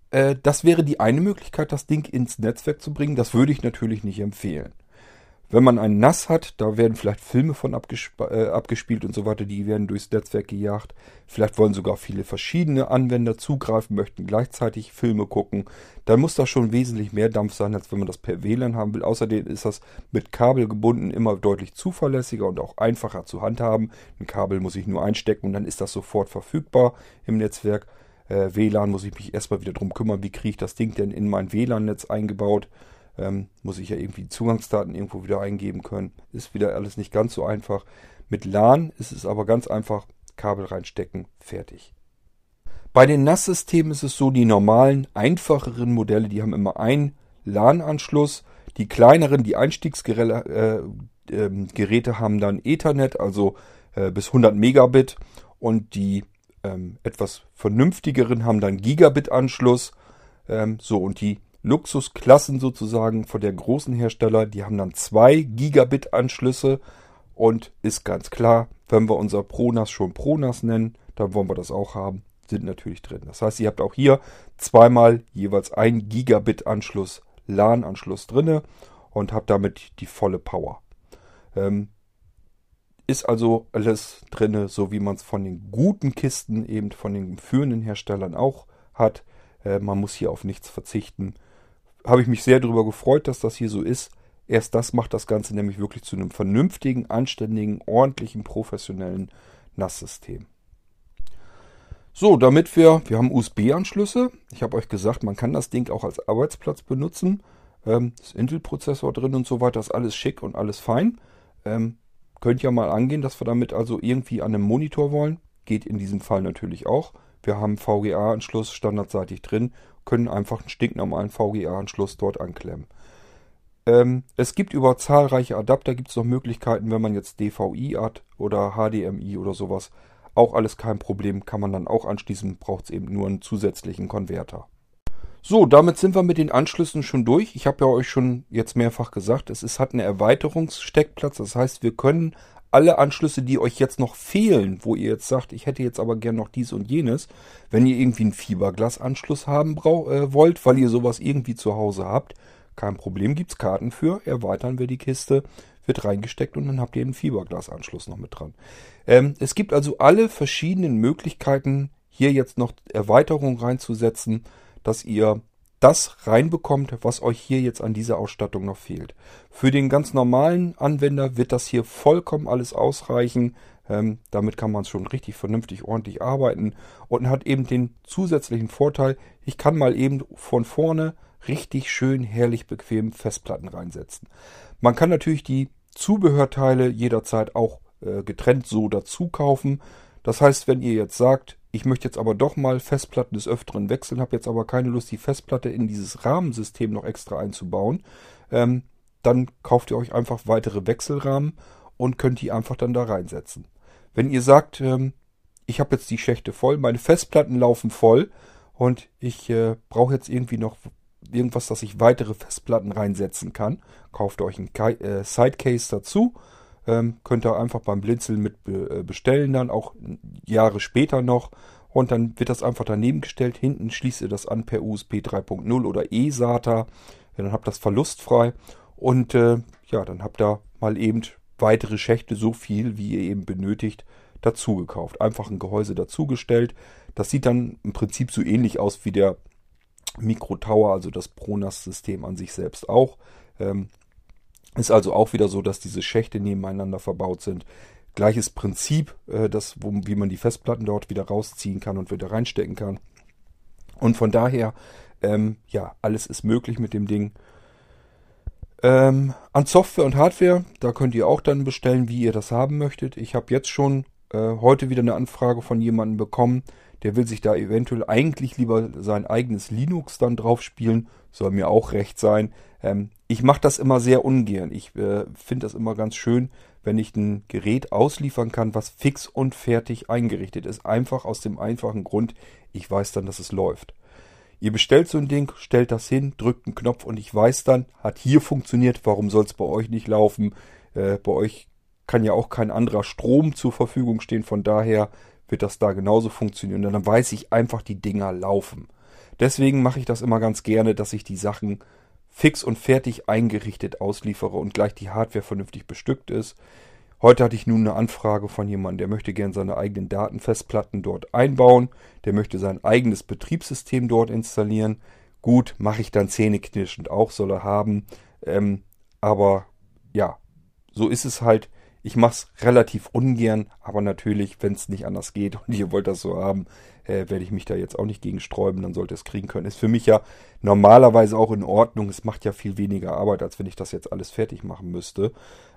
Das wäre die eine Möglichkeit, das Ding ins Netzwerk zu bringen. Das würde ich natürlich nicht empfehlen. Wenn man ein NAS hat, da werden vielleicht Filme von abgespielt und so weiter, die werden durchs Netzwerk gejagt. Vielleicht wollen sogar viele verschiedene Anwender zugreifen, möchten gleichzeitig Filme gucken. Dann muss da schon wesentlich mehr Dampf sein, als wenn man das per WLAN haben will. Außerdem ist das mit Kabel gebunden immer deutlich zuverlässiger und auch einfacher zu handhaben. Ein Kabel muss ich nur einstecken und dann ist das sofort verfügbar im Netzwerk. WLAN muss ich mich erstmal wieder drum kümmern, wie kriege ich das Ding denn in mein WLAN-Netz eingebaut. Muss ich ja irgendwie die Zugangsdaten irgendwo wieder eingeben können. Ist wieder alles nicht ganz so einfach. Mit LAN ist es aber ganz einfach. Kabel reinstecken, fertig. Bei den NAS-Systemen ist es so, die normalen, einfacheren Modelle, die haben immer einen LAN-Anschluss. Die kleineren, die Einstiegsgeräte haben dann Ethernet, also bis 100 Megabit. Und die etwas vernünftigeren haben dann Gigabit-Anschluss. Und die Luxusklassen sozusagen von der großen Hersteller, die haben dann 2 Gigabit-Anschlüsse und ist ganz klar, wenn wir unser ProNAS schon ProNAS nennen, dann wollen wir das auch haben, sind natürlich drin. Das heißt, ihr habt auch hier zweimal jeweils 1 Gigabit-Anschluss, LAN-Anschluss drinne und habt damit die volle Power. Ist also alles drinne, so wie man es von den guten Kisten, eben von den führenden Herstellern auch hat. Man muss hier auf nichts verzichten. Habe ich mich sehr darüber gefreut, dass das hier so ist. Erst das macht das Ganze nämlich wirklich zu einem vernünftigen, anständigen, ordentlichen, professionellen NAS-System. So, wir haben USB-Anschlüsse. Ich habe euch gesagt, man kann das Ding auch als Arbeitsplatz benutzen. Ist Intel-Prozessor drin und so weiter, ist alles schick und alles fein. Könnt ihr mal angehen, dass wir damit also irgendwie an einem Monitor wollen. Geht in diesem Fall natürlich auch. Wir haben VGA-Anschluss standardseitig drin, können einfach einen stinknormalen VGA-Anschluss dort anklemmen. Es gibt über zahlreiche Adapter, gibt es noch Möglichkeiten, wenn man jetzt DVI hat oder HDMI oder sowas. Auch alles kein Problem, kann man dann auch anschließen, braucht es eben nur einen zusätzlichen Konverter. So, damit sind wir mit den Anschlüssen schon durch. Ich habe ja euch schon jetzt mehrfach gesagt, hat einen Erweiterungssteckplatz. Das heißt, wir können alle Anschlüsse, die euch jetzt noch fehlen, wo ihr jetzt sagt, ich hätte jetzt aber gern noch dies und jenes, wenn ihr irgendwie einen Fiberglasanschluss haben wollt, weil ihr sowas irgendwie zu Hause habt, kein Problem, gibt's Karten für, erweitern wir die Kiste, wird reingesteckt und dann habt ihr einen Fiberglasanschluss noch mit dran. Es gibt also alle verschiedenen Möglichkeiten, hier jetzt noch Erweiterung reinzusetzen, dass ihr das reinbekommt, was euch hier jetzt an dieser Ausstattung noch fehlt. Für den ganz normalen Anwender wird das hier vollkommen alles ausreichen. Damit kann man schon richtig vernünftig, ordentlich arbeiten und hat eben den zusätzlichen Vorteil, ich kann mal eben von vorne richtig schön, herrlich, bequem Festplatten reinsetzen. Man kann natürlich die Zubehörteile jederzeit auch getrennt so dazu kaufen. Das heißt, wenn ihr jetzt sagt, ich möchte jetzt aber doch mal Festplatten des Öfteren wechseln, habe jetzt aber keine Lust, die Festplatte in dieses Rahmensystem noch extra einzubauen, dann kauft ihr euch einfach weitere Wechselrahmen und könnt die einfach dann da reinsetzen. Wenn ihr sagt, ich habe jetzt die Schächte voll, meine Festplatten laufen voll und ich brauche jetzt irgendwie noch irgendwas, dass ich weitere Festplatten reinsetzen kann, kauft euch ein Sidecase dazu. Könnt ihr einfach beim Blinzeln mit bestellen, dann auch Jahre später noch. Und dann wird das einfach daneben gestellt. Hinten schließt ihr das an per USB 3.0 oder eSATA. Dann habt ihr das verlustfrei. Und dann habt ihr mal eben weitere Schächte, so viel wie ihr eben benötigt, dazu gekauft. Einfach ein Gehäuse dazugestellt. Das sieht dann im Prinzip so ähnlich aus wie der Micro Tower, also das ProNAS-System an sich selbst auch. Ist also auch wieder so, dass diese Schächte nebeneinander verbaut sind. Gleiches Prinzip, wie man die Festplatten dort wieder rausziehen kann und wieder reinstecken kann. Und von daher, alles ist möglich mit dem Ding. An Software und Hardware, da könnt ihr auch dann bestellen, wie ihr das haben möchtet. Ich habe jetzt schon heute wieder eine Anfrage von jemandem bekommen, der will sich da eventuell eigentlich lieber sein eigenes Linux dann drauf spielen. Soll mir auch recht sein. Ich mache das immer sehr ungern. Ich finde das immer ganz schön, wenn ich ein Gerät ausliefern kann, was fix und fertig eingerichtet ist. Einfach aus dem einfachen Grund, ich weiß dann, dass es läuft. Ihr bestellt so ein Ding, stellt das hin, drückt einen Knopf und ich weiß dann, hat hier funktioniert, warum soll es bei euch nicht laufen? Bei euch kann ja auch kein anderer Strom zur Verfügung stehen, von daher wird das da genauso funktionieren. Und dann weiß ich einfach, die Dinger laufen. Deswegen mache ich das immer ganz gerne, dass ich die Sachen fix und fertig eingerichtet ausliefere und gleich die Hardware vernünftig bestückt ist. Heute hatte ich nun eine Anfrage von jemandem, der möchte gerne seine eigenen Datenfestplatten dort einbauen. Der möchte sein eigenes Betriebssystem dort installieren. Gut, mache ich dann zähneknirschend auch, soll er haben. Aber ja, so ist es halt. Ich mache es relativ ungern, aber natürlich, wenn es nicht anders geht und ihr wollt das so haben, werde ich mich da jetzt auch nicht gegen sträuben, dann sollt ihr es kriegen können. Ist für mich ja normalerweise auch in Ordnung. Es macht ja viel weniger Arbeit, als wenn ich das jetzt alles fertig machen müsste.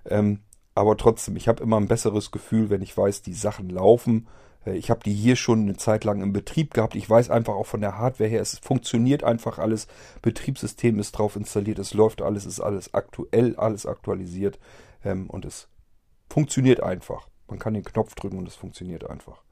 Aber trotzdem, ich habe immer ein besseres Gefühl, wenn ich weiß, die Sachen laufen. Ich habe die hier schon eine Zeit lang im Betrieb gehabt. Ich weiß einfach auch von der Hardware her, es funktioniert einfach alles. Betriebssystem ist drauf installiert, es läuft alles, ist alles aktuell, alles aktualisiert und es funktioniert einfach. Man kann den Knopf drücken und es funktioniert einfach.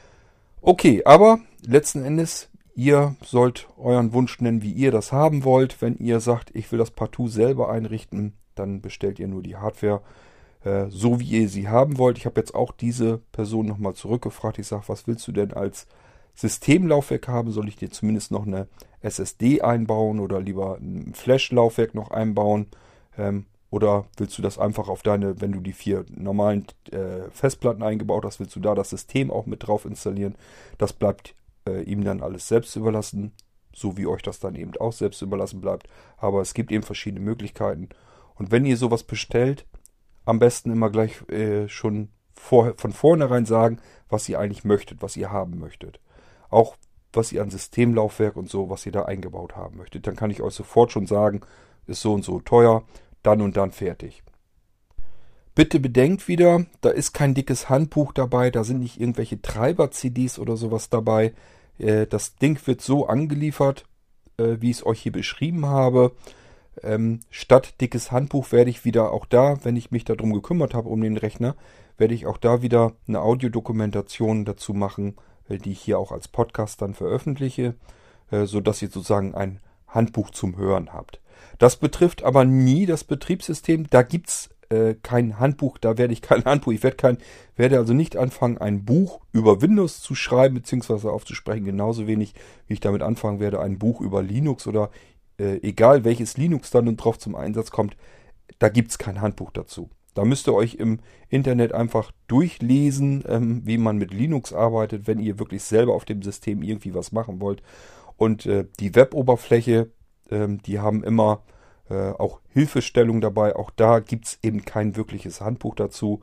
Okay, aber letzten Endes, ihr sollt euren Wunsch nennen, wie ihr das haben wollt. Wenn ihr sagt, ich will das partout selber einrichten, dann bestellt ihr nur die Hardware so, wie ihr sie haben wollt. Ich habe jetzt auch diese Person nochmal zurückgefragt. Ich sage, was willst du denn als Systemlaufwerk haben? Soll ich dir zumindest noch eine SSD einbauen oder lieber ein Flash-Laufwerk noch einbauen? Oder willst du das einfach auf deine, wenn du die 4 normalen Festplatten eingebaut hast, willst du da das System auch mit drauf installieren? Das bleibt ihm dann alles selbst überlassen, so wie euch das dann eben auch selbst überlassen bleibt. Aber es gibt eben verschiedene Möglichkeiten. Und wenn ihr sowas bestellt, am besten immer gleich schon von vornherein sagen, was ihr eigentlich möchtet, was ihr haben möchtet. Auch was ihr an Systemlaufwerk und so, was ihr da eingebaut haben möchtet. Dann kann ich euch sofort schon sagen, ist so und so teuer, dann und dann fertig. Bitte bedenkt wieder, da ist kein dickes Handbuch dabei, da sind nicht irgendwelche Treiber-CDs oder sowas dabei. Das Ding wird so angeliefert, wie ich es euch hier beschrieben habe. Statt dickes Handbuch werde ich wieder auch da, wenn ich mich darum gekümmert habe, um den Rechner, werde ich auch da wieder eine Audiodokumentation dazu machen, die ich hier auch als Podcast dann veröffentliche, sodass ihr sozusagen ein Handbuch zum Hören habt. Das betrifft aber nie das Betriebssystem, da gibt's kein Handbuch, da werde ich kein Handbuch, werde also nicht anfangen, ein Buch über Windows zu schreiben bzw. aufzusprechen, genauso wenig wie ich damit anfangen werde, ein Buch über Linux oder egal welches Linux dann und drauf zum Einsatz kommt, da gibt es kein Handbuch dazu. Da müsst ihr euch im Internet einfach durchlesen, wie man mit Linux arbeitet, wenn ihr wirklich selber auf dem System irgendwie was machen wollt. Und die Web-Oberfläche, die haben immer auch Hilfestellung dabei. Auch da gibt es eben kein wirkliches Handbuch dazu.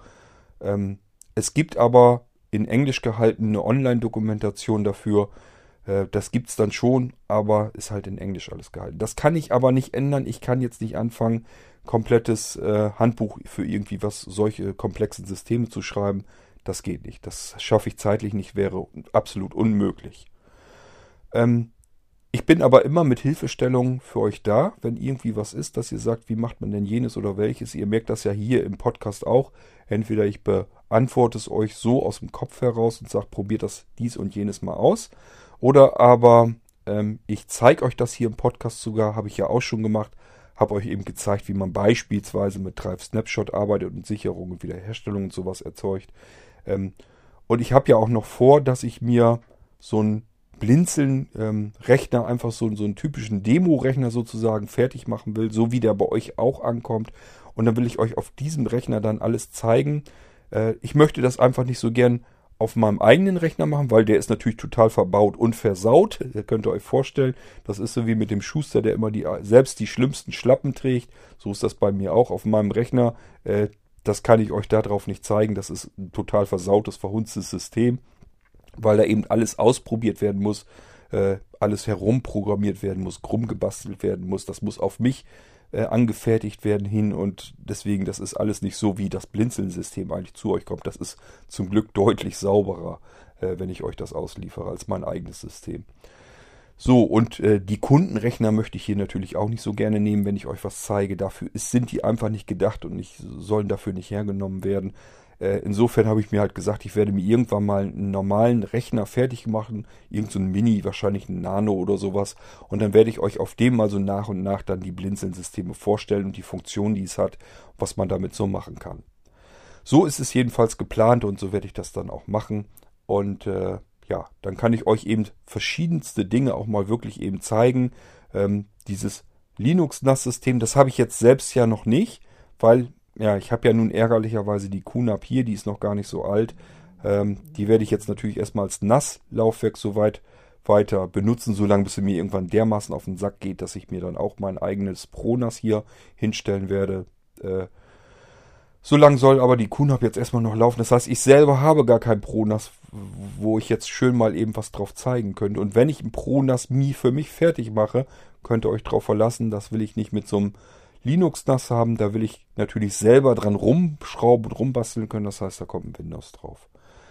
Es gibt aber in Englisch gehalten eine Online-Dokumentation dafür. Das gibt es dann schon, aber ist halt in Englisch alles gehalten. Das kann ich aber nicht ändern. Ich kann jetzt nicht anfangen, komplettes Handbuch für irgendwie solche komplexen Systeme zu schreiben. Das geht nicht. Das schaffe ich zeitlich nicht, wäre absolut unmöglich. Ich bin aber immer mit Hilfestellungen für euch da, wenn irgendwie was ist, dass ihr sagt, wie macht man denn jenes oder welches. Ihr merkt das ja hier im Podcast auch. Entweder ich beantworte es euch so aus dem Kopf heraus und sage, probiert das dies und jenes mal aus. Oder aber ich zeige euch das hier im Podcast sogar, habe ich ja auch schon gemacht, habe euch eben gezeigt, wie man beispielsweise mit Drive Snapshot arbeitet und Sicherung und Wiederherstellung und sowas erzeugt. Und ich habe ja auch noch vor, dass ich mir so einen Blinzeln-Rechner, einfach so einen typischen Demo-Rechner sozusagen fertig machen will, so wie der bei euch auch ankommt. Und dann will ich euch auf diesem Rechner dann alles zeigen. Ich möchte das einfach nicht so gern auf meinem eigenen Rechner machen, weil der ist natürlich total verbaut und versaut. Das könnt ihr euch vorstellen. Das ist so wie mit dem Schuster, der immer selbst die schlimmsten Schlappen trägt. So ist das bei mir auch auf meinem Rechner. Das kann ich euch darauf nicht zeigen. Das ist ein total versautes, verhunztes System, weil da eben alles ausprobiert werden muss, alles herumprogrammiert werden muss, krumm gebastelt werden muss. Das muss auf mich angefertigt werden hin und deswegen, das ist alles nicht so, wie das Blinzeln-System eigentlich zu euch kommt. Das ist zum Glück deutlich sauberer, wenn ich euch das ausliefere, als mein eigenes System. So, und die Kundenrechner möchte ich hier natürlich auch nicht so gerne nehmen, wenn ich euch was zeige. Dafür sind die einfach nicht gedacht und sollen dafür nicht hergenommen werden. Insofern habe ich mir halt gesagt, ich werde mir irgendwann mal einen normalen Rechner fertig machen, irgend so ein Mini, wahrscheinlich ein Nano oder sowas. Und dann werde ich euch auf dem mal so nach und nach dann die Blinzeln-Systeme vorstellen und die Funktion, die es hat, was man damit so machen kann. So ist es jedenfalls geplant und so werde ich das dann auch machen. Und ja, dann kann ich euch eben verschiedenste Dinge auch mal wirklich eben zeigen. Dieses Linux-NAS-System, das habe ich jetzt selbst ja noch nicht, weil ja, ich habe ja nun ärgerlicherweise die QNAP hier, die ist noch gar nicht so alt. Die werde ich jetzt natürlich erstmal als NAS-Laufwerk soweit weiter benutzen, solange bis es mir irgendwann dermaßen auf den Sack geht, dass ich mir dann auch mein eigenes ProNAS hier hinstellen werde. Solange soll aber die QNAP jetzt erstmal noch laufen. Das heißt, ich selber habe gar kein ProNAS, wo ich jetzt schön mal eben was drauf zeigen könnte. Und wenn ich ein ProNAS für mich fertig mache, könnt ihr euch drauf verlassen, das will ich nicht mit so einem Linux-NAS haben. Da will ich natürlich selber dran rumschrauben und rumbasteln können. Das heißt, da kommt ein Windows drauf.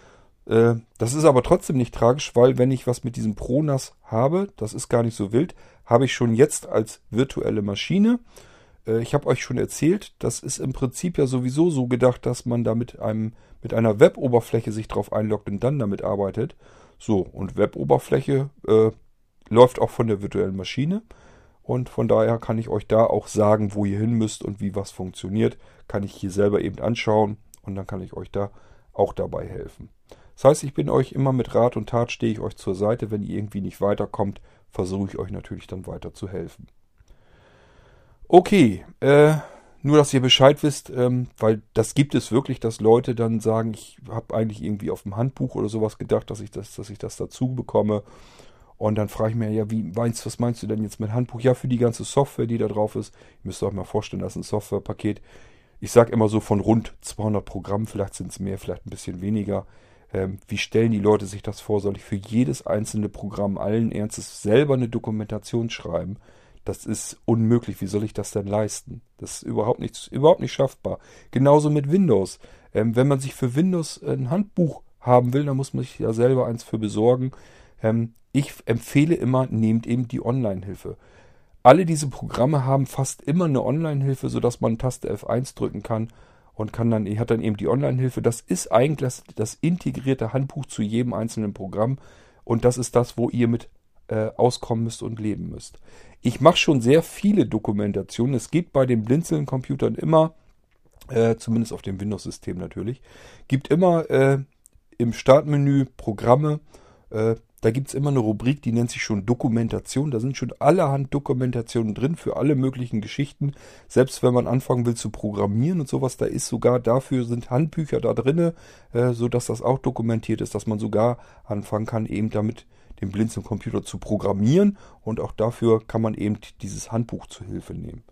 Das ist aber trotzdem nicht tragisch, weil wenn ich was mit diesem ProNAS habe, das ist gar nicht so wild, habe ich schon jetzt als virtuelle Maschine. Ich habe euch schon erzählt, das ist im Prinzip ja sowieso so gedacht, dass man da mit einer Web-Oberfläche sich drauf einloggt und dann damit arbeitet. So, und Web-Oberfläche läuft auch von der virtuellen Maschine. Und von daher kann ich euch da auch sagen, wo ihr hin müsst und wie was funktioniert. Kann ich hier selber eben anschauen und dann kann ich euch da auch dabei helfen. Das heißt, ich bin euch immer mit Rat und Tat, stehe ich euch zur Seite. Wenn ihr irgendwie nicht weiterkommt, versuche ich euch natürlich dann weiter zu helfen. Okay, nur dass ihr Bescheid wisst, weil das gibt es wirklich, dass Leute dann sagen, ich habe eigentlich irgendwie auf dem Handbuch oder sowas gedacht, dass ich das dazu bekomme. Und dann frage ich mir, ja, was meinst du denn jetzt mit Handbuch? Ja, für die ganze Software, die da drauf ist. Ihr müsst euch mal vorstellen, das ist ein Softwarepaket. Ich sage immer so von rund 200 Programmen, vielleicht sind es mehr, vielleicht ein bisschen weniger. Wie stellen die Leute sich das vor? Soll ich für jedes einzelne Programm allen Ernstes selber eine Dokumentation schreiben? Das ist unmöglich. Wie soll ich das denn leisten? Das ist überhaupt nicht schaffbar. Genauso mit Windows. Wenn man sich für Windows ein Handbuch haben will, dann muss man sich ja selber eins für besorgen. Ich empfehle immer, nehmt eben die Online-Hilfe. Alle diese Programme haben fast immer eine Online-Hilfe, sodass man Taste F1 drücken kann und hat dann eben die Online-Hilfe. Das ist eigentlich das integrierte Handbuch zu jedem einzelnen Programm und das ist das, wo ihr mit auskommen müsst und leben müsst. Ich mache schon sehr viele Dokumentationen. Es gibt bei den Blinzeln-Computern immer, zumindest auf dem Windows-System natürlich, gibt immer im Startmenü Programme. Da gibt es immer eine Rubrik, die nennt sich schon Dokumentation. Da sind schon allerhand Dokumentationen drin für alle möglichen Geschichten. Selbst wenn man anfangen will zu programmieren und sowas, da ist sogar dafür sind Handbücher da drin, sodass das auch dokumentiert ist, dass man sogar anfangen kann, eben damit den Blinzeln-Computer zu programmieren. Und auch dafür kann man eben dieses Handbuch zur Hilfe nehmen.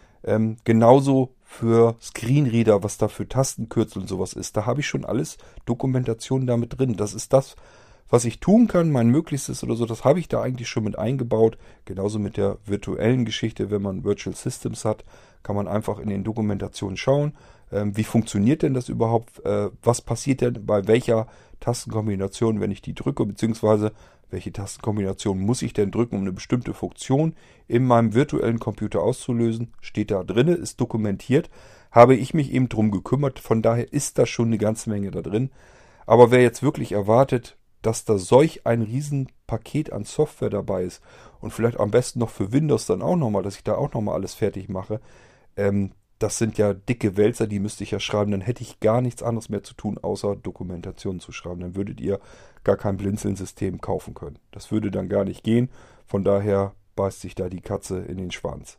Genauso für Screenreader, was da für Tastenkürzel und sowas ist. Da habe ich schon alles Dokumentation damit drin. Das ist das, was ich tun kann, mein Möglichstes oder so, das habe ich da eigentlich schon mit eingebaut. Genauso mit der virtuellen Geschichte, wenn man Virtual Systems hat, kann man einfach in den Dokumentationen schauen, wie funktioniert denn das überhaupt, was passiert denn bei welcher Tastenkombination, wenn ich die drücke, beziehungsweise welche Tastenkombination muss ich denn drücken, um eine bestimmte Funktion in meinem virtuellen Computer auszulösen, steht da drin, ist dokumentiert, habe ich mich eben drum gekümmert, von daher ist da schon eine ganze Menge da drin. Aber wer jetzt wirklich erwartet, dass da solch ein Riesenpaket an Software dabei ist und vielleicht am besten noch für Windows dann auch nochmal, dass ich da auch nochmal alles fertig mache, das sind ja dicke Wälzer, die müsste ich ja schreiben, dann hätte ich gar nichts anderes mehr zu tun, außer Dokumentation zu schreiben. Dann würdet ihr gar kein Blinzeln-System kaufen können. Das würde dann gar nicht gehen, von daher beißt sich da die Katze in den Schwanz.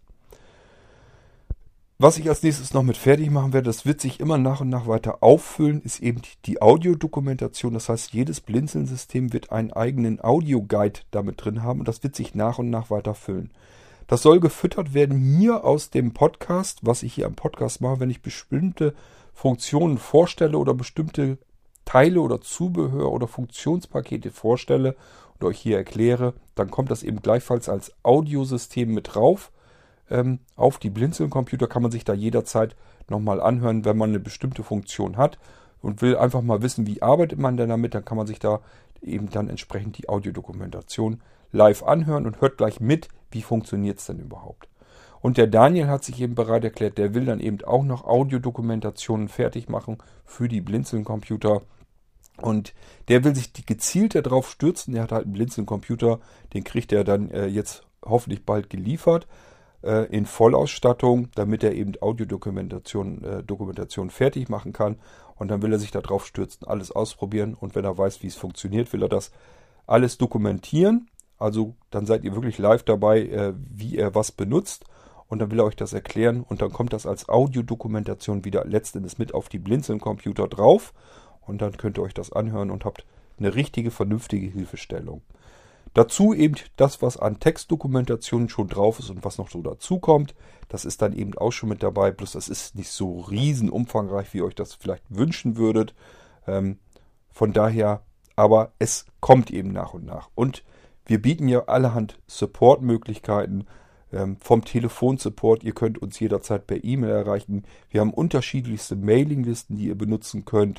Was ich als nächstes noch mit fertig machen werde, das wird sich immer nach und nach weiter auffüllen, ist eben die Audiodokumentation. Das heißt, jedes Blinzeln-System wird einen eigenen Audio-Guide damit drin haben und das wird sich nach und nach weiter füllen. Das soll gefüttert werden hier aus dem Podcast, was ich hier am Podcast mache, wenn ich bestimmte Funktionen vorstelle oder bestimmte Teile oder Zubehör oder Funktionspakete vorstelle und euch hier erkläre, dann kommt das eben gleichfalls als Audiosystem mit drauf. Auf die Blinzeln-Computer kann man sich da jederzeit nochmal anhören, wenn man eine bestimmte Funktion hat und will einfach mal wissen, wie arbeitet man denn damit, dann kann man sich da eben dann entsprechend die Audiodokumentation live anhören und hört gleich mit, wie funktioniert es denn überhaupt. Und der Daniel hat sich eben bereit erklärt, der will dann eben auch noch Audiodokumentationen fertig machen für die Blinzeln-Computer. Und der will sich gezielt darauf stürzen, der hat halt einen Blinzeln-Computer, den kriegt er dann jetzt hoffentlich bald geliefert. in Vollausstattung, damit er eben Dokumentation fertig machen kann. Und dann will er sich da drauf stürzen, alles ausprobieren. Und wenn er weiß, wie es funktioniert, will er das alles dokumentieren. Also dann seid ihr wirklich live dabei, wie er was benutzt. Und dann will er euch das erklären. Und dann kommt das als Audiodokumentation wieder letztendlich mit auf die Blinzeln-Computer drauf. Und dann könnt ihr euch das anhören und habt eine richtige, vernünftige Hilfestellung. Dazu eben das, was an Textdokumentation schon drauf ist und was noch so dazu kommt. Das ist dann eben auch schon mit dabei. Bloß das ist nicht so riesen umfangreich, wie ihr euch das vielleicht wünschen würdet. Von daher, aber es kommt eben nach und nach. Und wir bieten ja allerhand Support-Möglichkeiten vom Telefonsupport. Ihr könnt uns jederzeit per E-Mail erreichen. Wir haben unterschiedlichste Mailinglisten, die ihr benutzen könnt.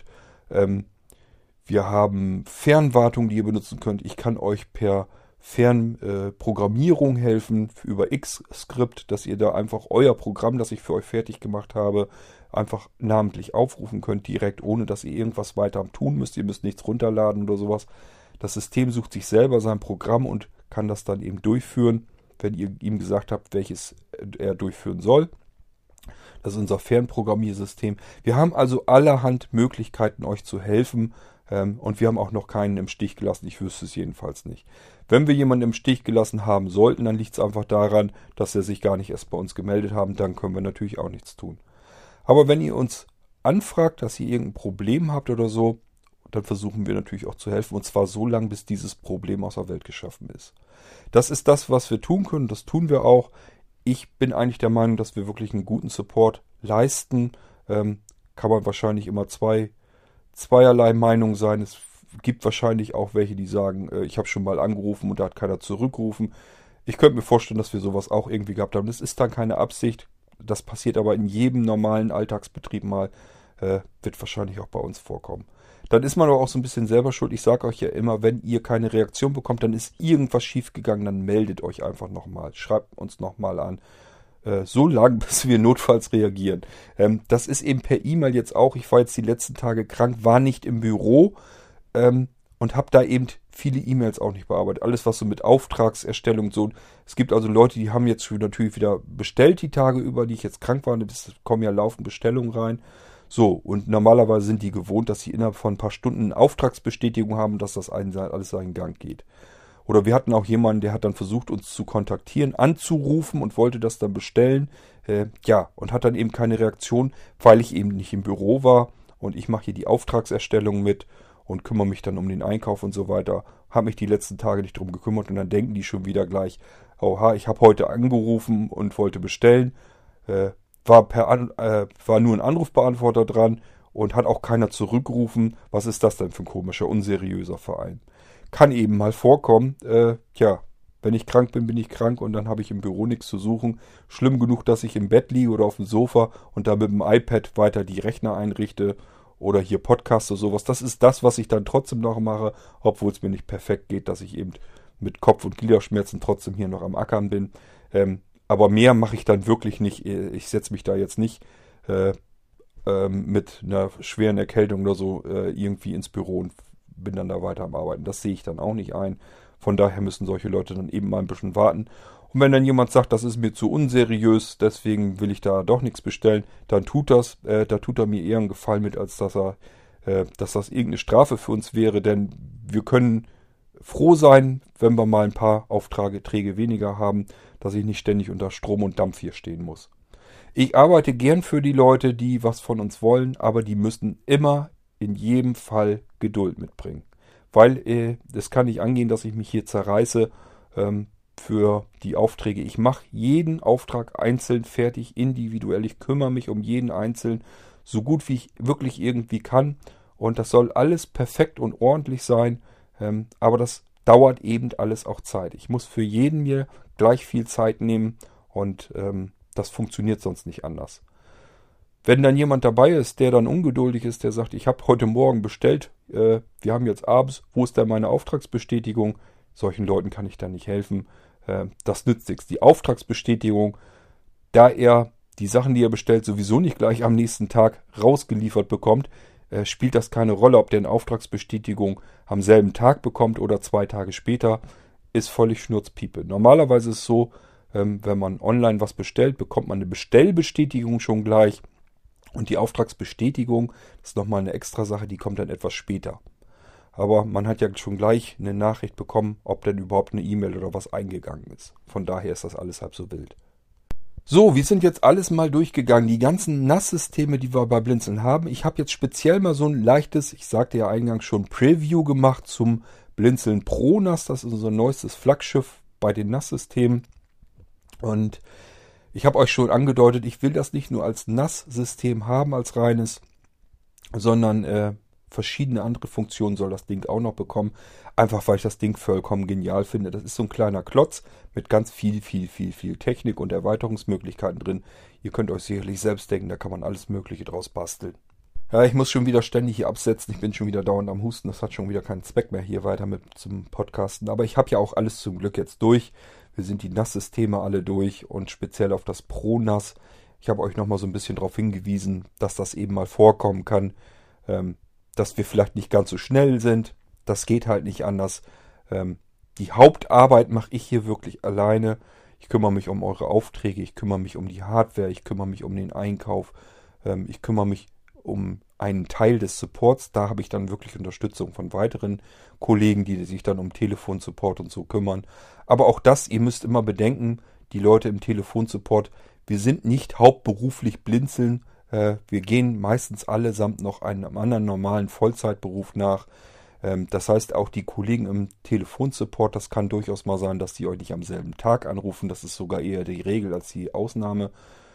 Wir haben Fernwartung, die ihr benutzen könnt. Ich kann euch per Fernprogrammierung helfen über Xscript, dass ihr da einfach euer Programm, das ich für euch fertig gemacht habe, einfach namentlich aufrufen könnt, direkt, ohne dass ihr irgendwas weiter tun müsst. Ihr müsst nichts runterladen oder sowas. Das System sucht sich selber sein Programm und kann das dann eben durchführen, wenn ihr ihm gesagt habt, welches er durchführen soll. Das ist unser Fernprogrammiersystem. Wir haben also allerhand Möglichkeiten, euch zu helfen. Und wir haben auch noch keinen im Stich gelassen. Ich wüsste es jedenfalls nicht. Wenn wir jemanden im Stich gelassen haben sollten, dann liegt es einfach daran, dass er sich gar nicht erst bei uns gemeldet haben. Dann können wir natürlich auch nichts tun. Aber wenn ihr uns anfragt, dass ihr irgendein Problem habt oder so, dann versuchen wir natürlich auch zu helfen. Und zwar so lange, bis dieses Problem aus der Welt geschaffen ist. Das ist das, was wir tun können. Das tun wir auch. Ich bin eigentlich der Meinung, dass wir wirklich einen guten Support leisten. Kann man wahrscheinlich immer zweierlei Meinung sein. Es gibt wahrscheinlich auch welche, die sagen, ich habe schon mal angerufen und da hat keiner zurückgerufen. Ich könnte mir vorstellen, dass wir sowas auch irgendwie gehabt haben. Das ist dann keine Absicht. Das passiert aber in jedem normalen Alltagsbetrieb mal. Wird wahrscheinlich auch bei uns vorkommen. Dann ist man aber auch so ein bisschen selber schuld. Ich sage euch ja immer, wenn ihr keine Reaktion bekommt, dann ist irgendwas schiefgegangen, dann meldet euch einfach nochmal. Schreibt uns nochmal an. So lange, bis wir notfalls reagieren. Das ist eben per E-Mail jetzt auch. Ich war jetzt die letzten Tage krank, war nicht im Büro und habe da eben viele E-Mails auch nicht bearbeitet. Alles, was so mit Auftragserstellung so. Es gibt also Leute, die haben jetzt natürlich wieder bestellt die Tage über, die ich jetzt krank war. Es kommen ja laufend Bestellungen rein. So, und normalerweise sind die gewohnt, dass sie innerhalb von ein paar Stunden eine Auftragsbestätigung haben, dass das alles seinen Gang geht. Oder wir hatten auch jemanden, der hat dann versucht, uns zu kontaktieren, anzurufen und wollte das dann bestellen. Und hat dann eben keine Reaktion, weil ich eben nicht im Büro war. Und ich mache hier die Auftragserstellung mit und kümmere mich dann um den Einkauf und so weiter. Habe mich die letzten Tage nicht drum gekümmert und dann denken die schon wieder gleich, oha, ich habe heute angerufen und wollte bestellen. War nur ein Anrufbeantworter dran und hat auch keiner zurückgerufen. Was ist das denn für ein komischer, unseriöser Verein? Kann eben mal vorkommen. Wenn ich krank bin, bin ich krank und dann habe ich im Büro nichts zu suchen. Schlimm genug, dass ich im Bett liege oder auf dem Sofa und da mit dem iPad weiter die Rechner einrichte oder hier Podcasts oder sowas. Das ist das, was ich dann trotzdem noch mache, obwohl es mir nicht perfekt geht, dass ich eben mit Kopf- und Gliederschmerzen trotzdem hier noch am Ackern bin. Aber mehr mache ich dann wirklich nicht. Ich setze mich da jetzt nicht mit einer schweren Erkältung oder so irgendwie ins Büro und bin dann da weiter am Arbeiten. Das sehe ich dann auch nicht ein. Von daher müssen solche Leute dann eben mal ein bisschen warten. Und wenn dann jemand sagt, das ist mir zu unseriös, deswegen will ich da doch nichts bestellen, dann tut das. Da tut er mir eher einen Gefallen mit, als dass das irgendeine Strafe für uns wäre. Denn wir können froh sein, wenn wir mal ein paar Aufträge weniger haben, dass ich nicht ständig unter Strom und Dampf hier stehen muss. Ich arbeite gern für die Leute, die was von uns wollen, aber die müssen immer in jedem Fall Geduld mitbringen. Weil es kann nicht angehen, dass ich mich hier zerreiße für die Aufträge. Ich mache jeden Auftrag einzeln fertig, individuell. Ich kümmere mich um jeden einzeln, so gut wie ich wirklich irgendwie kann. Und das soll alles perfekt und ordentlich sein. Aber das dauert eben alles auch Zeit. Ich muss für jeden mir gleich viel Zeit nehmen und das funktioniert sonst nicht anders. Wenn dann jemand dabei ist, der dann ungeduldig ist, der sagt, ich habe heute Morgen bestellt, wir haben jetzt abends, wo ist denn meine Auftragsbestätigung? Solchen Leuten kann ich dann nicht helfen. Das nützt nichts. Die Auftragsbestätigung, da er die Sachen, die er bestellt, sowieso nicht gleich am nächsten Tag rausgeliefert bekommt, spielt das keine Rolle, ob der eine Auftragsbestätigung am selben Tag bekommt oder 2 Tage später, ist völlig Schnurzpiepe. Normalerweise ist es so, Wenn man online was bestellt, bekommt man eine Bestellbestätigung schon gleich. Und die Auftragsbestätigung, das ist nochmal eine extra Sache, die kommt dann etwas später. Aber man hat ja schon gleich eine Nachricht bekommen, ob denn überhaupt eine E-Mail oder was eingegangen ist. Von daher ist das alles halb so wild. So, wir sind jetzt alles mal durchgegangen. Die ganzen NAS-Systeme, die wir bei Blinzeln haben. Ich habe jetzt speziell mal so ein leichtes, ich sagte ja eingangs schon, Preview gemacht zum Blinzeln Pro NAS. Das ist unser neuestes Flaggschiff bei den NAS-Systemen. Und ich habe euch schon angedeutet, ich will das nicht nur als NAS-System haben, als reines, sondern verschiedene andere Funktionen soll das Ding auch noch bekommen. Einfach weil ich das Ding vollkommen genial finde. Das ist so ein kleiner Klotz mit ganz viel Technik und Erweiterungsmöglichkeiten drin. Ihr könnt euch sicherlich selbst denken, da kann man alles Mögliche draus basteln. Ja, ich muss schon wieder ständig hier absetzen. Ich bin schon wieder dauernd am Husten. Das hat schon wieder keinen Zweck mehr hier weiter mit zum Podcasten. Aber ich habe ja auch alles zum Glück jetzt durch. Wir sind die NAS-Systeme alle durch und speziell auf das Pro NAS. Ich habe euch nochmal so ein bisschen darauf hingewiesen, dass das eben mal vorkommen kann, dass wir vielleicht nicht ganz so schnell sind. Das geht halt nicht anders. Die Hauptarbeit mache ich hier wirklich alleine. Ich kümmere mich um eure Aufträge, ich kümmere mich um die Hardware, ich kümmere mich um den Einkauf, ich kümmere mich um einen Teil des Supports. Da habe ich dann wirklich Unterstützung von weiteren Kollegen, die sich dann um Telefonsupport und so kümmern. Aber auch das, ihr müsst immer bedenken, die Leute im Telefonsupport, wir sind nicht hauptberuflich Blinzeln. Wir gehen meistens allesamt noch einem anderen normalen Vollzeitberuf nach. Das heißt, auch die Kollegen im Telefonsupport, das kann durchaus mal sein, dass die euch nicht am selben Tag anrufen. Das ist sogar eher die Regel als die Ausnahme.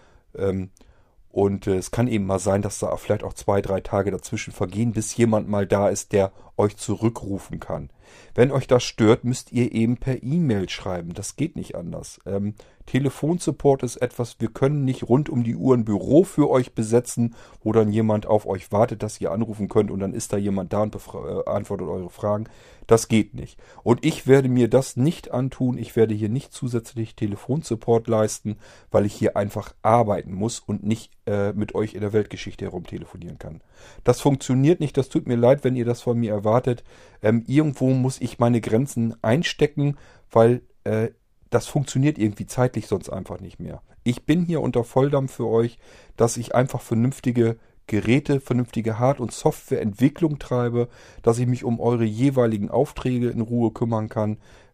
Und es kann eben mal sein, dass da vielleicht auch 2-3 Tage dazwischen vergehen, bis jemand mal da ist, der euch zurückrufen kann. Wenn euch das stört, müsst ihr eben per E-Mail schreiben. Das geht nicht anders. Telefonsupport ist etwas, wir können nicht rund um die Uhr ein Büro für euch besetzen, wo dann jemand auf euch wartet, dass ihr anrufen könnt und dann ist da jemand da und beantwortet eure Fragen. Das geht nicht. Und ich werde mir das nicht antun. Ich werde hier nicht zusätzlich Telefonsupport leisten, weil ich hier einfach arbeiten muss und nicht mit euch in der Weltgeschichte herumtelefonieren kann. Das funktioniert nicht. Das tut mir leid, wenn ihr das von mir erwartet. Irgendwo muss ich meine Grenzen einstecken, weil das funktioniert irgendwie zeitlich sonst einfach nicht mehr. Ich bin hier unter Volldampf für euch, dass ich einfach vernünftige Geräte, vernünftige Hard- und Softwareentwicklung treibe, dass ich mich um eure jeweiligen Aufträge in Ruhe kümmern kann.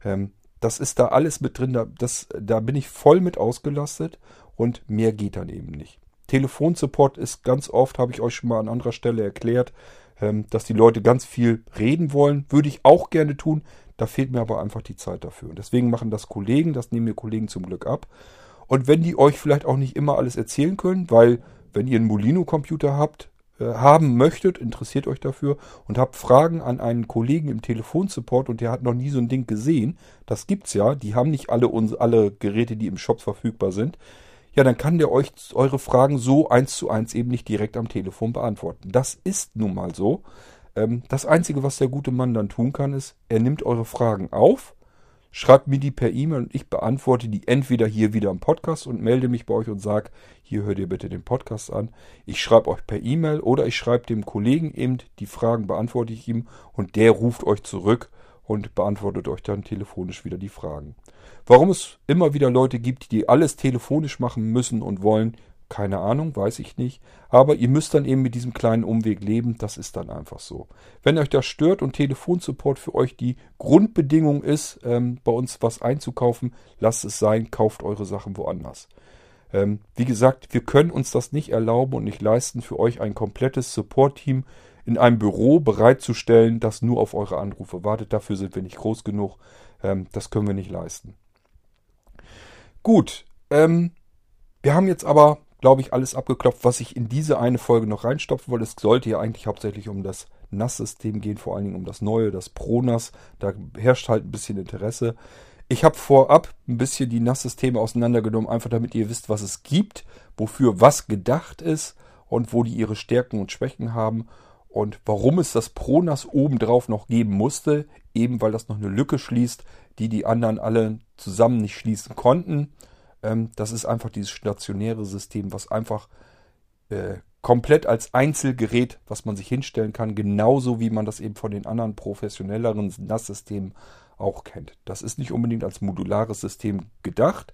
Das ist da alles mit drin, da bin ich voll mit ausgelastet und mehr geht dann eben nicht. Telefonsupport ist ganz oft, habe ich euch schon mal an anderer Stelle erklärt, dass die Leute ganz viel reden wollen. Würde ich auch gerne tun, da fehlt mir aber einfach die Zeit dafür. Und deswegen machen das Kollegen, das nehmen mir Kollegen zum Glück ab. Und wenn die euch vielleicht auch nicht immer alles erzählen können, weil wenn ihr einen Molino-Computer haben möchtet, interessiert euch dafür und habt Fragen an einen Kollegen im Telefonsupport und der hat noch nie so ein Ding gesehen, das gibt's ja, die haben nicht alle Geräte, die im Shop verfügbar sind, ja, dann kann der euch eure Fragen so 1:1 eben nicht direkt am Telefon beantworten. Das ist nun mal so. Das Einzige, was der gute Mann dann tun kann, ist, er nimmt eure Fragen auf, schreibt mir die per E-Mail und ich beantworte die entweder hier wieder im Podcast und melde mich bei euch und sage, hier hört ihr bitte den Podcast an. Ich schreibe euch per E-Mail oder ich schreibe dem Kollegen eben, die Fragen beantworte ich ihm und der ruft euch zurück und beantwortet euch dann telefonisch wieder die Fragen. Warum es immer wieder Leute gibt, die alles telefonisch machen müssen und wollen, keine Ahnung, weiß ich nicht. Aber ihr müsst dann eben mit diesem kleinen Umweg leben. Das ist dann einfach so. Wenn euch das stört und Telefonsupport für euch die Grundbedingung ist, bei uns was einzukaufen, lasst es sein, kauft eure Sachen woanders. Wie gesagt, wir können uns das nicht erlauben und nicht leisten, für euch ein komplettes Support-Team in einem Büro bereitzustellen, das nur auf eure Anrufe wartet. Dafür sind wir nicht groß genug. Das können wir nicht leisten. Gut, wir haben jetzt aber, glaube ich, alles abgeklopft, was ich in diese eine Folge noch reinstopfen wollte. Es sollte ja eigentlich hauptsächlich um das NAS-System gehen, vor allen Dingen um das neue, das Pro NAS. Da herrscht halt ein bisschen Interesse. Ich habe vorab ein bisschen die NAS-Systeme auseinandergenommen, einfach damit ihr wisst, was es gibt, wofür was gedacht ist und wo die ihre Stärken und Schwächen haben und warum es das Pro NAS obendrauf noch geben musste, eben weil das noch eine Lücke schließt, die anderen alle zusammen nicht schließen konnten. Das ist einfach dieses stationäre System, was einfach komplett als Einzelgerät, was man sich hinstellen kann, genauso wie man das eben von den anderen professionelleren NAS-Systemen auch kennt. Das ist nicht unbedingt als modulares System gedacht.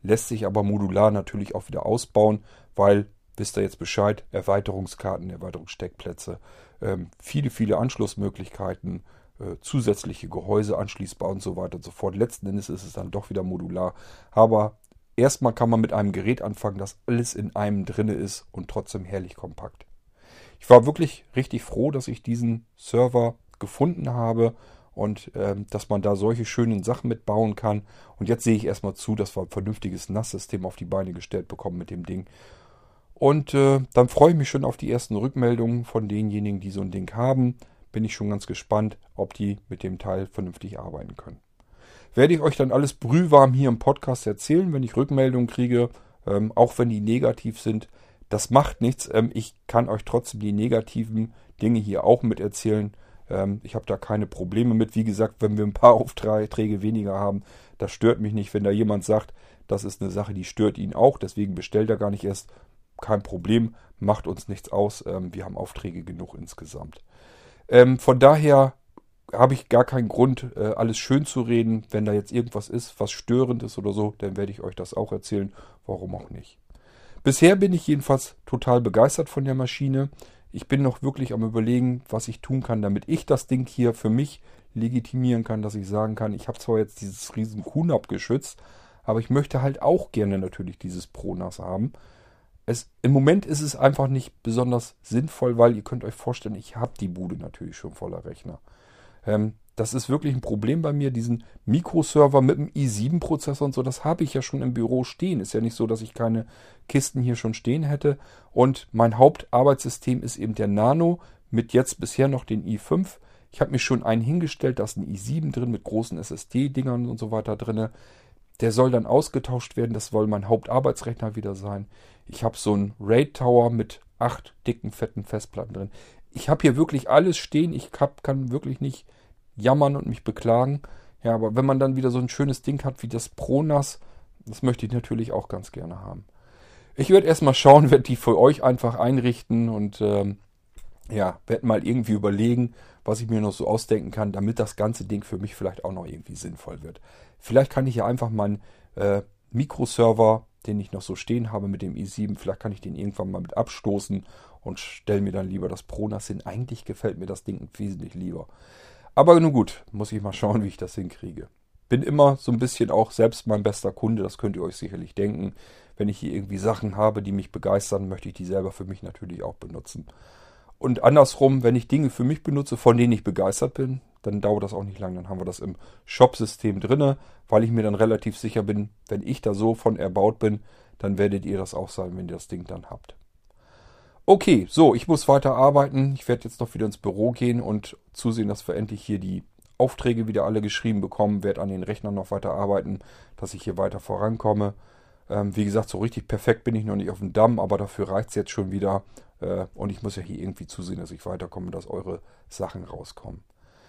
lässt sich aber modular natürlich auch wieder ausbauen, weil, wisst ihr jetzt Bescheid, Erweiterungskarten, Erweiterungssteckplätze, viele Anschlussmöglichkeiten, zusätzliche Gehäuse anschließbar und so weiter und so fort. Letzten Endes ist es dann doch wieder modular. Aber erstmal kann man mit einem Gerät anfangen, das alles in einem drinne ist und trotzdem herrlich kompakt. Ich war wirklich richtig froh, dass ich diesen Server gefunden habe und dass man da solche schönen Sachen mitbauen kann. Und jetzt sehe ich erstmal zu, dass wir ein vernünftiges NAS-System auf die Beine gestellt bekommen mit dem Ding. Und dann freue ich mich schon auf die ersten Rückmeldungen von denjenigen, die so ein Ding haben. Bin ich schon ganz gespannt, ob die mit dem Teil vernünftig arbeiten können. Werde ich euch dann alles brühwarm hier im Podcast erzählen, wenn ich Rückmeldungen kriege, auch wenn die negativ sind. Das macht nichts. Ich kann euch trotzdem die negativen Dinge hier auch mit erzählen. Ich habe da keine Probleme mit. Wie gesagt, wenn wir ein paar Aufträge weniger haben, das stört mich nicht. Wenn da jemand sagt, das ist eine Sache, die stört ihn auch, deswegen bestellt er gar nicht erst. Kein Problem, macht uns nichts aus. Wir haben Aufträge genug insgesamt. Von daher habe ich gar keinen Grund, alles schön zu reden. Wenn da jetzt irgendwas ist, was störend ist oder so, dann werde ich euch das auch erzählen. Warum auch nicht. Bisher bin ich jedenfalls total begeistert von der Maschine. Ich bin noch wirklich am Überlegen, was ich tun kann, damit ich das Ding hier für mich legitimieren kann, dass ich sagen kann, ich habe zwar jetzt dieses riesen QNAP geschützt, aber ich möchte halt auch gerne natürlich dieses ProNAS haben. Im Moment ist es einfach nicht besonders sinnvoll, weil ihr könnt euch vorstellen, ich habe die Bude natürlich schon voller Rechner. Das ist wirklich ein Problem bei mir, diesen Mikroserver mit dem i7-Prozessor und so, das habe ich ja schon im Büro stehen. Ist ja nicht so, dass ich keine Kisten hier schon stehen hätte. Und mein Hauptarbeitssystem ist eben der Nano mit jetzt bisher noch den i5. Ich habe mir schon einen hingestellt, da ist ein i7 drin mit großen SSD-Dingern und so weiter drin. Der soll dann ausgetauscht werden, das soll mein Hauptarbeitsrechner wieder sein. Ich habe so einen RAID Tower mit 8 dicken, fetten Festplatten drin. Ich habe hier wirklich alles stehen. Kann wirklich nicht jammern und mich beklagen. Ja, aber wenn man dann wieder so ein schönes Ding hat wie das ProNAS, das möchte ich natürlich auch ganz gerne haben. Ich werde erstmal schauen, werde die für euch einfach einrichten und werde mal irgendwie überlegen, was ich mir noch so ausdenken kann, damit das ganze Ding für mich vielleicht auch noch irgendwie sinnvoll wird. Vielleicht kann ich ja einfach meinen Mikroserver, den ich noch so stehen habe mit dem i7, vielleicht kann ich den irgendwann mal mit abstoßen und stelle mir dann lieber das ProNAS hin. Eigentlich gefällt mir das Ding wesentlich lieber. Aber nun gut, muss ich mal schauen, wie ich das hinkriege. Bin immer so ein bisschen auch selbst mein bester Kunde, das könnt ihr euch sicherlich denken. Wenn ich hier irgendwie Sachen habe, die mich begeistern, möchte ich die selber für mich natürlich auch benutzen. Und andersrum, wenn ich Dinge für mich benutze, von denen ich begeistert bin, dann dauert das auch nicht lang. Dann haben wir das im Shop-System drinne, weil ich mir dann relativ sicher bin, wenn ich da so von erbaut bin, dann werdet ihr das auch sein, wenn ihr das Ding dann habt. Okay, so, ich muss weiter arbeiten. Ich werde jetzt noch wieder ins Büro gehen und zusehen, dass wir endlich hier die Aufträge wieder alle geschrieben bekommen. Werde an den Rechnern noch weiter arbeiten, dass ich hier weiter vorankomme. Wie gesagt, so richtig perfekt bin ich noch nicht auf dem Damm, aber dafür reicht es jetzt schon wieder. Und ich muss ja hier irgendwie zusehen, dass ich weiterkomme, dass eure Sachen rauskommen.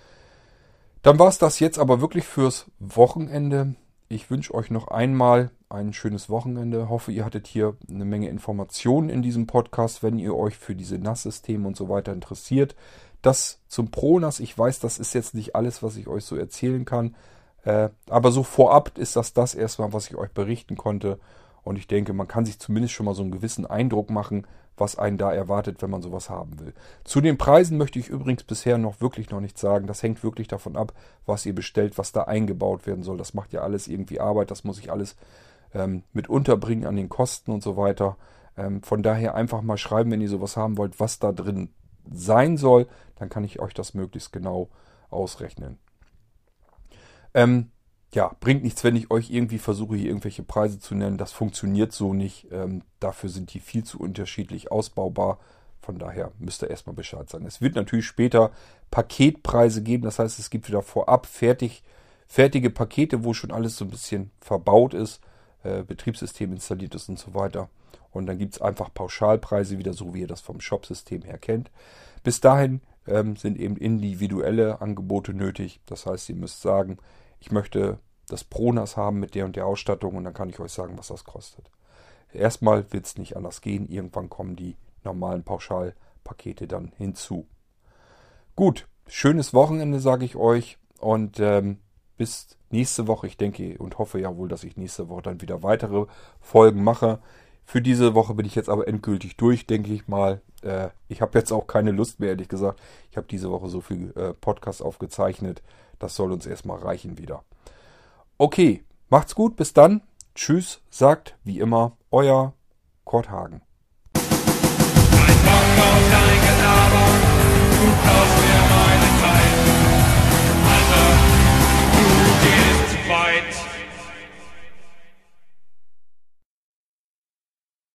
Dann war es das jetzt aber wirklich fürs Wochenende. Ich wünsche euch noch einmal ein schönes Wochenende. Hoffe, ihr hattet hier eine Menge Informationen in diesem Podcast, wenn ihr euch für diese NAS-Systeme und so weiter interessiert. Das zum ProNAS, ich weiß, das ist jetzt nicht alles, was ich euch so erzählen kann. Aber so vorab ist das erstmal, was ich euch berichten konnte. Und ich denke, man kann sich zumindest schon mal so einen gewissen Eindruck machen, was einen da erwartet, wenn man sowas haben will. Zu den Preisen möchte ich übrigens bisher wirklich noch nichts sagen. Das hängt wirklich davon ab, was ihr bestellt, was da eingebaut werden soll. Das macht ja alles irgendwie Arbeit. Das muss ich alles mit unterbringen an den Kosten und so weiter. Von daher einfach mal schreiben, wenn ihr sowas haben wollt, was da drin sein soll. Dann kann ich euch das möglichst genau ausrechnen. Bringt nichts, wenn ich euch irgendwie versuche, hier irgendwelche Preise zu nennen. Das funktioniert so nicht. Dafür sind die viel zu unterschiedlich ausbaubar. Von daher müsst ihr erstmal Bescheid sein. Es wird natürlich später Paketpreise geben. Das heißt, es gibt wieder vorab fertige Pakete, wo schon alles so ein bisschen verbaut ist, Betriebssystem installiert ist und so weiter. Und dann gibt es einfach Pauschalpreise wieder, so wie ihr das vom Shop-System her kennt. Bis dahin sind eben individuelle Angebote nötig. Das heißt, ihr müsst sagen, ich möchte das ProNAS haben mit der und der Ausstattung und dann kann ich euch sagen, was das kostet. Erstmal wird es nicht anders gehen. Irgendwann kommen die normalen Pauschalpakete dann hinzu. Gut, schönes Wochenende, sage ich euch. Und bis nächste Woche. Ich denke und hoffe ja wohl, dass ich nächste Woche dann wieder weitere Folgen mache. Für diese Woche bin ich jetzt aber endgültig durch, denke ich mal. Ich habe jetzt auch keine Lust mehr, ehrlich gesagt. Ich habe diese Woche so viel Podcast aufgezeichnet. Das soll uns erstmal reichen wieder. Okay, macht's gut, bis dann. Tschüss, sagt wie immer euer Kurt Hagen. Ein Bock auf dein Gelaber, du kaufst